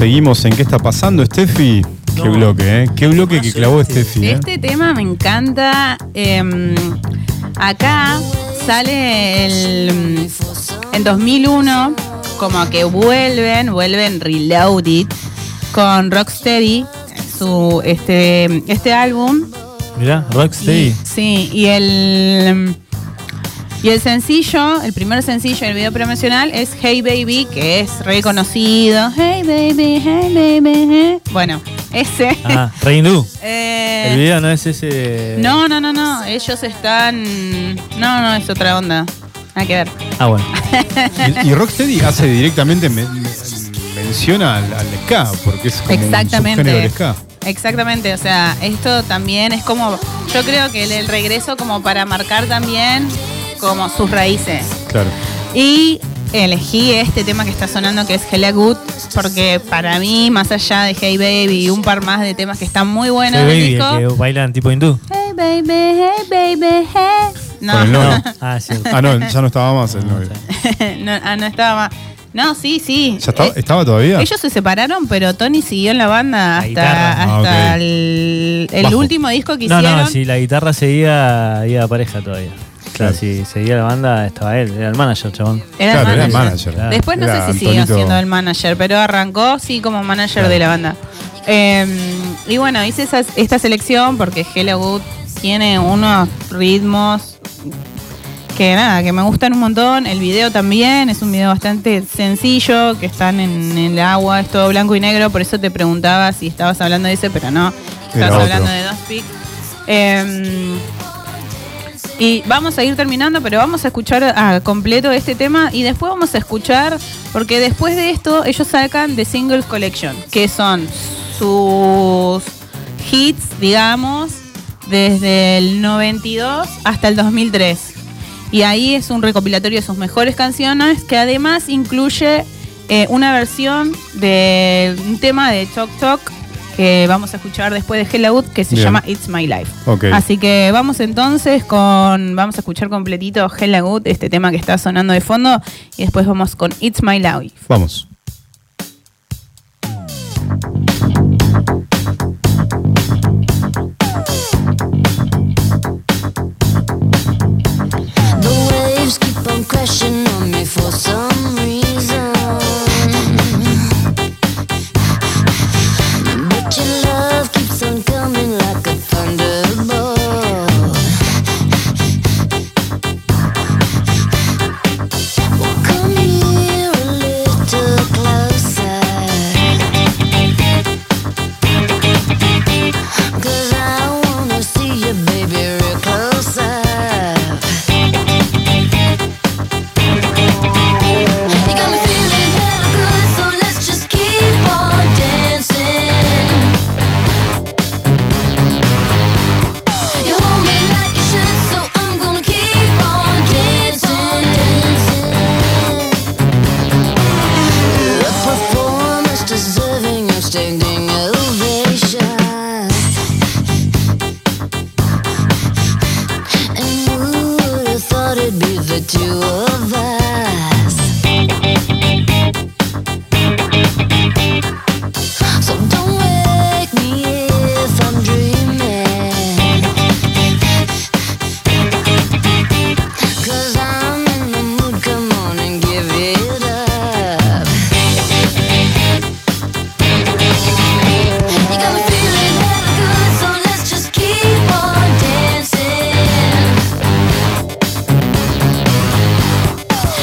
Seguimos en ¿Qué está pasando, Steffi? Qué No. bloque, ¿eh? Qué bloque que clavó Steffi, ¿eh? Este tema me encanta. Eh, acá sale el, en dos mil uno, como que vuelven, vuelven Reloaded con Rocksteady, su, este, este álbum. Mirá, Rocksteady. Y- sí, y el, y el sencillo, el primer sencillo del video promocional es Hey Baby, que es reconocido. Hey Baby, hey Baby, hey. Bueno, ese. Ah, Rey Hindú. Eh, El video no es ese. no, no, no, no. Ellos están. No, no, es otra onda. Nada que ver. Ah, bueno. Y, y Rocksteady hace directamente, me- me- menciona al, al ska, porque es como Exactamente. un subgénero del ska. Exactamente. O sea, esto también es como. Yo creo que el, el regreso, como para marcar también como sus raíces. Claro. Y elegí este tema que está sonando, que es Hella Good, porque para mí, más allá de Hey Baby y un par más de temas que están muy buenos Hey del Baby, disco. el que bailan tipo hindú. Hey baby, hey baby, hey. No, Con el novio. Ah, cierto. Ah, no, ya no estaba más el novio. no, ah, no estaba más. No, sí, sí. ¿Ya estaba, Eh, estaba todavía? Ellos se separaron, pero Tony siguió en la banda hasta, guitarra. hasta Ah, ok. el, el Bajo. último disco que No, hicieron. no, si la guitarra seguía, iba pareja todavía. Claro, Claro. si seguía la banda, estaba él, era el manager, chabón. Era Claro, el era el manager. manager. Claro. Después no Era sé si siguió Antonito- siendo el manager, pero arrancó sí como manager Claro. de la banda. Eh, y bueno, hice esa- esta selección porque Hello Good tiene unos ritmos que nada, que me gustan un montón. El video también es un video bastante sencillo, que están en el agua, es todo blanco y negro, por eso te preguntaba si estabas hablando de ese, pero no, Era estabas otro. hablando de Don't Speak. Eh, y vamos a ir terminando, pero vamos a escuchar a completo este tema y después vamos a escuchar, porque después de esto ellos sacan The Singles Collection, que son sus hits, digamos, desde el noventa y dos hasta el dos mil tres. Y ahí es un recopilatorio de sus mejores canciones, que además incluye eh, una versión de un tema de Tok Tok que vamos a escuchar después de Hella Good, que se Bien. llama It's My Life. Ok. Así que vamos entonces con, vamos a escuchar completito Hella Good, este tema que está sonando de fondo, y después vamos con It's My Life. Vamos. The waves keep on crashing on me for some reason, but your love keeps on coming like a thunderbolt. Well, come here a little closer, 'cause I wanna see you, baby, real close up. You got me feeling hella good, so let's just keep on dancing. You hold me like you should, so I'm gonna keep on dancing, dancing. A performance deserving of standing ovation. And who would have thought it'd be the two of us? So don't wake me if I'm dreaming, 'cause I'm in the mood, come on and give it up. You got me feeling hella good, so let's just keep on dancing.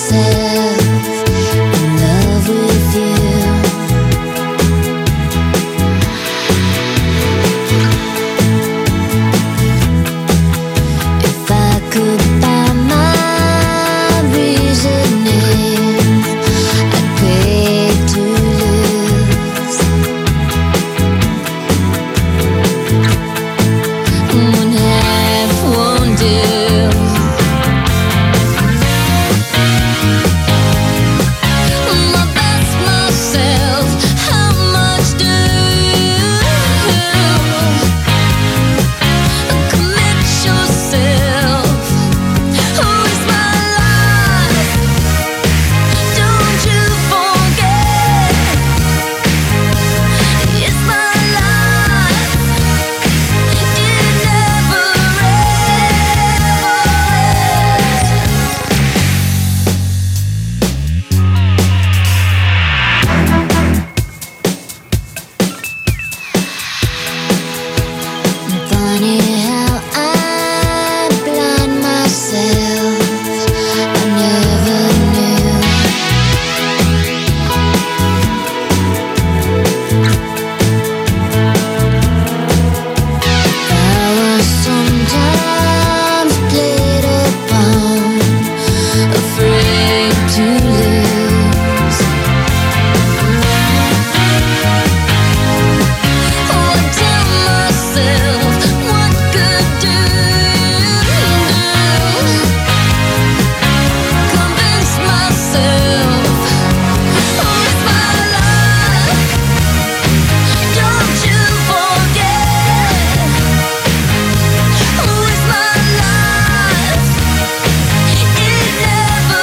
myself in love with you. If I could buy my reasoning, I'd pay to lose. One half won't do. My best myself, how much do you commit yourself? Who is my life? Don't you forget, it's my life. It never Funny how I blind myself. I never knew. I was sometimes played upon, afraid to lose. Oh, I tell myself, what good do you do? Convince myself, oh, it's my life. Don't you forget, oh, it's my life. It never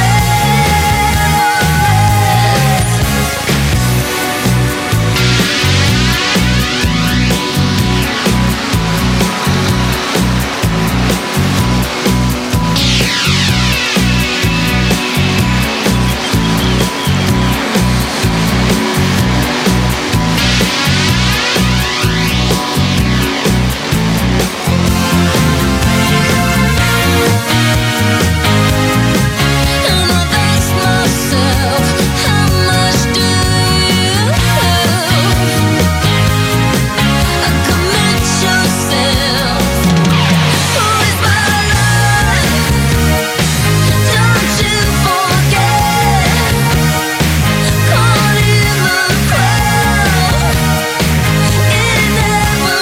And I've asked myself, how much do you commit yourself? Who is my life? Don't you forget, caught in the crowd. It never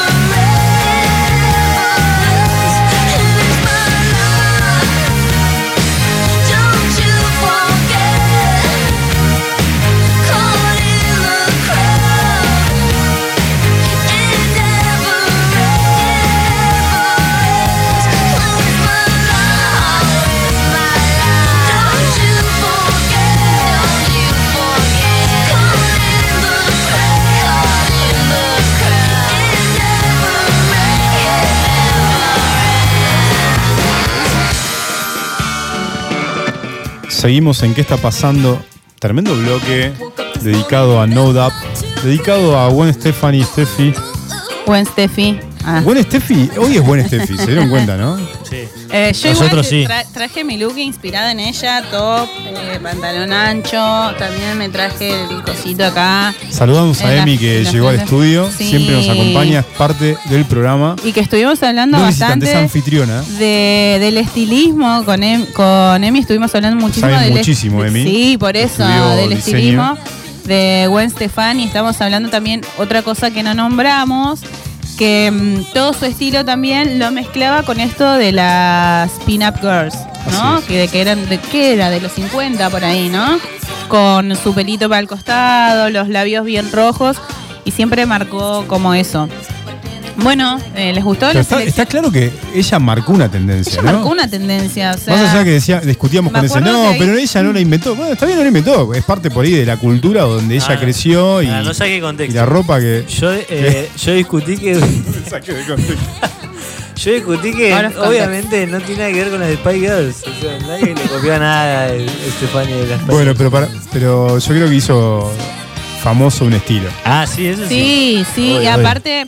ends. It's my life. Don't you forget, caught in the crowd. It never ends. It's my life. Don't you forget, don't you forget, caught in the crowd. In the crowd. It never Seguimos en ¿Qué está pasando? Tremendo bloque dedicado a No Doubt, dedicado a Gwen Stefani y Steffi. Buen Steffi. Ah. Gwen Steffi, hoy es Gwen Steffi, se dieron cuenta, ¿no? Sí. Eh, yo Nosotros igual sí. tra- traje mi look inspirado en ella, top, eh, pantalón ancho, también me traje el cosito acá. Saludamos a En la- Emi que en la llegó al frente. estudio, Sí. siempre nos acompaña, es parte del programa. Y que estuvimos hablando No visitante, bastante es anfitriona. de, del estilismo con, em, con Emi, estuvimos hablando muchísimo Sabe del muchísimo, Emi. Sí, por eso, Estudió del diseño. estilismo de Gwen Stefani. Estamos hablando también otra cosa que no nombramos, que mm, todo su estilo también lo mezclaba con esto de las pin-up girls, ¿no? Así es. Que, de, que eran de qué era, de los cincuenta por ahí, ¿no? Con su pelito para el costado, los labios bien rojos, y siempre marcó como eso. Bueno, eh, ¿les gustó Pero la está, selección? está claro que ella marcó una tendencia, Ella ¿no? marcó una tendencia, o sea, Más allá que decía, discutíamos me con ese, acuerdo no, que pero ahí- ella no la inventó. Bueno, está bien, no la inventó, es parte por ahí de la cultura donde ella Ah, creció y, ah, no saqué y contexto. la ropa que... Yo, eh, yo discutí que. Saqué de contexto. Yo discutí que Ahora es obviamente no tiene nada que ver con las de Spy Girls. O sea, nadie le copió nada a Estefania de las Spy Bueno, Girls. pero, para, pero yo creo que hizo famoso un estilo. Ah, sí, eso sí. sí, sí, Obvio, y obvio. aparte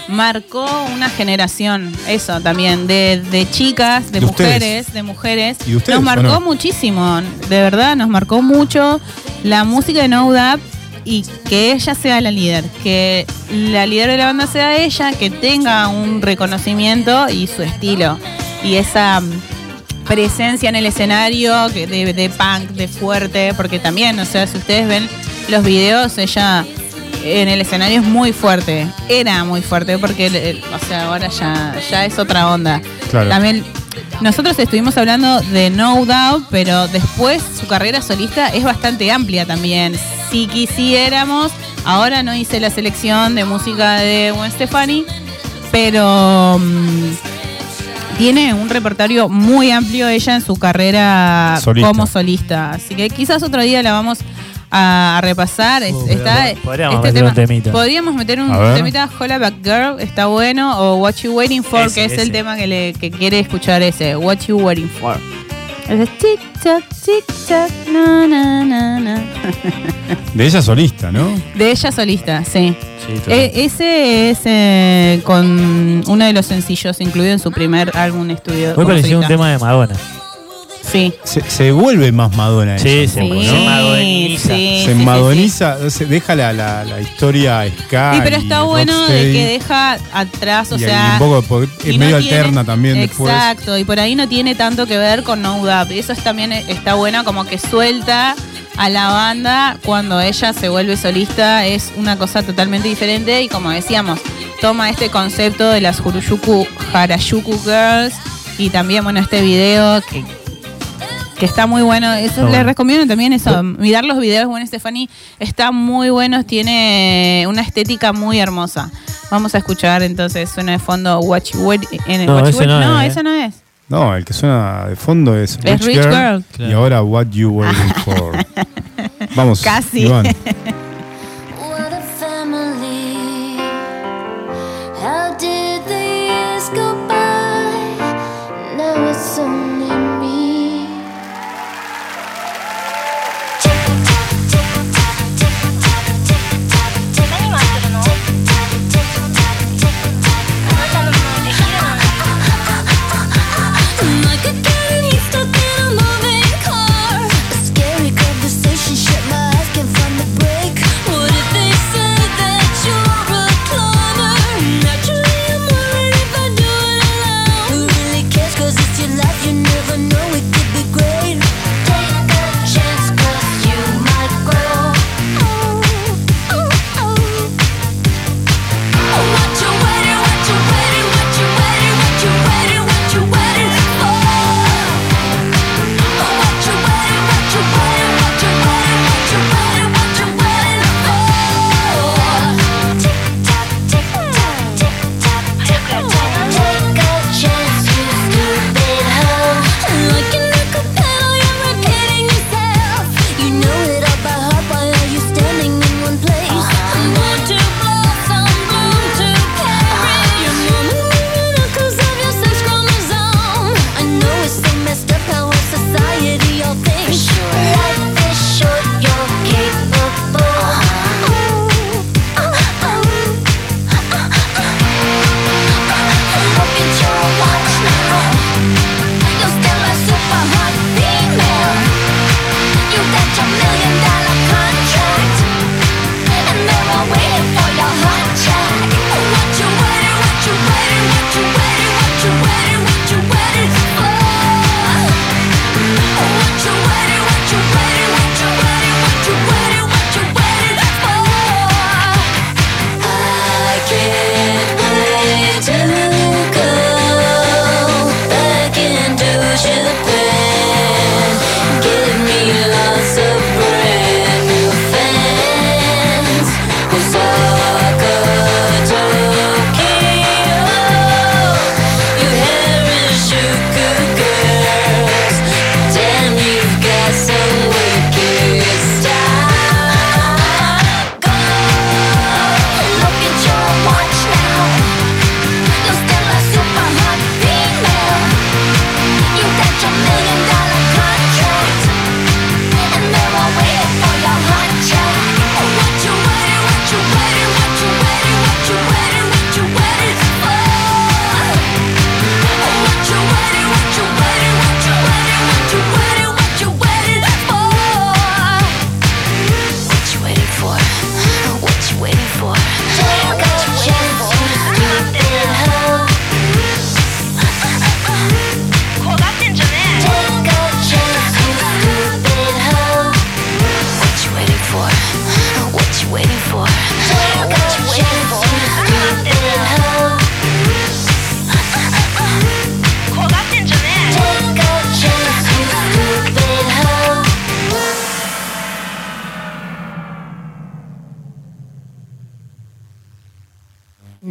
marcó una generación, eso también, de, de chicas, de, ¿De mujeres, ustedes? de mujeres. ¿Y ustedes, nos marcó o no? muchísimo, de verdad, nos marcó mucho la música de No Doubt y que ella sea la líder, que la líder de la banda sea ella, que tenga un reconocimiento y su estilo y esa mm, presencia en el escenario que de, de punk, de fuerte, porque también, o sea, si ustedes ven los videos, ella en el escenario es muy fuerte, era muy fuerte, porque, eh, o sea, ahora ya, ya es otra onda. Claro. También nosotros estuvimos hablando de No Doubt, pero después su carrera solista es bastante amplia también. Si quisiéramos, ahora no hice la selección de música de Gwen Stefani, pero mmm, tiene un repertorio muy amplio ella en su carrera Solista. como solista. Así que quizás otro día la vamos a, a repasar. Es- Uh, está, podríamos este meter tema- un temita. Podríamos meter un A ver. temita, Holla Back Girl, está bueno, o What You Waiting For, Ese, que es el ese. tema que, le, que quiere escuchar ese, What You Waiting For. Ese tic tac, tic tac, na na na na. De ella solista, ¿no? De ella solista, sí. Sí, total. E- ese es eh, con uno de los sencillos incluido en su primer álbum estudio. Muy como parecido a un solista. tema de Madonna. Sí. Se, se vuelve más Madonna Sí, ella. sí, un poco, sí. ¿no? Madoniza. sí, Se sí, sí, madoniza, se deja la, la, la historia ska. Sí, pero está y bueno de rocksteady, que deja atrás, o y, sea. y un poco, porque y es no medio tiene- alterna también después. Exacto, y por ahí no tiene tanto que ver con No Doubt. Y eso es, también está bueno, como que suelta a la banda cuando ella se vuelve solista. Es una cosa totalmente diferente y, como decíamos, toma este concepto de las Harajuku, Harajuku Girls y también, bueno, este video que, que está muy bueno. Eso Está les bueno. recomiendo también eso, mirar los videos de Gwen Stefani. Está muy bueno, tiene una estética muy hermosa. Vamos a escuchar entonces, suena de fondo What You Wait- en el No, What You ese Wait- no no, es, ¿eh? ese no es. No, el que suena de fondo es Rich, Es Rich Girl, Girl. y Claro. ahora What You Waiting For. Vamos, Casi. Iván. What a family. How did the years go by? Now it's only me. Like a cat he's stuck in a moving car. A scary conversation, shut my eyes, can't find the break.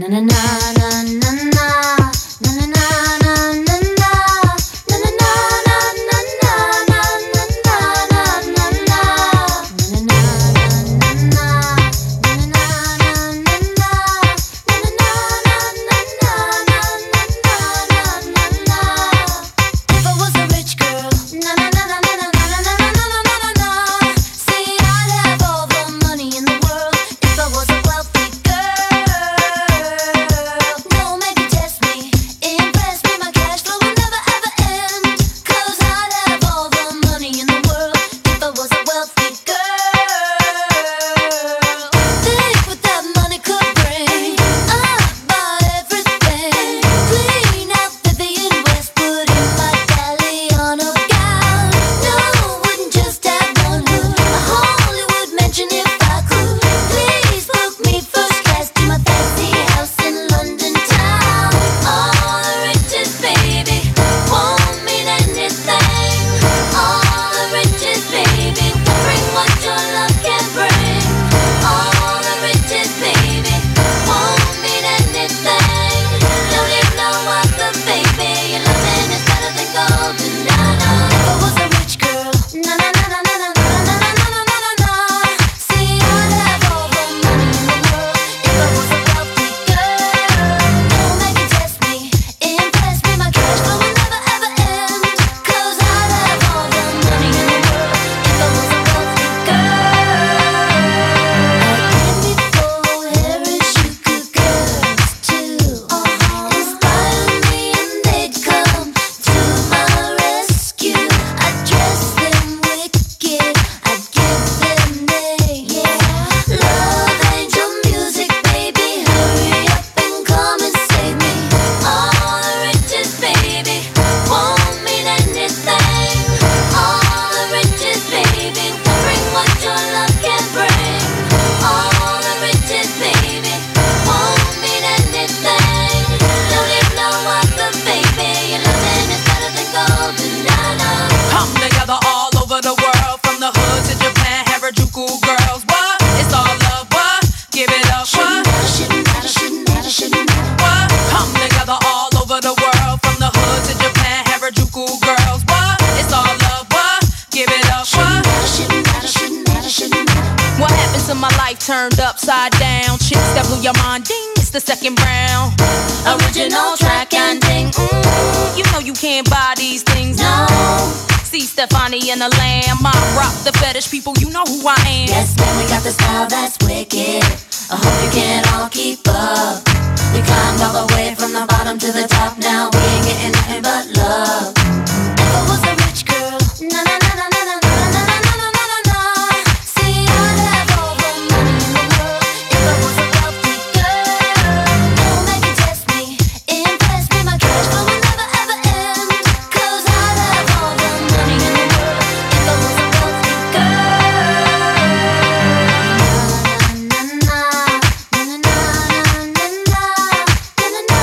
Turned upside down, chicks that blew your mind, ding, it's the second round. Original track and ding, mm, you know you can't buy these things, no. See Stefani and the Lamb, I rock the fetish people, you know who I am. Yes, man, we got the style that's wicked. I hope you can all keep up. We climbed all the way from the bottom to the top, now we ain't getting nothing but love. If I was a rich girl, na na na na na na na na na na na na. See, I'd have all the money in the world. If I was a wealthy girl, don't make it test me, impress me, my cash flow will never ever end. 'Cause I'd have all the money in the world. If I was a wealthy girl. Na na na na na na na na na na na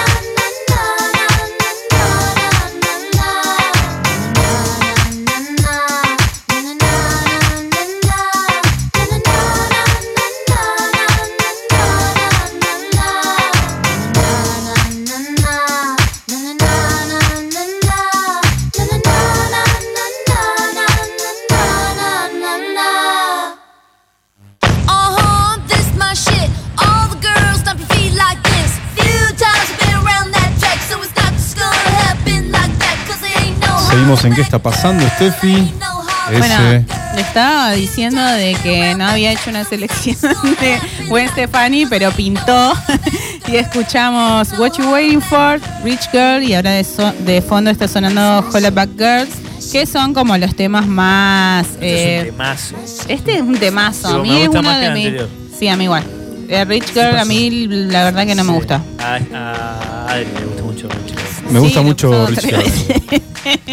Uh-huh, this my shit. All the girls stomp your feet like this. Few times I've been around that track, so it's not just gonna happen like that, 'cause there ain't no Seguimos en ¿Qué está pasando, Steffi? Bueno, Ese. le estaba diciendo de que no había hecho una selección de Gwen Stefani, pero pintó. Y escuchamos What You Waiting For, Rich Girl, y ahora de, so- de fondo está sonando Hollaback Girls, que son como los temas más... Este es eh, un temazo. este es un temazo. Digo, A mí me es gusta uno más que de el mis... anterior. Sí, a mí igual. Eh, Rich Girl a mí la verdad que no me Sí. gusta. A, a Adri le gusta mucho Rich Girl. Me gusta Sí, mucho lo Rich puso Girl. tres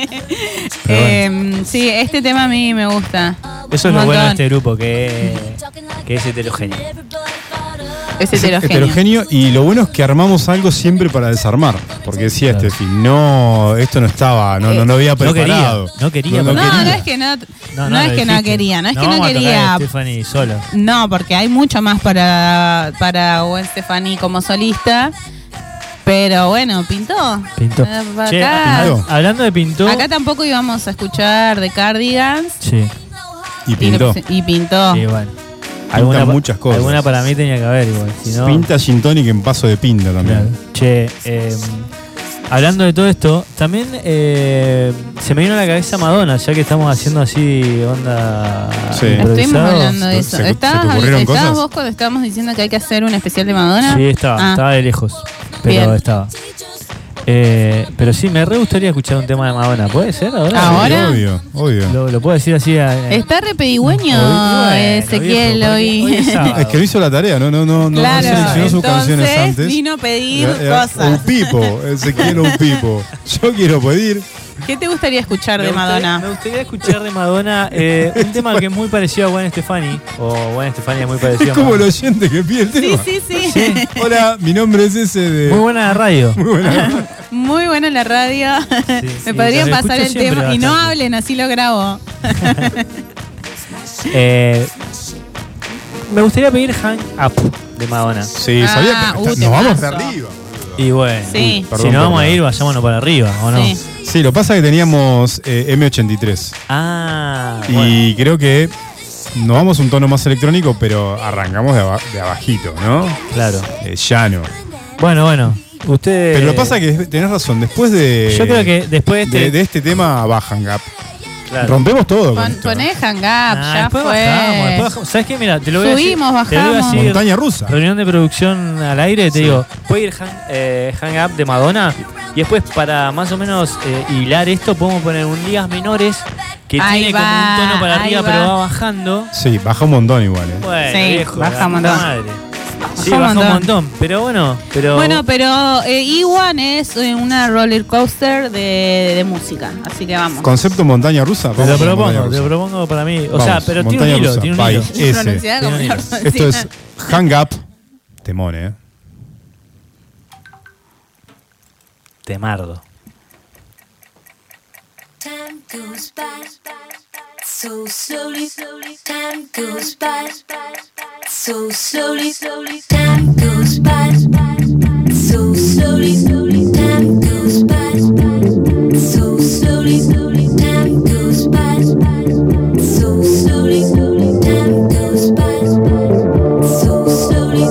Eh, sí, este tema a mí me gusta. Eso es Un lo bueno de montón. este grupo, que, que es heterogéneo. Es Es heterogéneo. heterogéneo y lo bueno es que armamos algo siempre para desarmar. Porque decía Claro. Steffi, no, esto no estaba, no, no, no había No quería, preparado. no quería, No, no no, quería. es que no, no, lo es que no dijiste. quería, no es que no vamos a tocar quería. a Stephanie solo. No, porque hay mucho más para, para Gwen Stefani como solista. Pero bueno, pintó. Pintó. Eh, Acá, Che, hab- hablando de pintó. acá tampoco íbamos a escuchar de Cardigans. Sí, Y Y, pintó. le- y pintó. sí, bueno. Alguna, pa- muchas cosas. Alguna para mí tenía que haber igual. Si no, Pinta gin tonic en paso de pinta también. Claro. Che, eh, hablando de todo esto, también eh, se me vino a la cabeza Madonna, ya que estamos haciendo así onda Sí. improvisado. Estuvimos hablando de eso. ¿Se- se te ¿Estabas, ocurrieron estabas cosas? vos cuando estábamos diciendo que hay que hacer un especial de Madonna? Sí, estaba, Ah. estaba de lejos, pero Bien. estaba. Eh, pero sí, me re gustaría escuchar un tema de Madonna. ¿Puede ser ahora? ¿Ahora? Obvio, obvio. Lo, lo puedo decir así. A, Está re pedigüeño Bueno, Ezequiel viejo, hoy. porque hoy es sábado. Es que no hizo la tarea, no, no, no, no Claro, seleccionó sus canciones entonces antes. vino a pedir Era- era cosas. Un pipo, Ezequiel un pipo. Yo quiero pedir. ¿Qué te gustaría escuchar de Me gustaría- Madonna? Me gustaría escuchar de Madonna eh, un tema que es muy parecido a Gwen Stefani. O Gwen Stefani es muy parecido Es a como el Madonna. oyente que pide el Sí, tema. sí, sí. Sí. Hola, mi nombre es ese de. Muy buena la radio. Muy buena. Muy buena la radio. sí, Me podrían los pasar escucho el siempre tema y no bastante. hablen, así lo grabo. Eh, me gustaría pedir Hang Up de Madonna. Sí, Ah, sabía que uh, nos vamos de temazo. arriba. Y bueno, Sí. Perdón si nos por vamos a la- ir, vayámonos para arriba, ¿o no? Sí. Sí, lo pasa que teníamos eh, eme ochenta y tres. Ah, Y bueno. creo que nos vamos un tono más electrónico, pero arrancamos de, aba- de abajito, ¿no? Claro. Eh, llano. Bueno, bueno. Usted. Pero lo pasa que tenés razón, después de. Yo creo que después de de, este. de este tema bajan Gap. claro. Rompemos todo. con Pon, esto. poné Hang Up, Ah, ya después fue. bajamos, después bajamos. ¿Sabes qué? Mira, te lo voy Subimos, a decir. Te lo voy a bajamos. decir. Montaña rusa. Reunión de producción al aire, te digo, puede ir hang, eh, hang Up de Madonna y después para más o menos eh, hilar esto podemos poner un ligas menores que Ahí tiene va, como un tono para ahí arriba va. pero va bajando. Sí, baja un montón igual. ¿eh? Bueno, Sí, viejo, baja la un puta montón. madre. Sí, Baja un baja un montón. montón, pero bueno, pero Bueno, pero eh, Iwan es eh, una roller coaster de, de música, así que vamos. Concepto montaña rusa. te lo vamos con propongo, montaña te lo rusa. propongo para mí. O Vamos, sea, pero tiene un montaña hilo, rusa, tiene un bye. hilo. Ese. Pronunciada como Tiene un el orto, Esto sí. es Hang Up. Temón, ¿eh? Temardo. Time goes by so slowly. Time goes by so slowly. Time goes by so slowly. Time goes by so slowly. Time goes by so slowly. Time goes by so slowly.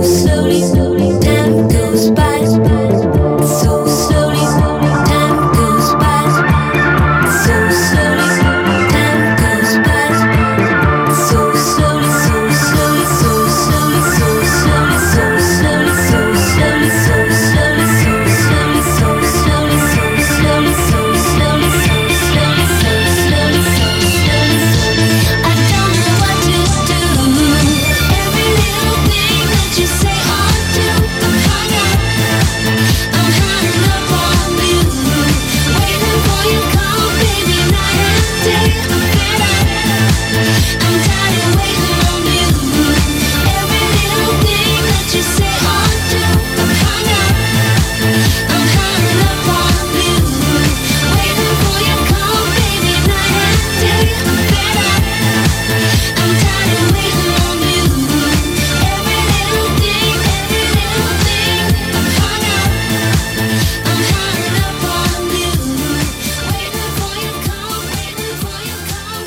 slowly, time goes by. So slowly, time goes by. So slowly, time goes by. So slowly, so slowly, so slowly, so slowly, so slowly, so slowly, so slowly, so slowly, so slowly, so slowly, so slowly, so slowly, so slowly, so slowly, so slowly. I don't know what to do. Every little thing that you say or do, I'm hung up. I'm hung up on you. Waiting for your call, baby, night and day. I'm fed up. I'm tired of waiting on you. Every little thing that you say or do, I'm hung up. I'm hung up on you. Waiting for your call, baby, night and day. I'm fed up. I'm tired of waiting on you. Every little thing, every little thing, I'm hung up. I'm hung up on you. Waiting for your call, waiting for your call.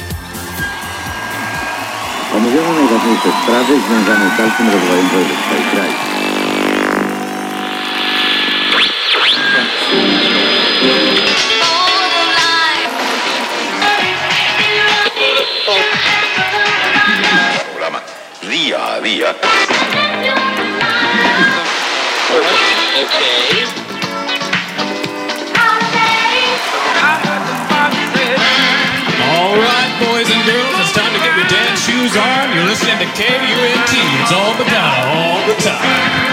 Omówiono najważniejsze sprawy związane z dalszym rozwojem województwa i kraju. Programa día a día. All right, boys and girls, it's time to get your dance shoes on. You're listening to K U N T. It's all the time, all the time.